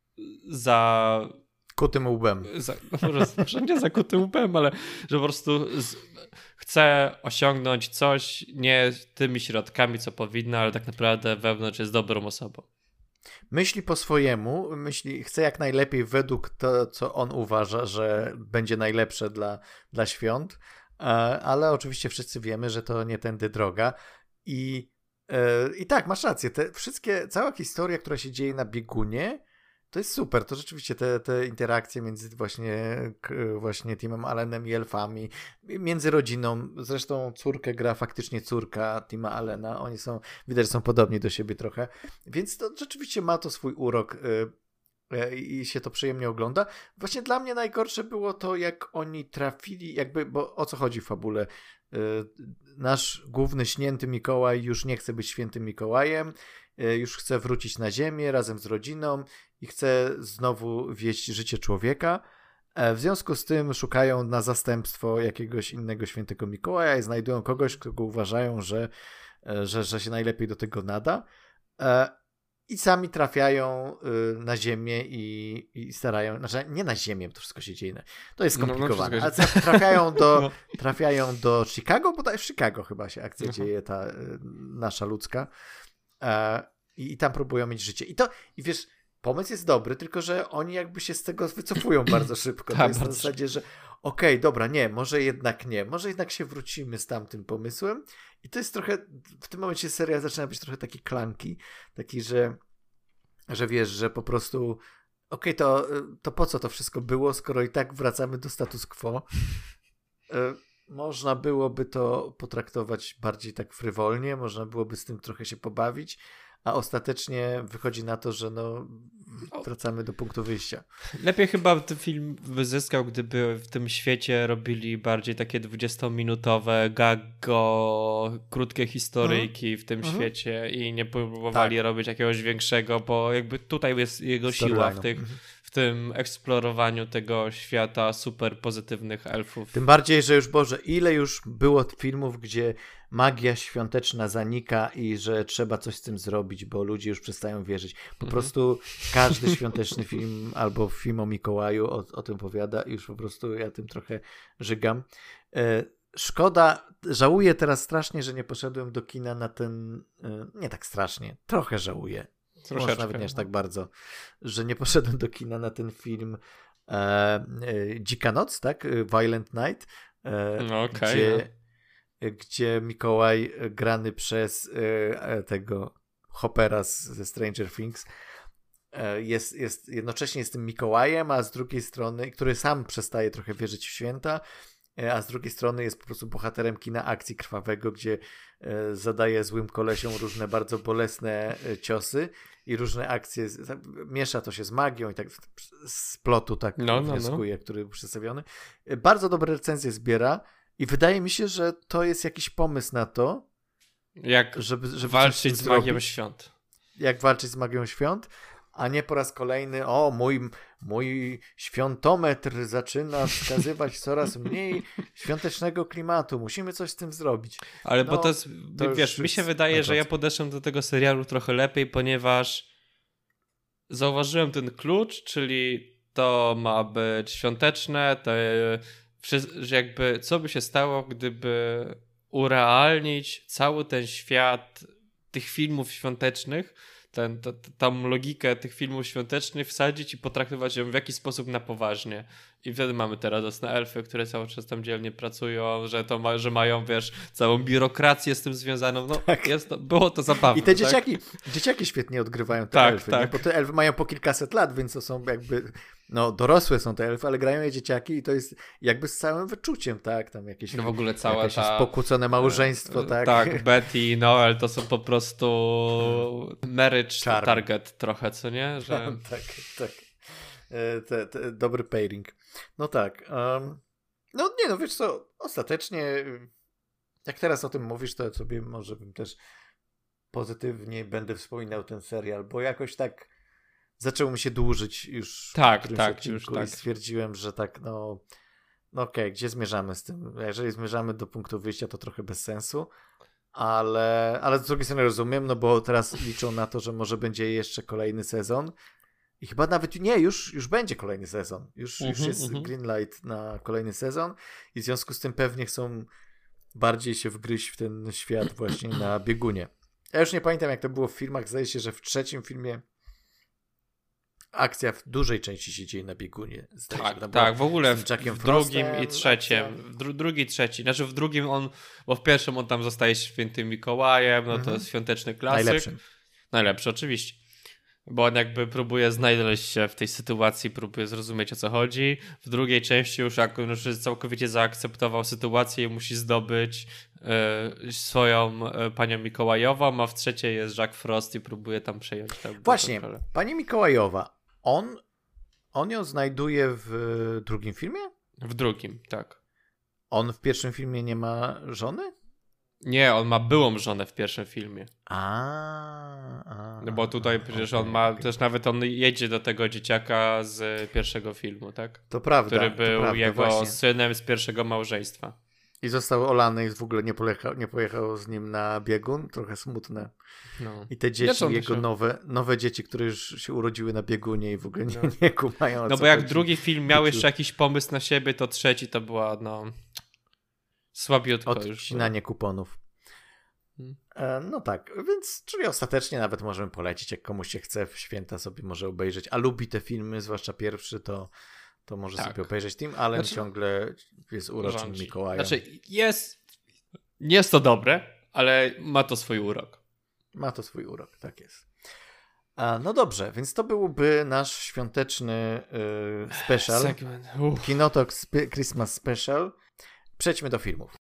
B: za...
A: Kutym łbem.
B: Za, no może, może nie za kutym łbem, ale że po prostu z, chce osiągnąć coś nie tymi środkami, co powinna, ale tak naprawdę wewnątrz jest dobrą osobą.
A: Myśli po swojemu, myśli, chce jak najlepiej według to, co on uważa, że będzie najlepsze dla, dla świąt, ale oczywiście wszyscy wiemy, że to nie tędy droga. I, yy, I tak, masz rację, te wszystkie, cała historia, która się dzieje na biegunie, to jest super, to rzeczywiście te, te interakcje między właśnie, właśnie Timem Allenem i elfami, między rodziną, zresztą córkę gra faktycznie córka Tima Allena, oni są, widać, że są podobni do siebie trochę, więc to rzeczywiście ma to swój urok yy, i się to przyjemnie ogląda. Właśnie dla mnie najgorsze było to, jak oni trafili, jakby, bo o co chodzi w fabule? Nasz główny śnięty Mikołaj już nie chce być świętym Mikołajem, już chce wrócić na ziemię razem z rodziną i chce znowu wieść życie człowieka. W związku z tym szukają na zastępstwo jakiegoś innego świętego Mikołaja i znajdują kogoś, kogo uważają, że, że, że się najlepiej do tego nada. I sami trafiają na ziemię i, i starają, znaczy nie na ziemię, to wszystko się dzieje, to jest skomplikowane, no, no ale trafiają do, no. trafiają do Chicago, bo w Chicago chyba się akcja uh-huh. dzieje, ta nasza ludzka e, i, i tam próbują mieć życie. I to, i wiesz, pomysł jest dobry, tylko że oni jakby się z tego wycofują bardzo szybko. To jest na zasadzie, że okej, okay, dobra, nie, może jednak nie, może jednak się wrócimy z tamtym pomysłem i to jest trochę, w tym momencie seria zaczyna być trochę taki clunky, taki, że że wiesz, że po prostu okej, okay, to, to po co to wszystko było, skoro i tak wracamy do status quo. Można byłoby to potraktować bardziej tak frywolnie, można byłoby z tym trochę się pobawić, a ostatecznie wychodzi na to, że no wracamy do punktu wyjścia.
B: Lepiej chyba ten film wyzyskał, gdyby w tym świecie robili bardziej takie dwudziestominutowe gago, krótkie historyjki mhm. w tym mhm. świecie i nie próbowali tak. robić jakiegoś większego, bo jakby tutaj jest jego siła w, tych, mhm. w tym eksplorowaniu tego świata super pozytywnych elfów.
A: Tym bardziej, że już Boże, ile już było filmów, gdzie magia świąteczna zanika i że trzeba coś z tym zrobić, bo ludzie już przestają wierzyć. Po mm-hmm. prostu każdy świąteczny film albo film o Mikołaju o, o tym powiada i już po prostu ja tym trochę żygam. E, szkoda, żałuję teraz strasznie, że nie poszedłem do kina na ten, e, nie tak strasznie, trochę żałuję. Troszeczkę. Może nawet nie aż tak bardzo, że nie poszedłem do kina na ten film e, e, Dzika Noc, tak? Violent Night, e,
B: no, okay,
A: gdzie
B: no.
A: gdzie Mikołaj grany przez e, tego Hoppera z, ze Stranger Things e, jest, jest jednocześnie jest tym Mikołajem, a z drugiej strony, który sam przestaje trochę wierzyć w święta, e, a z drugiej strony jest po prostu bohaterem kina akcji krwawego, gdzie e, zadaje złym kolesiom różne bardzo bolesne e, ciosy i różne akcje, z, miesza to się z magią i tak z plotu tak no, wnioskuje, no, no. który był przedstawiony. E, bardzo dobre recenzje zbiera. I wydaje mi się, że to jest jakiś pomysł na to,
B: jak żeby, żeby walczyć z magią zrobić, świąt.
A: Jak walczyć z magią świąt, a nie po raz kolejny, o mój, mój świątometr zaczyna wskazywać coraz mniej świątecznego klimatu. Musimy coś z tym zrobić.
B: Ale no, bo to jest, to wiesz, mi się wydaje, że ja podeszłem do tego serialu trochę lepiej, ponieważ zauważyłem ten klucz, czyli to ma być świąteczne, to że jakby co by się stało, gdyby urealnić cały ten świat tych filmów świątecznych, ten, t, t, tą logikę tych filmów świątecznych wsadzić i potraktować ją w jakiś sposób na poważnie. I wtedy mamy te radosne elfy, które cały czas tam dzielnie pracują, że to ma, że mają, wiesz, całą biurokrację z tym związaną. No,
A: tak.
B: jest to, było to zabawne.
A: I te
B: tak?
A: dzieciaki, dzieciaki świetnie odgrywają te
B: tak,
A: elfy,
B: tak.
A: Nie? Bo te elfy mają po kilkaset lat, więc to są jakby, no dorosłe są te elfy, ale grają je dzieciaki i to jest jakby z całym wyczuciem, tak? Tam jakieś,
B: no w ogóle całe
A: jakieś
B: ta...
A: pokłócone małżeństwo, tak?
B: Tak, Betty i Noel to są po prostu marriage
A: Charm.
B: target trochę, co nie? Że...
A: tak, tak. Te, te, dobry pairing. No tak. Um, no nie, no wiesz co, ostatecznie jak teraz o tym mówisz, to sobie może bym też pozytywnie będę wspominał ten serial, bo jakoś tak zaczął mi się dłużyć już
B: tak,
A: w którymś
B: tak,
A: odcinku
B: już
A: i
B: tak.
A: stwierdziłem, że tak no, no okej, okay, gdzie zmierzamy z tym? Jeżeli zmierzamy do punktu wyjścia, to trochę bez sensu, ale, ale z drugiej strony rozumiem, no bo teraz liczą na to, że może będzie jeszcze kolejny sezon. I chyba nawet nie, już, już będzie kolejny sezon. Już, mm-hmm, już jest mm-hmm. green light na kolejny sezon i w związku z tym pewnie chcą bardziej się wgryźć w ten świat właśnie na biegunie. Ja już nie pamiętam, jak to było w filmach. Zdaje się, że w trzecim filmie akcja w dużej części się dzieje na biegunie. Zdaje
B: tak,
A: się,
B: tak, w ogóle w, w drugim i trzecim.
A: Akcja...
B: W dru, drugi, trzeci. Znaczy w drugim on, bo w pierwszym on tam zostaje świętym Mikołajem, no mm-hmm. to jest świąteczny klasyk.
A: Najlepszy.
B: Najlepszy, oczywiście. Bo on jakby próbuje znaleźć się w tej sytuacji, próbuje zrozumieć, o co chodzi. W drugiej części już jak on już całkowicie zaakceptował sytuację i musi zdobyć y, swoją y, panią Mikołajową, a w trzeciej jest Jack Frost i próbuje tam przejąć tę
A: Właśnie, pani Mikołajowa, on, on ją znajduje w drugim filmie?
B: W drugim, tak.
A: On w pierwszym filmie nie ma żony?
B: Nie, on ma byłą żonę w pierwszym filmie.
A: A, a
B: no bo tutaj przecież okay, on ma, okay. też nawet on jedzie do tego dzieciaka z pierwszego filmu, tak?
A: To prawda.
B: Który był
A: to prawda,
B: jego
A: właśnie.
B: synem z pierwszego małżeństwa.
A: I został olany i w ogóle nie pojechał, nie pojechał z nim na biegun. Trochę smutne. No. I te dzieci, jego się... nowe, nowe dzieci, które już się urodziły na biegunie i w ogóle nie, no. nie kumają.
B: No bo jak chodzi. Drugi film miał jeszcze jakiś pomysł na siebie, to trzeci to była no... Słabiutko już.
A: Odcinanie kuponów. Hmm. E, no tak, więc czyli ostatecznie nawet możemy polecić, jak komuś się chce w święta sobie może obejrzeć, a lubi te filmy, zwłaszcza pierwszy, to, to może tak. sobie obejrzeć. Tim Allen znaczy, ciągle jest uroczym rządzi. Mikołajem.
B: Znaczy jest, nie jest to dobre, ale ma to swój urok.
A: Ma to swój urok, tak jest. A, no dobrze, więc to byłby nasz świąteczny y, special.
B: Segment.
A: Kinotok sp- Christmas Special. Przejdźmy do filmów.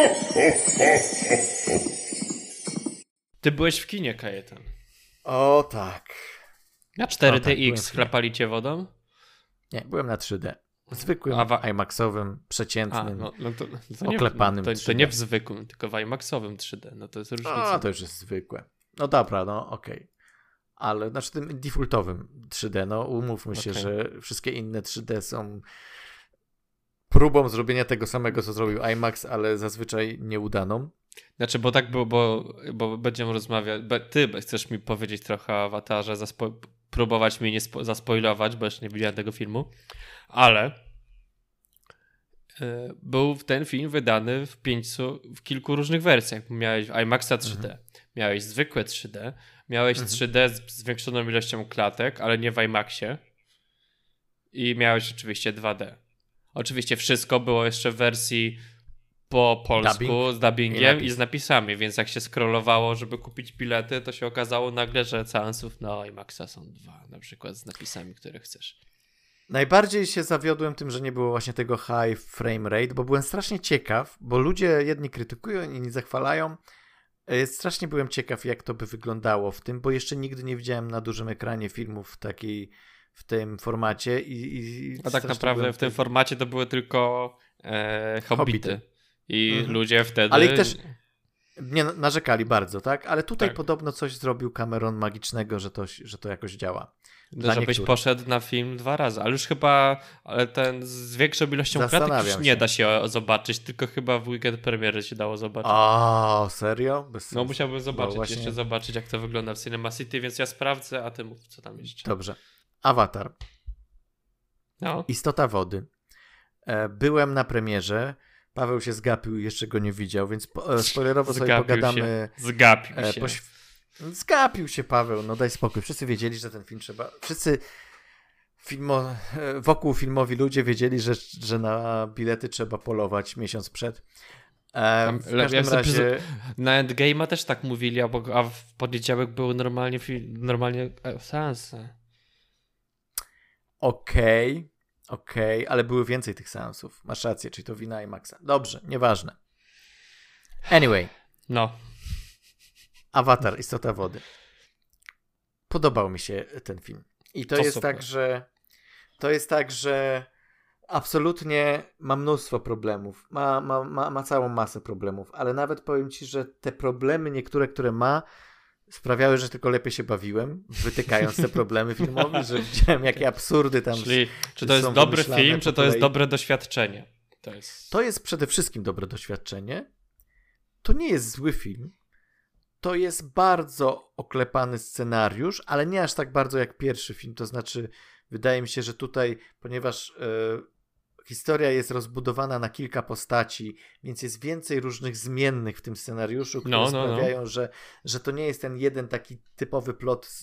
B: Ty byłeś w kinie, Kajetan.
A: O tak.
B: Na cztery D X tak, chlapali cię wodą?
A: Nie, byłem na trzy D. Zwykłym, wa- IMAXowym, przeciętnym, A, no, no to, to nie, oklepanym
B: to, to nie w zwykłym, tylko w IMAXowym trzy D. No to jest różnica.
A: A, to już jest zwykłe. No dobra, no okej. Okay. Ale znaczy tym defaultowym trzy D, no umówmy się, okay. że wszystkie inne trzy D są próbą zrobienia tego samego, co zrobił IMAX, ale zazwyczaj nieudaną.
B: Znaczy, bo tak było, bo, bo będziemy rozmawiać, ty chcesz mi powiedzieć trochę o Awatarze, zaspo- próbować mnie nie spo- zaspoilować, bo jeszcze nie widziałem tego filmu, ale yy, był ten film wydany w pięciu, w kilku różnych wersjach. Miałeś IMAXa trzy D, mhm. miałeś zwykłe trzy D, miałeś mhm. trzy D z zwiększoną ilością klatek, ale nie w IMAXie i miałeś oczywiście dwa D. Oczywiście wszystko było jeszcze w wersji po polsku, Dubbing. z dubbingiem i, i z napisami, więc jak się scrollowało, żeby kupić bilety, to się okazało nagle, że seansów na IMAXa są dwa, na przykład z napisami, które chcesz.
A: Najbardziej się zawiodłem tym, że nie było właśnie tego high frame rate, bo byłem strasznie ciekaw, bo ludzie jedni krytykują, inni zachwalają. Strasznie byłem ciekaw, jak to by wyglądało w tym, bo jeszcze nigdy nie widziałem na dużym ekranie filmów w takiej w tym formacie. I, i
B: A tak naprawdę w tym formacie to były tylko e, Hobbity. Hobbity. I mhm. ludzie wtedy...
A: Ale ich też, Nie narzekali bardzo, tak? Ale tutaj
B: Tak.
A: podobno coś zrobił Cameron magicznego, że to, że to jakoś działa.
B: No, żebyś
A: niektórych.
B: poszedł na film dwa razy, ale już chyba ale ten z większą ilością kratek już
A: Zastanawiam
B: nie
A: się.
B: da się zobaczyć, tylko chyba w weekend premiery się dało zobaczyć.
A: O, serio? Bez
B: No
A: sensu.
B: musiałbym zobaczyć,
A: właśnie-
B: jeszcze zobaczyć jak to wygląda w Cinema City, więc ja sprawdzę, a ty mów co tam jeszcze.
A: Dobrze. Avatar.
B: No.
A: Istota wody. E, Byłem na premierze. Paweł się zgapił i jeszcze go nie widział, więc po, e, spoilerowo sobie
B: Zgapił
A: pogadamy.
B: się. Zgapił
A: e,
B: się.
A: poś- Zgapił się Paweł, no daj spokój. Wszyscy wiedzieli, że ten film trzeba... Wszyscy filmo... e, wokół filmowi ludzie wiedzieli, że, że na bilety trzeba polować miesiąc przed. E,
B: Tam-
A: w
B: le-
A: każdym
B: ja sobie
A: razie...
B: Na Endgame'a też tak mówili, a, bo, a w poniedziałek były normalnie, fi- normalnie e, seanse.
A: Okej, okej, ale były więcej tych seansów. Masz rację, czyli to wina IMAXa. Dobrze, nieważne. Anyway,
B: No.
A: Avatar, Istota Wody. Podobał mi się ten film. I to,
B: To
A: jest
B: super.
A: tak, że to jest tak, że absolutnie ma mnóstwo problemów. Ma, ma, ma, ma całą masę problemów, ale nawet powiem ci, że te problemy niektóre, które ma, sprawiały, że tylko lepiej się bawiłem, wytykając te problemy filmowe, że widziałem jakie absurdy tam
B: Czyli czy to jest
A: są
B: dobry
A: wymyślane
B: film,
A: po
B: czy to jest
A: kolei.
B: dobre doświadczenie? To jest...
A: To jest przede wszystkim dobre doświadczenie. To nie jest zły film. To jest bardzo oklepany scenariusz, ale nie aż tak bardzo jak pierwszy film. To znaczy, wydaje mi się, że tutaj, ponieważ e, historia jest rozbudowana na kilka postaci, więc jest więcej różnych zmiennych w tym scenariuszu, które
B: No, no, no.
A: sprawiają, Że, że to nie jest ten jeden taki typowy plot z,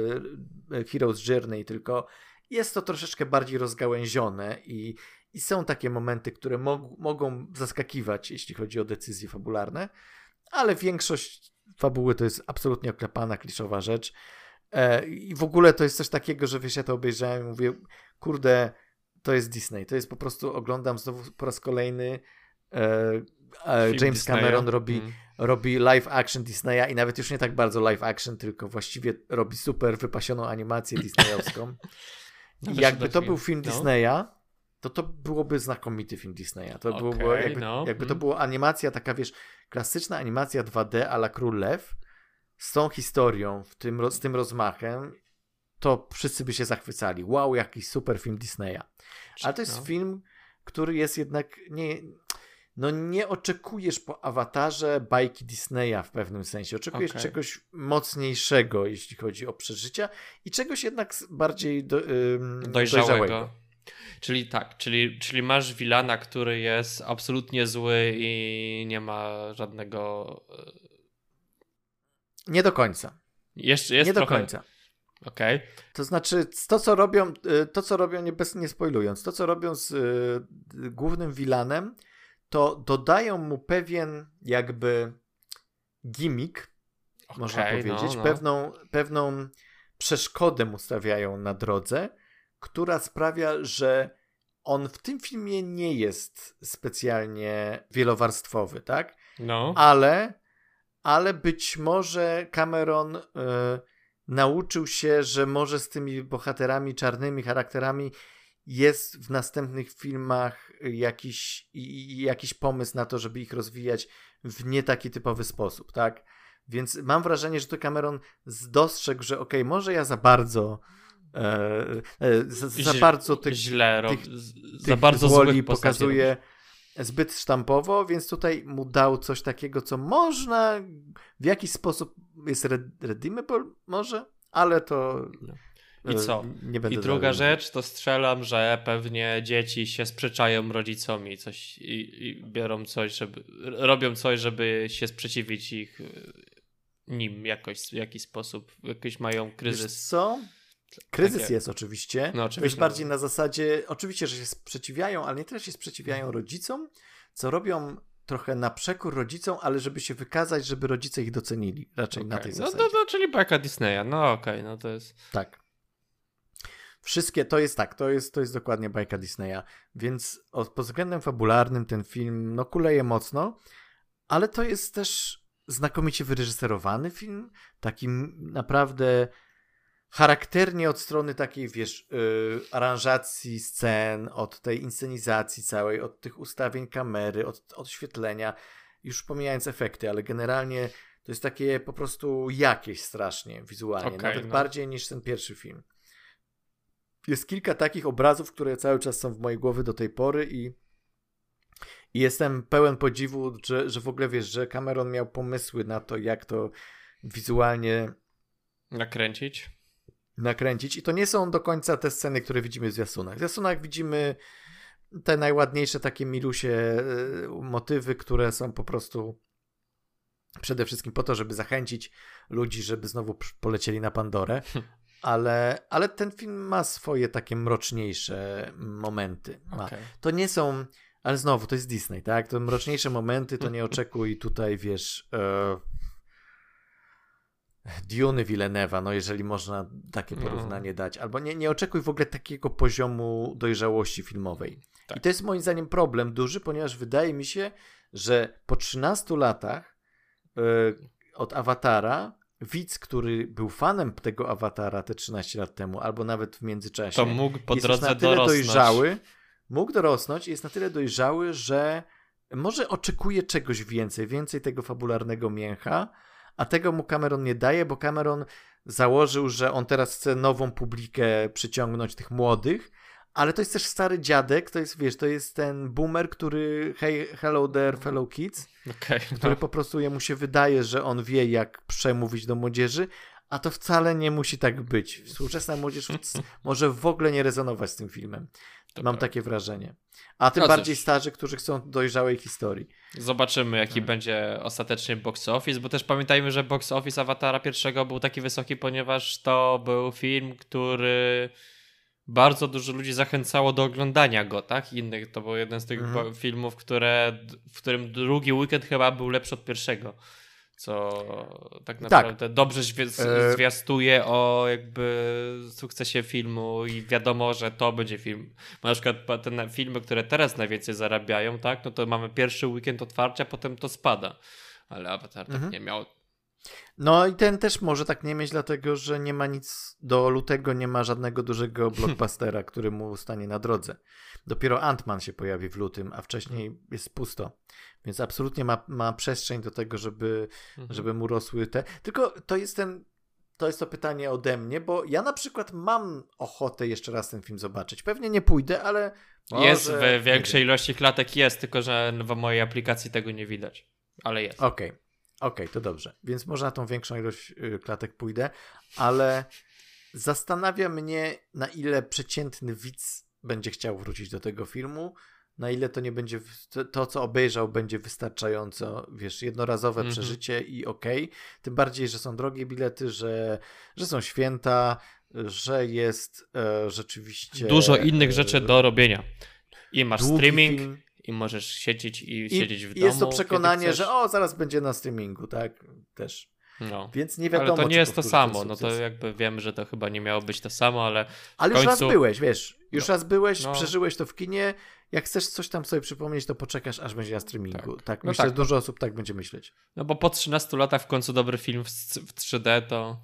A: e, Hero's Journey, tylko jest to troszeczkę bardziej rozgałęzione i, i są takie momenty, które mog, mogą zaskakiwać, jeśli chodzi o decyzje fabularne, ale większość fabuły to jest absolutnie oklepana, kliszowa rzecz. E, I w ogóle to jest coś takiego, że wiesz, ja to obejrzałem i mówię, kurde, to jest Disney. To jest po prostu, oglądam znowu po raz kolejny e, e,
B: Film
A: James
B: Disneya.
A: Cameron robi,
B: Mm.
A: robi live action Disneya i nawet już nie tak bardzo live action, tylko właściwie robi super wypasioną animację disneyowską. I
B: Nawet
A: jakby
B: się
A: to
B: tak
A: był
B: nie-
A: film
B: no.
A: Disneya, to to byłoby znakomity film Disneya. To
B: Okej,
A: byłoby, jakby,
B: no,
A: jakby to
B: mm.
A: była animacja taka, wiesz, klasyczna animacja dwa D a la Król Lew z tą historią, w tym, z tym rozmachem, to wszyscy by się zachwycali. Wow, jaki super film Disneya. Ale to jest
B: No.
A: film, który jest jednak nie... No nie oczekujesz po Awatarze bajki Disneya w pewnym sensie. Oczekujesz
B: Okej.
A: czegoś mocniejszego, jeśli chodzi o przeżycia i czegoś jednak bardziej do, ym,
B: Dojrzałego.
A: dojrzałego.
B: Czyli tak, czyli, czyli masz Wilana, który jest absolutnie zły i nie ma żadnego... e,
A: Nie do końca.
B: Jeszcze jest
A: nie do
B: trochę...
A: końca.
B: Okej.
A: To znaczy, to co robią, y, to co robią, nie, bez, nie spoilując, to co robią z y, głównym vilanem, to dodają mu pewien jakby gimmick, można
B: Okej,
A: powiedzieć,
B: no, no.
A: Pewną, pewną przeszkodę mu stawiają na drodze, która sprawia, że on w tym filmie nie jest specjalnie wielowarstwowy, tak?
B: No.
A: Ale, ale być może Cameron y, nauczył się, że może z tymi bohaterami, czarnymi charakterami jest w następnych filmach jakiś, i- jakiś pomysł na to, żeby ich rozwijać w nie taki typowy sposób, tak? Więc mam wrażenie, że to Cameron dostrzegł, że okej, może ja za bardzo e, e, za, za
B: Źle-
A: bardzo tych,
B: Źle rob...
A: tych-
B: z- Za
A: tych
B: bardzo
A: woli
B: złych postaci
A: pokazuje
B: robisz.
A: zbyt sztampowo, więc tutaj mu dał coś takiego, co można w jakiś sposób jest red- redeemable może, ale to
B: I
A: e,
B: co?
A: nie będę
B: I druga
A: dalej
B: rzecz, to strzelam, że pewnie dzieci się sprzeczają rodzicom i coś i, i biorą coś, żeby robią coś, żeby się sprzeciwić ich y, nim jakoś, w jakiś sposób. Jakiś mają
A: Wiesz
B: kryzys.
A: co? Kryzys
B: Takie-
A: jest oczywiście.
B: No,
A: To
B: oczywiście.
A: jest bardziej na zasadzie, oczywiście, że się sprzeciwiają, ale nie tyle się sprzeciwiają rodzicom, co robią trochę na przekór rodzicom, ale żeby się wykazać, żeby rodzice ich docenili. Raczej na
B: Okej.
A: tej
B: No,
A: zasadzie.
B: no, no, czyli bajka Disneya. No okej, no to jest...
A: Tak. Wszystkie, to jest tak, to jest, to jest dokładnie bajka Disneya, więc od, pod względem fabularnym ten film, no kuleje mocno, ale to jest też znakomicie wyreżyserowany film, taki naprawdę charakternie od strony takiej, wiesz, yy, aranżacji scen, od tej inscenizacji całej, od tych ustawień kamery, od od oświetlenia. już pomijając efekty, ale generalnie to jest takie po prostu jakieś strasznie wizualnie,
B: okay,
A: nawet
B: no.
A: bardziej niż ten pierwszy film. Jest kilka takich obrazów, które cały czas są w mojej głowie do tej pory i, i jestem pełen podziwu, że, że w ogóle wiesz, że Cameron miał pomysły na to, jak to wizualnie
B: nakręcić.
A: nakręcić. I to nie są do końca te sceny, które widzimy w zwiastunach. W zwiastunach widzimy te najładniejsze takie milusie y, motywy, które są po prostu przede wszystkim po to, żeby zachęcić ludzi, żeby znowu polecieli na Pandorę. Ale, ale ten film ma swoje takie mroczniejsze momenty. Ma.
B: Okay.
A: To nie są, ale znowu, to jest Disney, tak? To mroczniejsze momenty, to nie oczekuj tutaj, wiesz, e, Duny Villeneuve'a, no jeżeli można takie porównanie no. dać, albo nie, nie oczekuj w ogóle takiego poziomu dojrzałości filmowej. Tak. I to jest moim zdaniem problem duży, ponieważ wydaje mi się, że po trzynastu latach e, od Awatara widz, który był fanem tego Awatara te trzynaście lat temu, albo nawet w międzyczasie,
B: to mógł po
A: jest
B: drodze
A: na tyle
B: dorosnąć.
A: dojrzały, mógł dorosnąć i jest na tyle dojrzały, że może oczekuje czegoś więcej, więcej tego fabularnego mięcha, a tego mu Cameron nie daje, bo Cameron założył, że on teraz chce nową publikę przyciągnąć, tych młodych, ale to jest też stary dziadek, to jest, wiesz, to jest ten boomer, który hey, hello there fellow kids,
B: okay, no.
A: który po prostu jemu się wydaje, że on wie, jak przemówić do młodzieży, a to wcale nie musi tak być. Współczesna młodzież może w ogóle nie rezonować z tym filmem. To Mam prawda. takie wrażenie. A tym no bardziej cóż. starzy, którzy chcą dojrzałej historii.
B: Zobaczymy, jaki hmm. będzie ostatecznie box office, bo też pamiętajmy, że box office Awatara pierwszego był taki wysoki, ponieważ to był film, który bardzo dużo ludzi zachęcało do oglądania go, tak? Innych. To był jeden z tych mm-hmm. filmów, które, w którym drugi weekend chyba był lepszy od pierwszego. Co tak naprawdę tak. dobrze zwi- zwiastuje o jakby sukcesie filmu i wiadomo, że to będzie film. Bo na przykład te filmy, które teraz najwięcej zarabiają, tak? No to mamy pierwszy weekend otwarcia, potem to spada. Ale Avatar tak mm-hmm. nie miał.
A: No i ten też może tak nie mieć, dlatego że nie ma nic, do lutego nie ma żadnego dużego blockbustera, który mu stanie na drodze. Dopiero Ant-Man się pojawi w lutym, a wcześniej jest pusto. Więc absolutnie ma, ma przestrzeń do tego, żeby, mhm. żeby mu rosły te... Tylko to jest ten, to jest to pytanie ode mnie, bo ja na przykład mam ochotę jeszcze raz ten film zobaczyć. Pewnie nie pójdę, ale może...
B: Jest w większej ilości klatek, jest, tylko że w mojej aplikacji tego nie widać. Ale jest.
A: Okej. Okay. Okej, okay, to dobrze. Więc może na tą większą ilość klatek pójdę, ale zastanawia mnie, na ile przeciętny widz będzie chciał wrócić do tego filmu, na ile to nie będzie, to co obejrzał będzie wystarczająco, wiesz, jednorazowe mm-hmm. przeżycie i okej. Okay. Tym bardziej, że są drogie bilety, że, że są święta, że jest e, rzeczywiście...
B: Dużo innych e, rzeczy do robienia. I masz streaming...
A: Film.
B: I możesz siedzieć i,
A: I
B: siedzieć w
A: i
B: domu.
A: Jest to przekonanie, że o, zaraz będzie na streamingu, tak? Też.
B: No.
A: Więc nie wiadomo,
B: ale to nie jest to samo. No to jakby wiem, że to chyba nie miało być to samo, ale
A: Ale
B: końcu...
A: już raz byłeś, wiesz. Już
B: no.
A: raz byłeś,
B: no.
A: przeżyłeś to w kinie. Jak chcesz coś tam sobie przypomnieć, to poczekasz, aż będzie na streamingu. Tak, tak
B: no
A: myślę,
B: tak.
A: że dużo osób tak będzie myśleć.
B: No bo po trzynastu latach w końcu dobry film w, w trzy D to...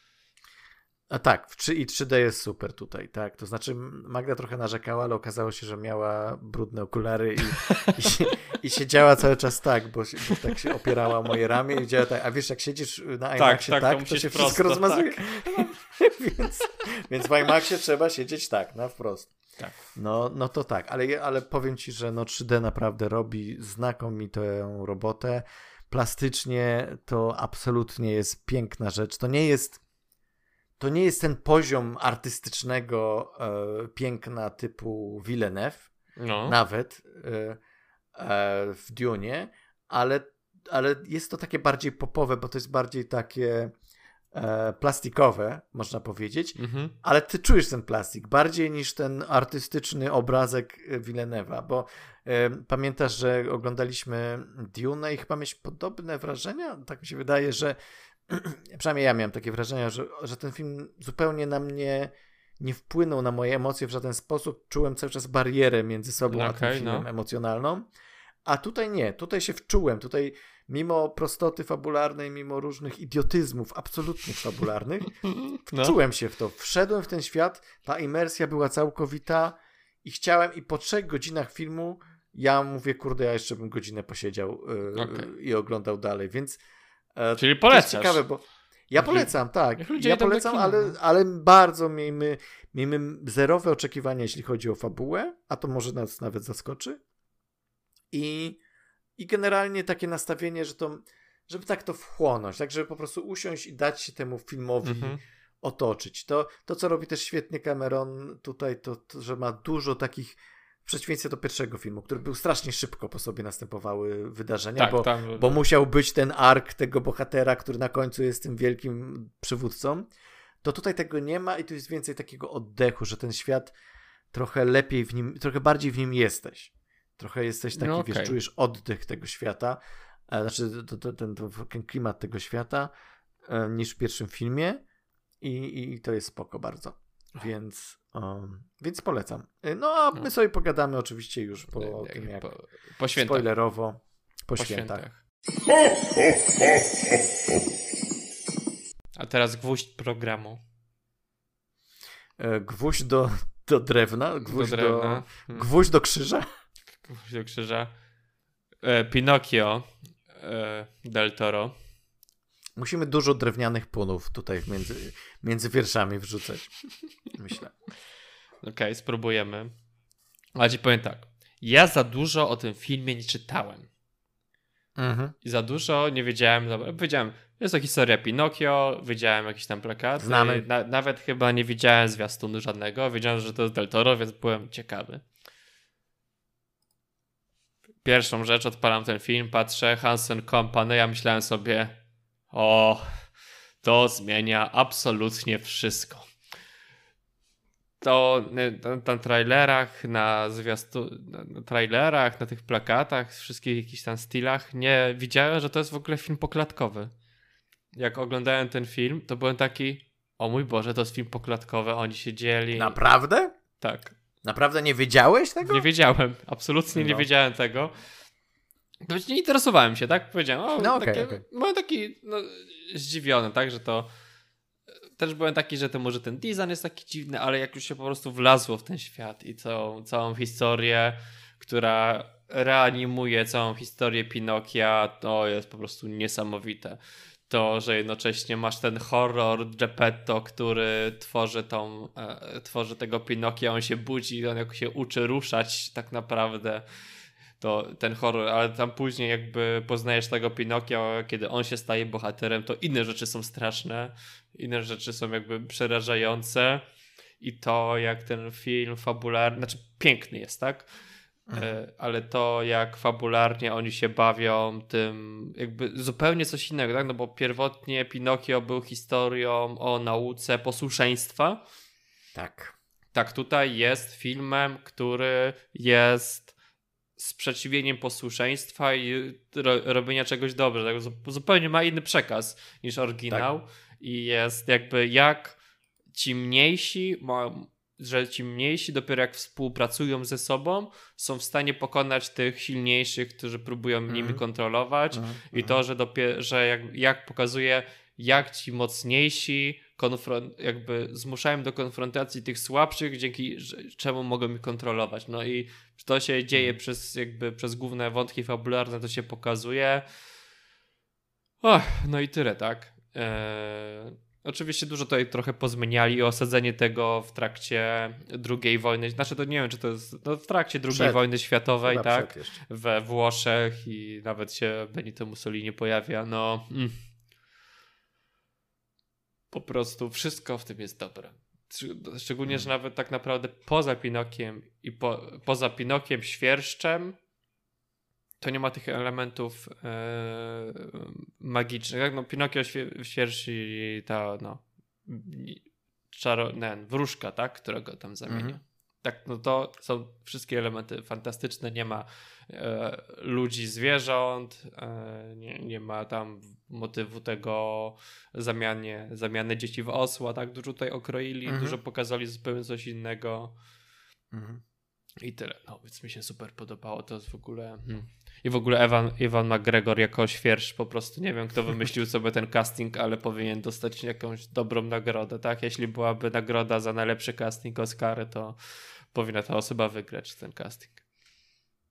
A: A tak, w trzy i trzy D jest super tutaj, tak. To znaczy Magda trochę narzekała, ale okazało się, że miała brudne okulary i, i, i siedziała cały czas tak, bo, bo tak się opierała o moje ramię i widziała tak, a wiesz, jak siedzisz na IMAXie tak, tak, to, to się prosto, wszystko rozmazuje. Tak. więc, więc w IMAXie trzeba siedzieć tak, na wprost.
B: Tak.
A: No, no to tak, ale, ale powiem ci, że no trzy D naprawdę robi znakomitą robotę. Plastycznie to absolutnie jest piękna rzecz. To nie jest To nie jest ten poziom artystycznego e, piękna typu Villeneuve,
B: no.
A: nawet e, e, w Dunie, ale, ale jest to takie bardziej popowe, bo to jest bardziej takie e, plastikowe, można powiedzieć, mm-hmm. ale ty czujesz ten plastik bardziej niż ten artystyczny obrazek Villeneuve'a, bo e, pamiętasz, że oglądaliśmy Dune i chyba miałeś podobne wrażenia? Tak mi się wydaje, że przynajmniej ja miałem takie wrażenie, że, że ten film zupełnie na mnie nie wpłynął na moje emocje w żaden sposób. Czułem cały czas barierę między sobą okay, a tym filmem no. emocjonalną. A tutaj nie. Tutaj się wczułem. Tutaj mimo prostoty fabularnej, mimo różnych idiotyzmów absolutnych fabularnych, no. wczułem się w to. Wszedłem w ten świat. Ta imersja była całkowita i chciałem i po trzech godzinach filmu ja mówię, kurde, ja jeszcze bym godzinę posiedział yy,
B: Okay.
A: i oglądał dalej, więc e,
B: Czyli polecasz.
A: to jest ciekawe, bo ja polecam, tak. Ja polecam, ale, ale bardzo miejmy, miejmy zerowe oczekiwania, jeśli chodzi o fabułę, a to może nas nawet zaskoczy. I, i generalnie takie nastawienie, że to, żeby tak to wchłonąć, tak żeby po prostu usiąść i dać się temu filmowi mhm. otoczyć. To, to, co robi też świetnie Cameron tutaj, to, to że ma dużo takich, w przeciwieństwie do pierwszego filmu, który był strasznie szybko po sobie następowały wydarzenia, tak, bo, tam... bo musiał być ten ark tego bohatera, który na końcu jest tym wielkim przywódcą, to tutaj tego nie ma i tu jest więcej takiego oddechu, że ten świat trochę lepiej w nim, trochę bardziej w nim jesteś. Trochę jesteś taki, no okay. wiesz, czujesz oddech tego świata, znaczy to, to, ten, to, ten klimat tego świata niż w pierwszym filmie i, i to jest spoko bardzo. Więc, um, więc polecam. No a my sobie pogadamy oczywiście już po no, tym, jak
B: po, po świętach.
A: Spoilerowo po, po
B: świętach.
A: świętach.
B: A teraz gwóźdź programu.
A: Gwóźdź do, do drewna? Gwóźdź do, drewna. do, hmm. gwóźdź do krzyża?
B: Gwóźdź do krzyża. E, Pinokio e, Del Toro.
A: Musimy dużo drewnianych punów tutaj między, między wierszami wrzucać. Myślę.
B: Okej, okay, spróbujemy. Ale ci powiem tak. Ja za dużo o tym filmie nie czytałem.
A: Mhm.
B: I za dużo nie wiedziałem. Wiedziałem, jest to historia Pinokio, wiedziałem jakieś tam plakaty.
A: Znamy.
B: Na, nawet chyba nie widziałem zwiastunu żadnego. Wiedziałem, że to jest Del Toro, więc byłem ciekawy. Pierwszą rzecz, odpalam ten film, patrzę, Hansen Company, ja myślałem sobie, o, to zmienia absolutnie wszystko. To na, na trailerach, na zwiastu, na, na trailerach, na tych plakatach, wszystkich jakichś tam stylach, nie widziałem, że to jest w ogóle film poklatkowy. Jak oglądałem ten film, to byłem taki, o mój Boże, to jest film poklatkowy, oni się dzieli.
A: Naprawdę?
B: Tak.
A: Naprawdę nie wiedziałeś tego?
B: Nie wiedziałem, absolutnie no. nie wiedziałem tego. Nie interesowałem się, tak? Powiedziałem, o,
A: no, okay,
B: takie,
A: okay.
B: byłem taki no, zdziwiony, tak, że to też byłem taki, że to może ten design jest taki dziwny, ale jak już się po prostu wlazło w ten świat i całą, całą historię, która reanimuje całą historię Pinokia, to jest po prostu niesamowite. To, że jednocześnie masz ten horror Geppetto, który tworzy tą, e, tworzy tego Pinokia, on się budzi, on jak się uczy ruszać tak naprawdę, to ten horror, ale tam później jakby poznajesz tego Pinokia, kiedy on się staje bohaterem, to inne rzeczy są straszne, inne rzeczy są jakby przerażające i to jak ten film fabularny, znaczy piękny jest, tak? Mhm. Ale to jak fabularnie oni się bawią tym jakby zupełnie coś innego, tak? No bo pierwotnie Pinokio był historią o nauce posłuszeństwa.
A: Tak.
B: Tak, tutaj jest filmem, który jest sprzeciwieniem posłuszeństwa i ro- robienia czegoś dobrze. Tak? Zupełnie ma inny przekaz niż oryginał. Tak. I jest jakby jak ci mniejsi ma, że ci mniejsi dopiero jak współpracują ze sobą, są w stanie pokonać tych silniejszych, którzy próbują mm. nimi kontrolować mm. i to, że, dopiero, że jak, jak pokazuje, jak ci mocniejsi konfront, jakby zmuszają do konfrontacji tych słabszych, dzięki czemu mogą ich kontrolować. No i to się dzieje mm. przez jakby przez główne wątki fabularne, to się pokazuje. Och, no i tyle, tak? Eee... Oczywiście dużo tutaj trochę pozmieniali osadzenie tego w trakcie drugiej wojny, znaczy to nie wiem, czy to jest no w trakcie drugiej przed. wojny światowej, chyba tak, we Włoszech i nawet się Benito Mussolini pojawia, no mm. po prostu wszystko w tym jest dobre. Szczególnie, hmm. że nawet tak naprawdę poza Pinokiem i po, poza Pinokiem świerszczem to nie ma tych elementów e, magicznych. Tak? No, Pinokio w świerszczy ta no, czaro, nie, wróżka, tak? Którego tam zamienia. Mm-hmm. Tak, no to są wszystkie elementy fantastyczne. Nie ma e, ludzi, zwierząt, e, nie, nie ma tam motywu tego zamianie, zamiany dzieci w osła, tak? Dużo tutaj okroili, mm-hmm. dużo pokazali zupełnie coś innego. Mm-hmm. I tyle. No, więc mi się super podobało. To jest w ogóle... Hmm. I w ogóle Ewan, Ewan McGregor jako świerszcz, po prostu nie wiem, kto wymyślił sobie ten casting, ale powinien dostać jakąś dobrą nagrodę, tak? Jeśli byłaby nagroda za najlepszy casting Oscary, to powinna ta osoba wygrać ten casting.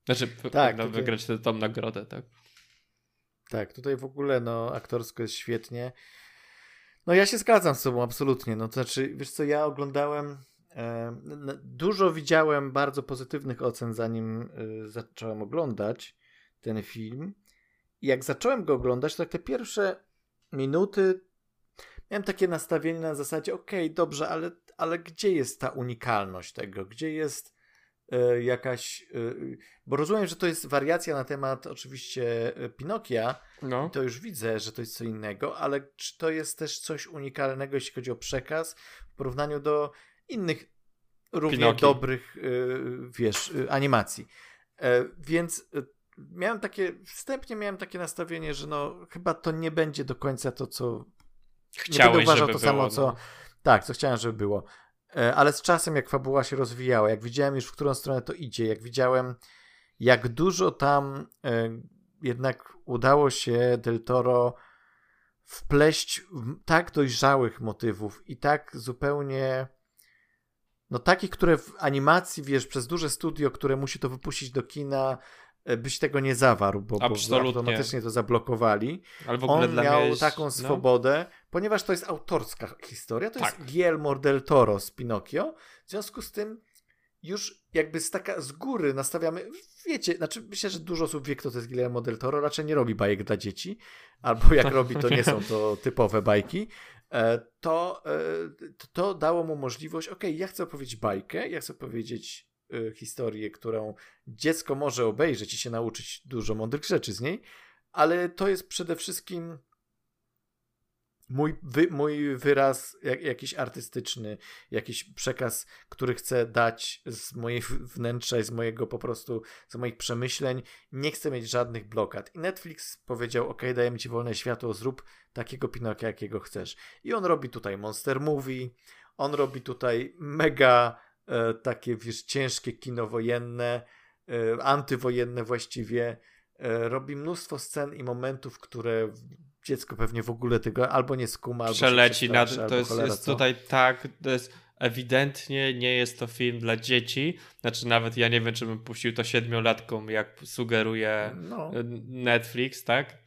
B: Znaczy,
A: tak,
B: powinno
A: tutaj...
B: wygrać tę tą nagrodę, tak?
A: Tak, tutaj w ogóle no aktorsko jest świetnie. No ja się zgadzam z tobą absolutnie. No to znaczy, wiesz co, ja oglądałem e, dużo widziałem bardzo pozytywnych ocen zanim e, zacząłem oglądać ten film. I jak zacząłem go oglądać, to tak te pierwsze minuty miałem takie nastawienie na zasadzie, okej, okay, dobrze, ale, ale gdzie jest ta unikalność tego? Gdzie jest e, jakaś... E, bo rozumiem, że to jest wariacja na temat oczywiście Pinokia.
B: No.
A: I to już widzę, że to jest co innego, ale czy to jest też coś unikalnego, jeśli chodzi o przekaz w porównaniu do innych równie
B: Pinoki.
A: dobrych, e, wiesz, e, animacji. E, więc e, miałem takie, wstępnie miałem takie nastawienie, że no chyba to nie będzie do końca to, co
B: chciałeś,
A: nie będę uważał
B: żeby
A: to
B: było,
A: samo,
B: no.
A: co tak, co chciałem, żeby było. Ale z czasem, jak fabuła się rozwijała, jak widziałem już, w którą stronę to idzie, jak widziałem, jak dużo tam e, jednak udało się Del Toro wpleść tak dojrzałych motywów i tak zupełnie no takich, które w animacji, wiesz, przez duże studio, które musi to wypuścić do kina, byś tego nie zawarł, bo, bo automatycznie to zablokowali.
B: Ale w ogóle
A: on
B: dla
A: miał
B: mnie jest,
A: taką swobodę, no. ponieważ to jest autorska historia, to
B: tak.
A: jest Guillermo del Toro z Pinokio, w związku z tym już jakby z taka z góry nastawiamy, wiecie, znaczy myślę, że dużo osób wie, kto to jest Guillermo del Toro, raczej nie robi bajek dla dzieci, albo jak robi, to nie są to typowe bajki, to, to, to dało mu możliwość, okej, okay, ja chcę opowiedzieć bajkę, ja chcę powiedzieć historię, którą dziecko może obejrzeć i się nauczyć dużo mądrych rzeczy z niej, ale to jest przede wszystkim mój, wy, mój wyraz jak, jakiś artystyczny, jakiś przekaz, który chcę dać z mojej wnętrza i z mojego po prostu, z moich przemyśleń. Nie chcę mieć żadnych blokad. I Netflix powiedział, ok, dajemy ci wolne światło, zrób takiego Pinokia, jakiego chcesz. I on robi tutaj monster movie, on robi tutaj mega e, takie, wiesz, ciężkie kino wojenne, e, antywojenne właściwie. E, robi mnóstwo scen i momentów, które dziecko pewnie w ogóle tego albo nie skuma, albo
B: przeleci.
A: Na, to
B: to jest,
A: cholera,
B: jest tutaj tak, to jest ewidentnie nie jest to film dla dzieci. Znaczy nawet ja nie wiem, czy bym puścił to siedmiolatkom, jak sugeruje no. Netflix, tak?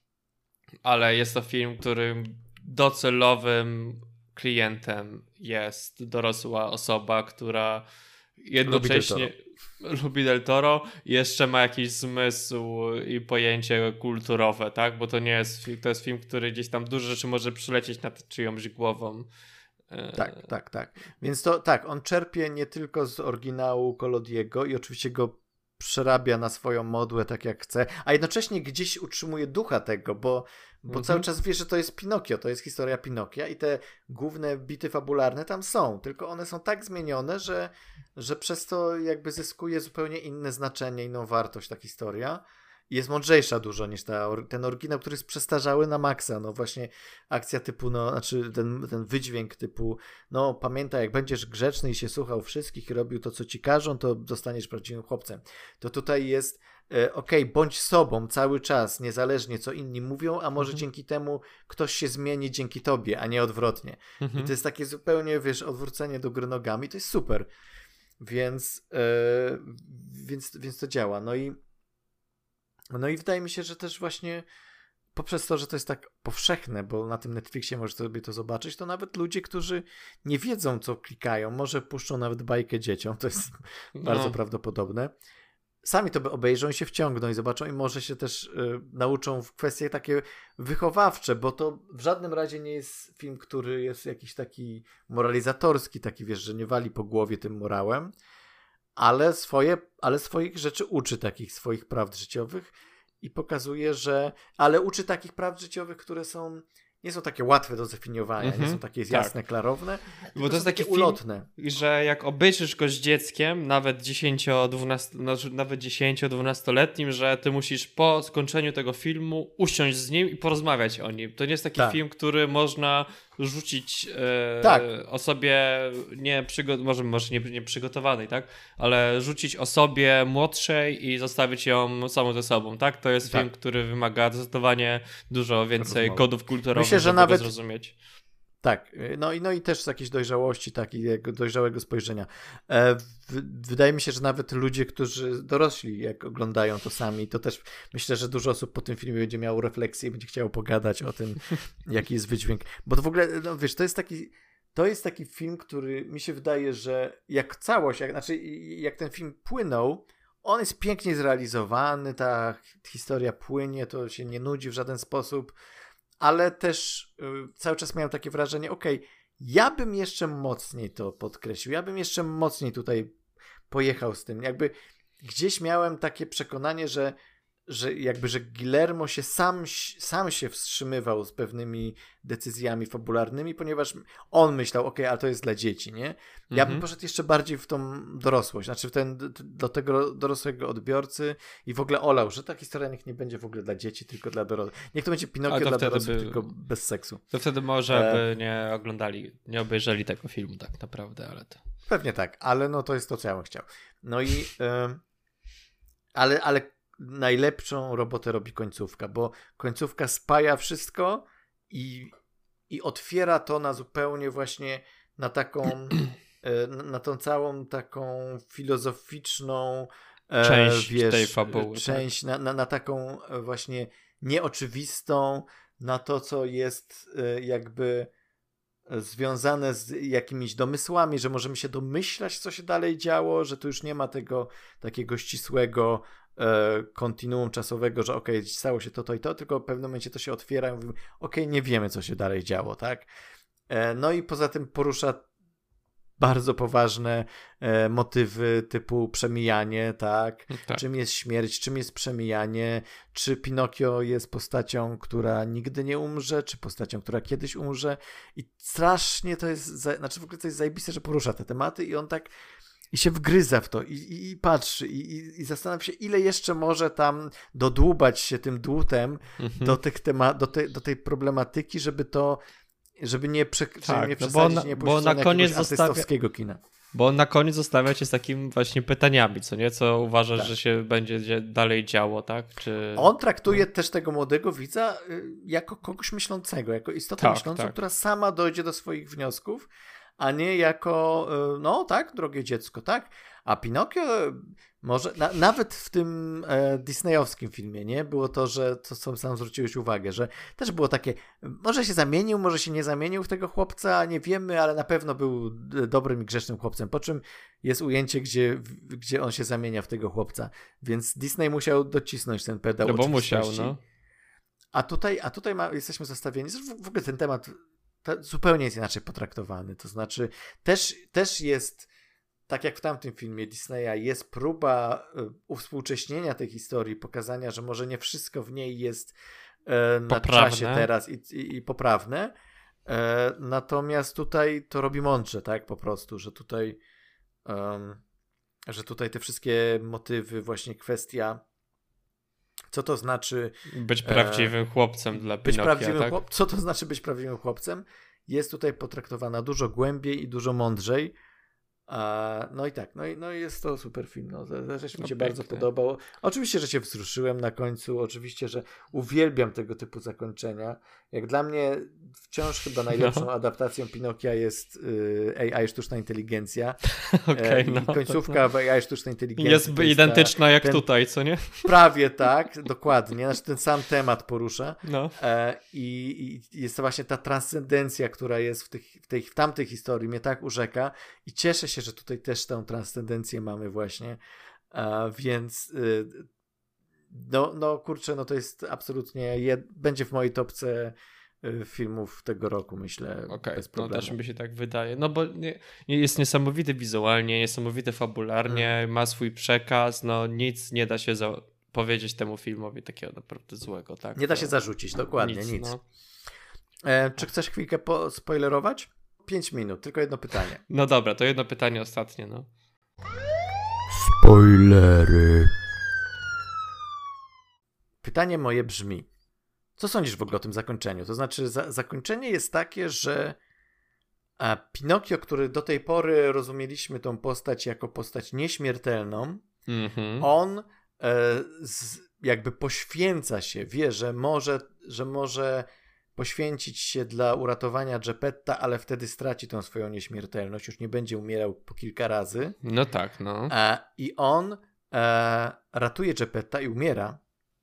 B: Ale jest to film, którym docelowym klientem jest dorosła osoba, która jednocześnie lubi Del Toro i jeszcze ma jakiś zmysł i pojęcie kulturowe, tak? Bo to nie jest film, to jest film, który gdzieś tam dużo rzeczy może przylecieć nad czyjąś głową.
A: Tak, tak, tak. Więc to tak, on czerpie nie tylko z oryginału Collodiego i oczywiście go przerabia na swoją modłę tak jak chce, a jednocześnie gdzieś utrzymuje ducha tego, bo, bo mhm. cały czas wie, że to jest Pinokio, to jest historia Pinokia i te główne bity fabularne tam są, tylko one są tak zmienione, że, że przez to jakby zyskuje zupełnie inne znaczenie, inną wartość ta historia. Jest mądrzejsza dużo niż ta, ten oryginał, który jest przestarzały na maksa. No właśnie akcja typu, no, znaczy ten, ten wydźwięk typu, no pamiętaj, jak będziesz grzeczny i się słuchał wszystkich i robił to, co ci każą, to zostaniesz prawdziwym chłopcem. To tutaj jest, e, okej, okay, bądź sobą cały czas, niezależnie co inni mówią, a może mhm. dzięki temu ktoś się zmieni dzięki tobie, a nie odwrotnie. Mhm. I to jest takie zupełnie, wiesz, odwrócenie do gry nogami, to jest super. Więc, e, więc, więc to działa. No i No i wydaje mi się, że też właśnie poprzez to, że to jest tak powszechne, bo na tym Netflixie możesz sobie to zobaczyć, to nawet ludzie, którzy nie wiedzą, co klikają, może puszczą nawet bajkę dzieciom, to jest no. bardzo prawdopodobne. Sami to obejrzą i się wciągną i zobaczą i może się też y, nauczą w kwestie takie wychowawcze, bo to w żadnym razie nie jest film, który jest jakiś taki moralizatorski, taki wiesz, że nie wali po głowie tym morałem, ale swoje, ale swoich rzeczy uczy, takich swoich prawd życiowych i pokazuje, że, ale uczy takich prawd życiowych, które są, nie są takie łatwe do zdefiniowania, mm-hmm, nie są takie jasne, tak. klarowne,
B: bo to jest
A: takie
B: taki
A: ulotne.
B: Film, że jak obejrzysz go z dzieckiem, nawet dziesięcio-dwunastoletnim, że ty musisz po skończeniu tego filmu usiąść z nim i porozmawiać o nim. To nie jest taki tak. film, który można rzucić e, tak. osobie nie przygo- może, może nie, nie przygotowanej, tak? Ale rzucić osobie młodszej i zostawić ją samą ze sobą, tak? To jest tak. film, który wymaga zdecydowanie dużo więcej Rozmowy. kodów kulturowych,
A: Myślę, że
B: żeby
A: nawet,
B: go zrozumieć.
A: Tak, no i, no i też z jakiejś dojrzałości, takiego dojrzałego spojrzenia. E, w, wydaje mi się, że nawet ludzie, którzy dorośli, jak oglądają to sami, to też myślę, że dużo osób po tym filmie będzie miało refleksję i będzie chciało pogadać o tym, jaki jest wydźwięk. Bo to w ogóle, no wiesz, to jest taki, to jest taki film, który mi się wydaje, że jak całość, jak, znaczy jak ten film płynął, on jest pięknie zrealizowany, ta historia płynie, to się nie nudzi w żaden sposób. Ale też y, cały czas miałem takie wrażenie, okej, okay, ja bym jeszcze mocniej to podkreślił, ja bym jeszcze mocniej tutaj pojechał z tym. Jakby gdzieś miałem takie przekonanie, że, że jakby, że Guillermo się sam, sam się wstrzymywał z pewnymi decyzjami fabularnymi, ponieważ on myślał, okej, okay, ale to jest dla dzieci, nie? Ja bym mm-hmm. poszedł jeszcze bardziej w tą dorosłość, znaczy w ten, do tego dorosłego odbiorcy i w ogóle olał, że ta historia niech nie będzie w ogóle dla dzieci, tylko dla dorosłych. Niech to będzie Pinokio dla dorosłych, by, tylko bez seksu.
B: To wtedy może e... by nie oglądali, nie obejrzeli tego filmu tak naprawdę, ale to...
A: Pewnie tak, ale no to jest to, co ja bym chciał. No i... Yy... ale, ale najlepszą robotę robi końcówka, bo końcówka spaja wszystko i, i otwiera to na zupełnie właśnie na taką na tą całą taką filozoficzną
B: część
A: wiesz,
B: tej fabuły.
A: Część
B: tak.
A: na, na, na taką właśnie nieoczywistą, na to, co jest jakby związane z jakimiś domysłami, że możemy się domyślać, co się dalej działo, że tu już nie ma tego takiego ścisłego e, kontinuum czasowego, że okej, okay, stało się to, to i to, tylko w pewnym momencie to się otwiera i mówimy, okej, okay, nie wiemy, co się dalej działo, tak? E, no i poza tym porusza bardzo poważne e, motywy typu przemijanie, tak?
B: tak?
A: Czym jest śmierć, czym jest przemijanie, czy Pinokio jest postacią, która nigdy nie umrze, czy postacią, która kiedyś umrze i strasznie to jest, za... znaczy w ogóle to jest zajebiste, że porusza te tematy i on tak i się wgryza w to i, i, i patrzy i, i, i zastanawia się, ile jeszcze może tam dodłubać się tym dłutem mhm. do, tych tema... do, te... do tej problematyki, żeby to żeby nie, prze...
B: tak,
A: nie
B: no bo
A: przesadzić,
B: on,
A: nie
B: bo on na koniec zostawia
A: kina.
B: Bo on na koniec zostawia cię z takim właśnie pytaniami, co nie? Co uważasz, tak. że się będzie dalej działo, tak? Czy...
A: On traktuje no. też tego młodego widza jako kogoś myślącego, jako istotę tak, myślącą, tak. która sama dojdzie do swoich wniosków, a nie jako, no tak, drogie dziecko, tak? A Pinokio może, na, nawet w tym e, disneyowskim filmie, nie? Było to, że, to co sam zwróciłeś uwagę, że też było takie, może się zamienił, może się nie zamienił w tego chłopca, nie wiemy, ale na pewno był dobrym i grzecznym chłopcem, po czym jest ujęcie, gdzie, gdzie on się zamienia w tego chłopca, więc Disney musiał docisnąć ten pedał
B: no bo musiał, no.
A: A tutaj, a tutaj ma, jesteśmy zostawieni, w, w ogóle ten temat zupełnie jest inaczej potraktowany, to znaczy też, też jest tak jak w tamtym filmie Disneya, jest próba uwspółcześnienia tej historii, pokazania, że może nie wszystko w niej jest e, na
B: poprawne.
A: czasie teraz i, i, i poprawne. E, natomiast tutaj to robi mądrze, tak? Po prostu, że tutaj um, że tutaj te wszystkie motywy, właśnie kwestia co to znaczy
B: być prawdziwym e, chłopcem dla
A: być
B: Pinokia,
A: prawdziwym
B: tak?
A: chłop- co to znaczy być prawdziwym chłopcem? Jest tutaj potraktowana dużo głębiej i dużo mądrzej. No i tak, no i, no i jest to super film, no, też mi się no bardzo podobał. Oczywiście, że się wzruszyłem na końcu, oczywiście, że uwielbiam tego typu zakończenia. Jak dla mnie wciąż chyba najlepszą no. adaptacją Pinokia jest y, A I, sztuczna inteligencja.
B: Okay,
A: e,
B: no,
A: I końcówka
B: no.
A: w A I, sztucznej inteligencji.
B: Jest, jest identyczna ta, jak
A: ten,
B: tutaj, co nie?
A: Prawie tak, dokładnie. Znaczy ten sam temat porusza.
B: No.
A: E, i, I jest to właśnie ta transcendencja, która jest w, tych, w, tej, w tamtej historii, mnie tak urzeka i cieszę się, że tutaj też tę transcendencję mamy właśnie, a więc y, no, no kurczę, no to jest absolutnie, jed... będzie w mojej topce y, filmów tego roku, myślę,
B: okay,
A: bez problemu.
B: No też mi się tak wydaje, no bo nie, jest niesamowity wizualnie, niesamowity fabularnie, hmm. ma swój przekaz, no nic nie da się za... powiedzieć temu filmowi takiego naprawdę złego, tak?
A: Nie da się zarzucić, dokładnie, nic. nic. No. E, czy chcesz chwilkę pospoilerować? Pięć minut, tylko jedno pytanie.
B: No dobra, to jedno pytanie ostatnie, no.
A: Spoilery. Pytanie moje brzmi. Co sądzisz w ogóle o tym zakończeniu? To znaczy, za- zakończenie jest takie, że a Pinokio, który do tej pory rozumieliśmy tą postać jako postać nieśmiertelną, mm-hmm. on e, z, jakby poświęca się, wie, że może, że może poświęcić się dla uratowania Geppetta, ale wtedy straci tą swoją nieśmiertelność, już nie będzie umierał po kilka razy.
B: No tak, no.
A: E, I on e, ratuje Geppetta i umiera,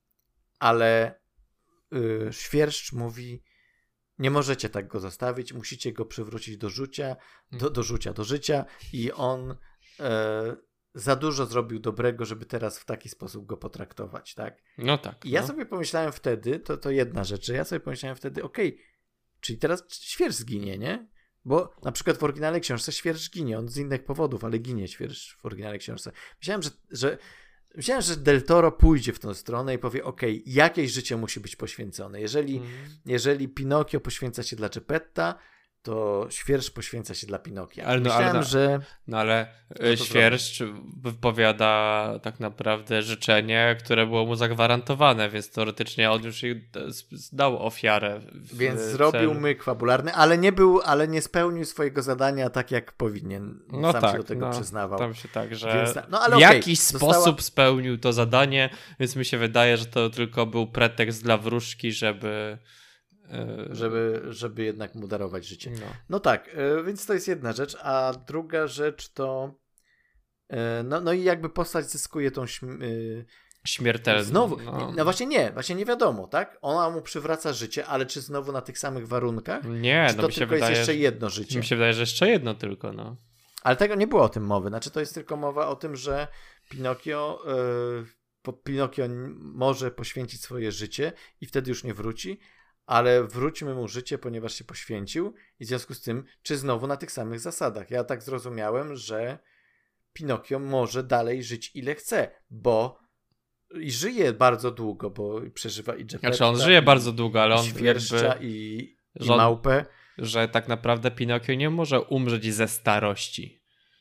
A: ale y, świerszcz mówi, nie możecie tak go zostawić, musicie go przywrócić do życia, do, do życia, do życia i on e, za dużo zrobił dobrego, żeby teraz w taki sposób go potraktować, tak?
B: No tak.
A: I ja
B: no.
A: sobie pomyślałem wtedy, to, to jedna rzecz, że ja sobie pomyślałem wtedy, okej, okay, czyli teraz świerszcz zginie, nie? Bo na przykład w oryginalnej książce świerszcz ginie, on z innych powodów, ale ginie świerszcz w oryginalnej książce. Myślałem, że, że Myślałem, że Del Toro pójdzie w tą stronę i powie, okej, okay, jakieś życie musi być poświęcone. Jeżeli, mm. jeżeli Pinokio poświęca się dla Geppetta, to świerszcz poświęca się dla Pinokia.
B: Ale no,
A: Myślałem,
B: ale,
A: że...
B: No ale świerszcz wypowiada tak naprawdę życzenie, które było mu zagwarantowane, więc teoretycznie on już dał ofiarę.
A: Więc zrobił myk fabularny, ale nie był, ale nie spełnił swojego zadania tak, jak powinien.
B: No
A: Sam
B: tak,
A: się do tego
B: no,
A: przyznawał.
B: Tam się tak, że
A: więc, no, ale
B: w
A: okay,
B: jakiś
A: została...
B: sposób spełnił to zadanie, więc mi się wydaje, że to tylko był pretekst dla wróżki, żeby...
A: Żeby, żeby jednak mu darować życie.
B: No.
A: no tak, więc to jest jedna rzecz, a druga rzecz to no, no i jakby postać zyskuje tą śm...
B: śmiertelną.
A: Znowu,
B: no.
A: no właśnie nie, właśnie nie wiadomo, tak? Ona mu przywraca życie, ale czy znowu na tych samych warunkach?
B: Nie,
A: czy
B: no
A: to
B: mi się
A: tylko
B: wydaje,
A: jest jeszcze
B: że...
A: jedno życie?
B: Mi się wydaje, że jeszcze jedno tylko, no.
A: Ale tego nie było o tym mowy, znaczy to jest tylko mowa o tym, że Pinokio yy, Pinokio może poświęcić swoje życie i wtedy już nie wróci, ale wróćmy mu życie, ponieważ się poświęcił i w związku z tym, czy znowu na tych samych zasadach. Ja tak zrozumiałem, że Pinokio może dalej żyć ile chce, bo i żyje bardzo długo, bo przeżywa i Geppetta.
B: Znaczy on żyje
A: i,
B: bardzo długo, ale on
A: świerszcza
B: jakby...
A: i, i
B: że on,
A: małpę.
B: Że tak naprawdę Pinokio nie może umrzeć ze starości.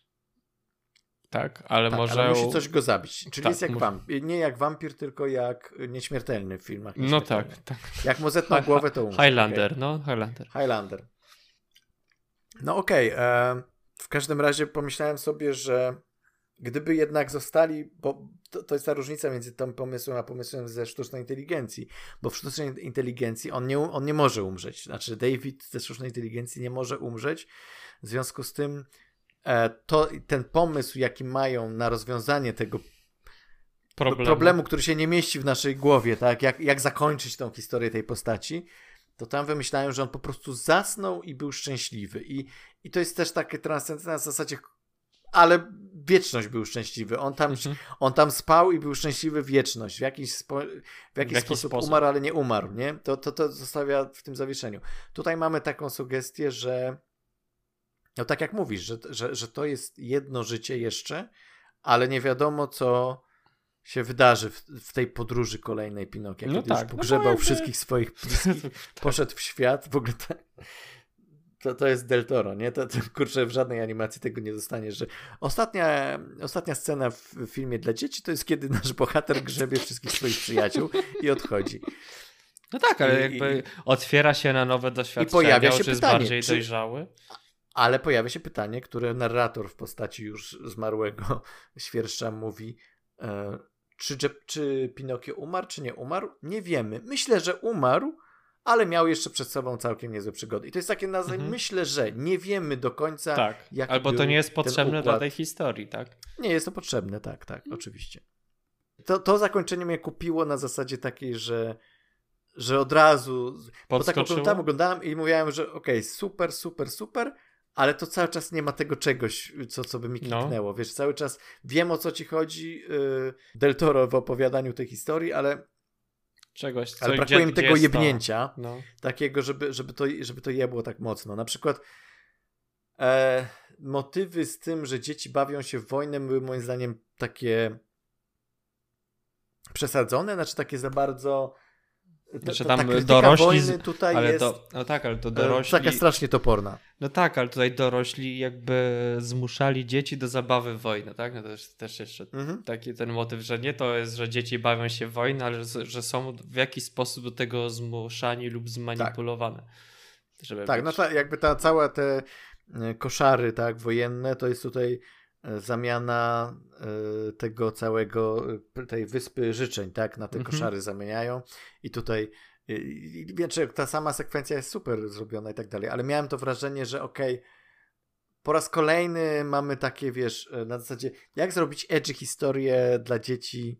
B: Tak, ale
A: tak,
B: może...
A: ale musi coś go zabić. Czyli
B: tak,
A: jest jak
B: musi...
A: wampir. Nie jak wampir, tylko jak nieśmiertelny w filmach.
B: No tak, tak.
A: Jak mu zetną głowę, to umrze.
B: Highlander,
A: okay.
B: no Highlander.
A: Highlander. No okej. Okay. W każdym razie pomyślałem sobie, że gdyby jednak zostali, bo to, to jest ta różnica między tym pomysłem a pomysłem ze sztucznej inteligencji, bo w sztucznej inteligencji on nie, on nie może umrzeć. Znaczy David ze sztucznej inteligencji nie może umrzeć. W związku z tym to ten pomysł, jaki mają na rozwiązanie tego problemu, problemu który się nie mieści w naszej głowie, tak, jak, jak zakończyć tą historię tej postaci, to tam wymyślają, że on po prostu zasnął i był szczęśliwy. I, i to jest też takie transcendentne na zasadzie, ale wieczność był szczęśliwy. On tam, mhm. on tam spał i był szczęśliwy wieczność. W jakiś, spo, w jakiś w sposób, sposób umarł, ale nie umarł. Nie? To, to, to zostawia w tym zawieszeniu. Tutaj mamy taką sugestię, że no tak jak mówisz, że, że, że to jest jedno życie jeszcze, ale nie wiadomo, co się wydarzy w, w tej podróży kolejnej Pinokia. Kiedy no tak, już pogrzebał no jakby... wszystkich swoich bliskich, poszedł w świat. W ogóle to, to, to jest Del Toro, nie? To, to, kurczę, w żadnej animacji tego nie zostanie, że ostatnia, ostatnia scena w filmie dla dzieci to jest, kiedy nasz bohater grzebie wszystkich swoich przyjaciół i odchodzi.
B: No tak, ale I, jakby i, otwiera się na nowe doświadczenia,
A: i pojawia się
B: już
A: pytanie,
B: jest bardziej
A: czy...
B: dojrzały.
A: Ale pojawia się pytanie, które narrator w postaci już zmarłego świerszcza mówi, e, czy, czy Pinokio umarł, czy nie umarł? Nie wiemy. Myślę, że umarł, ale miał jeszcze przed sobą całkiem niezłe przygody. I to jest takie nazwanie, mhm. myślę, że nie wiemy do końca,
B: tak.
A: jaki
B: Albo
A: był
B: to nie jest potrzebne
A: układ.
B: dla tej historii, tak?
A: Nie jest to potrzebne, tak, tak, hmm. oczywiście. To, to zakończenie mnie kupiło na zasadzie takiej, że że od razu, bo tak oglądałem, oglądałem i mówiłem, że okej, okay, super, super, super, ale to cały czas nie ma tego czegoś, co, co by mi kliknęło. No. Wiesz, cały czas wiem, o co ci chodzi, yy, Del Toro w opowiadaniu tej historii, ale
B: czegoś, co
A: ale brakuje
B: gdzie,
A: mi tego jebnięcia,
B: no.
A: takiego, żeby, żeby, to, żeby to jebło tak mocno. Na przykład e, motywy z tym, że dzieci bawią się w wojnę, były moim zdaniem takie przesadzone, znaczy takie za bardzo...
B: Znaczy tam ta dorośli, z...
A: tutaj
B: ale
A: jest
B: to, no tak, ale to dorośli...
A: taka strasznie toporna.
B: No tak, ale tutaj dorośli jakby zmuszali dzieci do zabawy w wojnę, tak? No to jest też jeszcze mhm. taki ten motyw, że nie to jest, że dzieci bawią się w wojnę, ale że, że są w jakiś sposób do tego zmuszani lub zmanipulowane.
A: Tak,
B: żeby
A: tak
B: być...
A: no ta, jakby ta cała te koszary tak wojenne, to jest tutaj zamiana y, tego całego, tej wyspy życzeń, tak, na te mhm. koszary zamieniają i tutaj I wiem, czy ta sama sekwencja jest super zrobiona i tak dalej, ale miałem to wrażenie, że okej, okay, po raz kolejny mamy takie, wiesz, na zasadzie, jak zrobić edgy historię dla dzieci,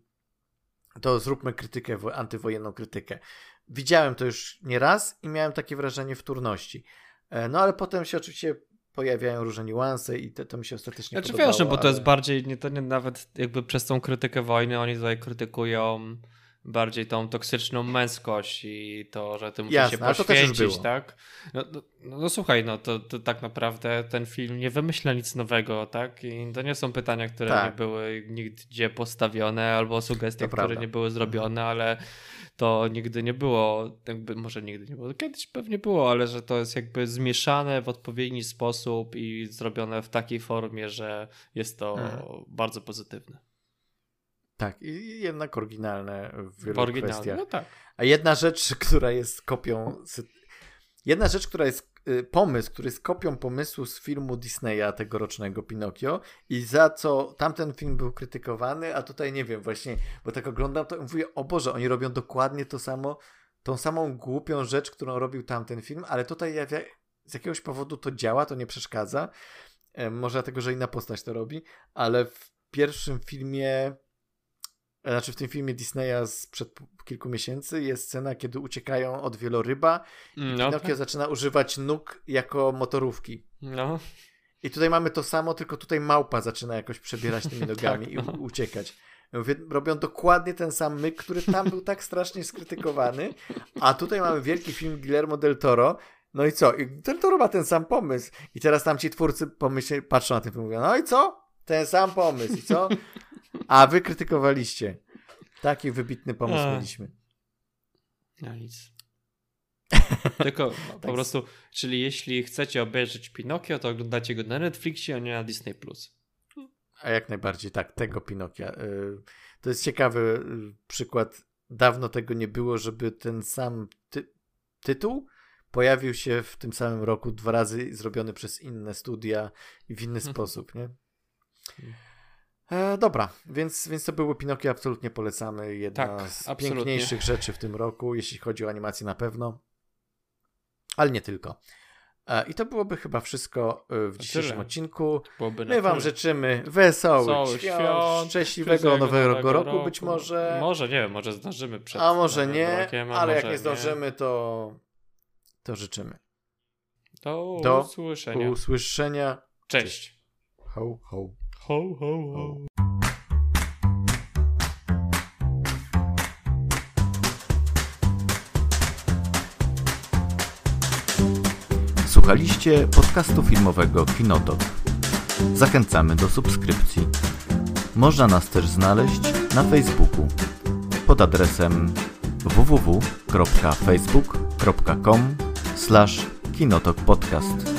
A: to zróbmy krytykę, antywojenną krytykę. Widziałem to już nie raz i miałem takie wrażenie wtórności. No ale potem się oczywiście pojawiają różne niuanse i to, to mi się ostatecznie
B: znaczy,
A: podobało.
B: Wiesz, no bo
A: ale...
B: to jest bardziej, nie, to nie nawet jakby przez tą krytykę wojny oni tutaj krytykują bardziej tą toksyczną męskość i to, że ty musisz
A: Jasne,
B: się
A: ale to też już
B: poświęcić,
A: było.
B: tak? No, no, no słuchaj, no to, to tak naprawdę ten film nie wymyśla nic nowego, tak? I to nie są pytania, które
A: tak.
B: nie były nigdzie postawione, albo sugestie,
A: to
B: które
A: prawda.
B: nie były zrobione, ale to nigdy nie było, jakby, może nigdy nie było, kiedyś pewnie było, ale że to jest jakby zmieszane w odpowiedni sposób i zrobione w takiej formie, że jest to hmm. bardzo pozytywne.
A: Tak, i jednak oryginalne w wielu
B: oryginalne,
A: kwestiach.
B: No tak.
A: A jedna rzecz, która jest kopią... Jedna rzecz, która jest... Pomysł, który jest kopią pomysłu z filmu Disneya tegorocznego Pinokio i za co tamten film był krytykowany, a tutaj nie wiem właśnie, bo tak oglądam to i mówię, o Boże, oni robią dokładnie to samo, tą samą głupią rzecz, którą robił tamten film, ale tutaj ja z jakiegoś powodu to działa, to nie przeszkadza. Może dlatego, że inna postać to robi, ale w pierwszym filmie Znaczy w tym filmie Disneya sprzed kilku miesięcy jest scena, kiedy uciekają od wieloryba i no, Pinokio tak. zaczyna używać nóg jako motorówki.
B: No.
A: I tutaj mamy to samo, tylko tutaj małpa zaczyna jakoś przebierać tymi nogami tak, no. i u- uciekać. Mówię, robią dokładnie ten sam myk, który tam był tak strasznie skrytykowany, a tutaj mamy wielki film Guillermo del Toro. No i co? I del Toro ma ten sam pomysł. I teraz tam ci twórcy pomyśleli, patrzą na ten film i mówią, no i co? Ten sam pomysł. I co? A wy krytykowaliście. Taki wybitny pomysł A. mieliśmy.
B: No nic. Tylko no, po tak. prostu, czyli jeśli chcecie obejrzeć Pinokio, to oglądacie go na Netflixie, a nie na Disney plus.
A: A jak najbardziej, tak, tego Pinokia. To jest ciekawy przykład. Dawno tego nie było, żeby ten sam ty- tytuł pojawił się w tym samym roku dwa razy, zrobiony przez inne studia i w inny sposób, nie? E, dobra, więc, więc to było Pinokio, absolutnie polecamy. Jedna
B: tak,
A: z
B: absolutnie.
A: piękniejszych rzeczy w tym roku, jeśli chodzi o animację na pewno. Ale nie tylko. E, I to byłoby chyba wszystko w dzisiejszym tyle. odcinku. My wam tyle. życzymy wesołych świąt, świąt szczęśliwego nowego, nowego roku, roku być może.
B: Może, nie wiem, może zdążymy przed
A: A może nie,
B: rokiem, a
A: ale
B: może
A: jak nie zdążymy, nie. to to życzymy.
B: Do,
A: Do
B: usłyszenia.
A: usłyszenia.
B: Cześć.
A: Cześć. Ho, ho.
B: Ho, ho, ho.
C: Słuchaliście podcastu filmowego Kinotok. Zachęcamy do subskrypcji. Można nas też znaleźć na Facebooku pod adresem w w w kropka facebook kropka com slash kinotok podcast.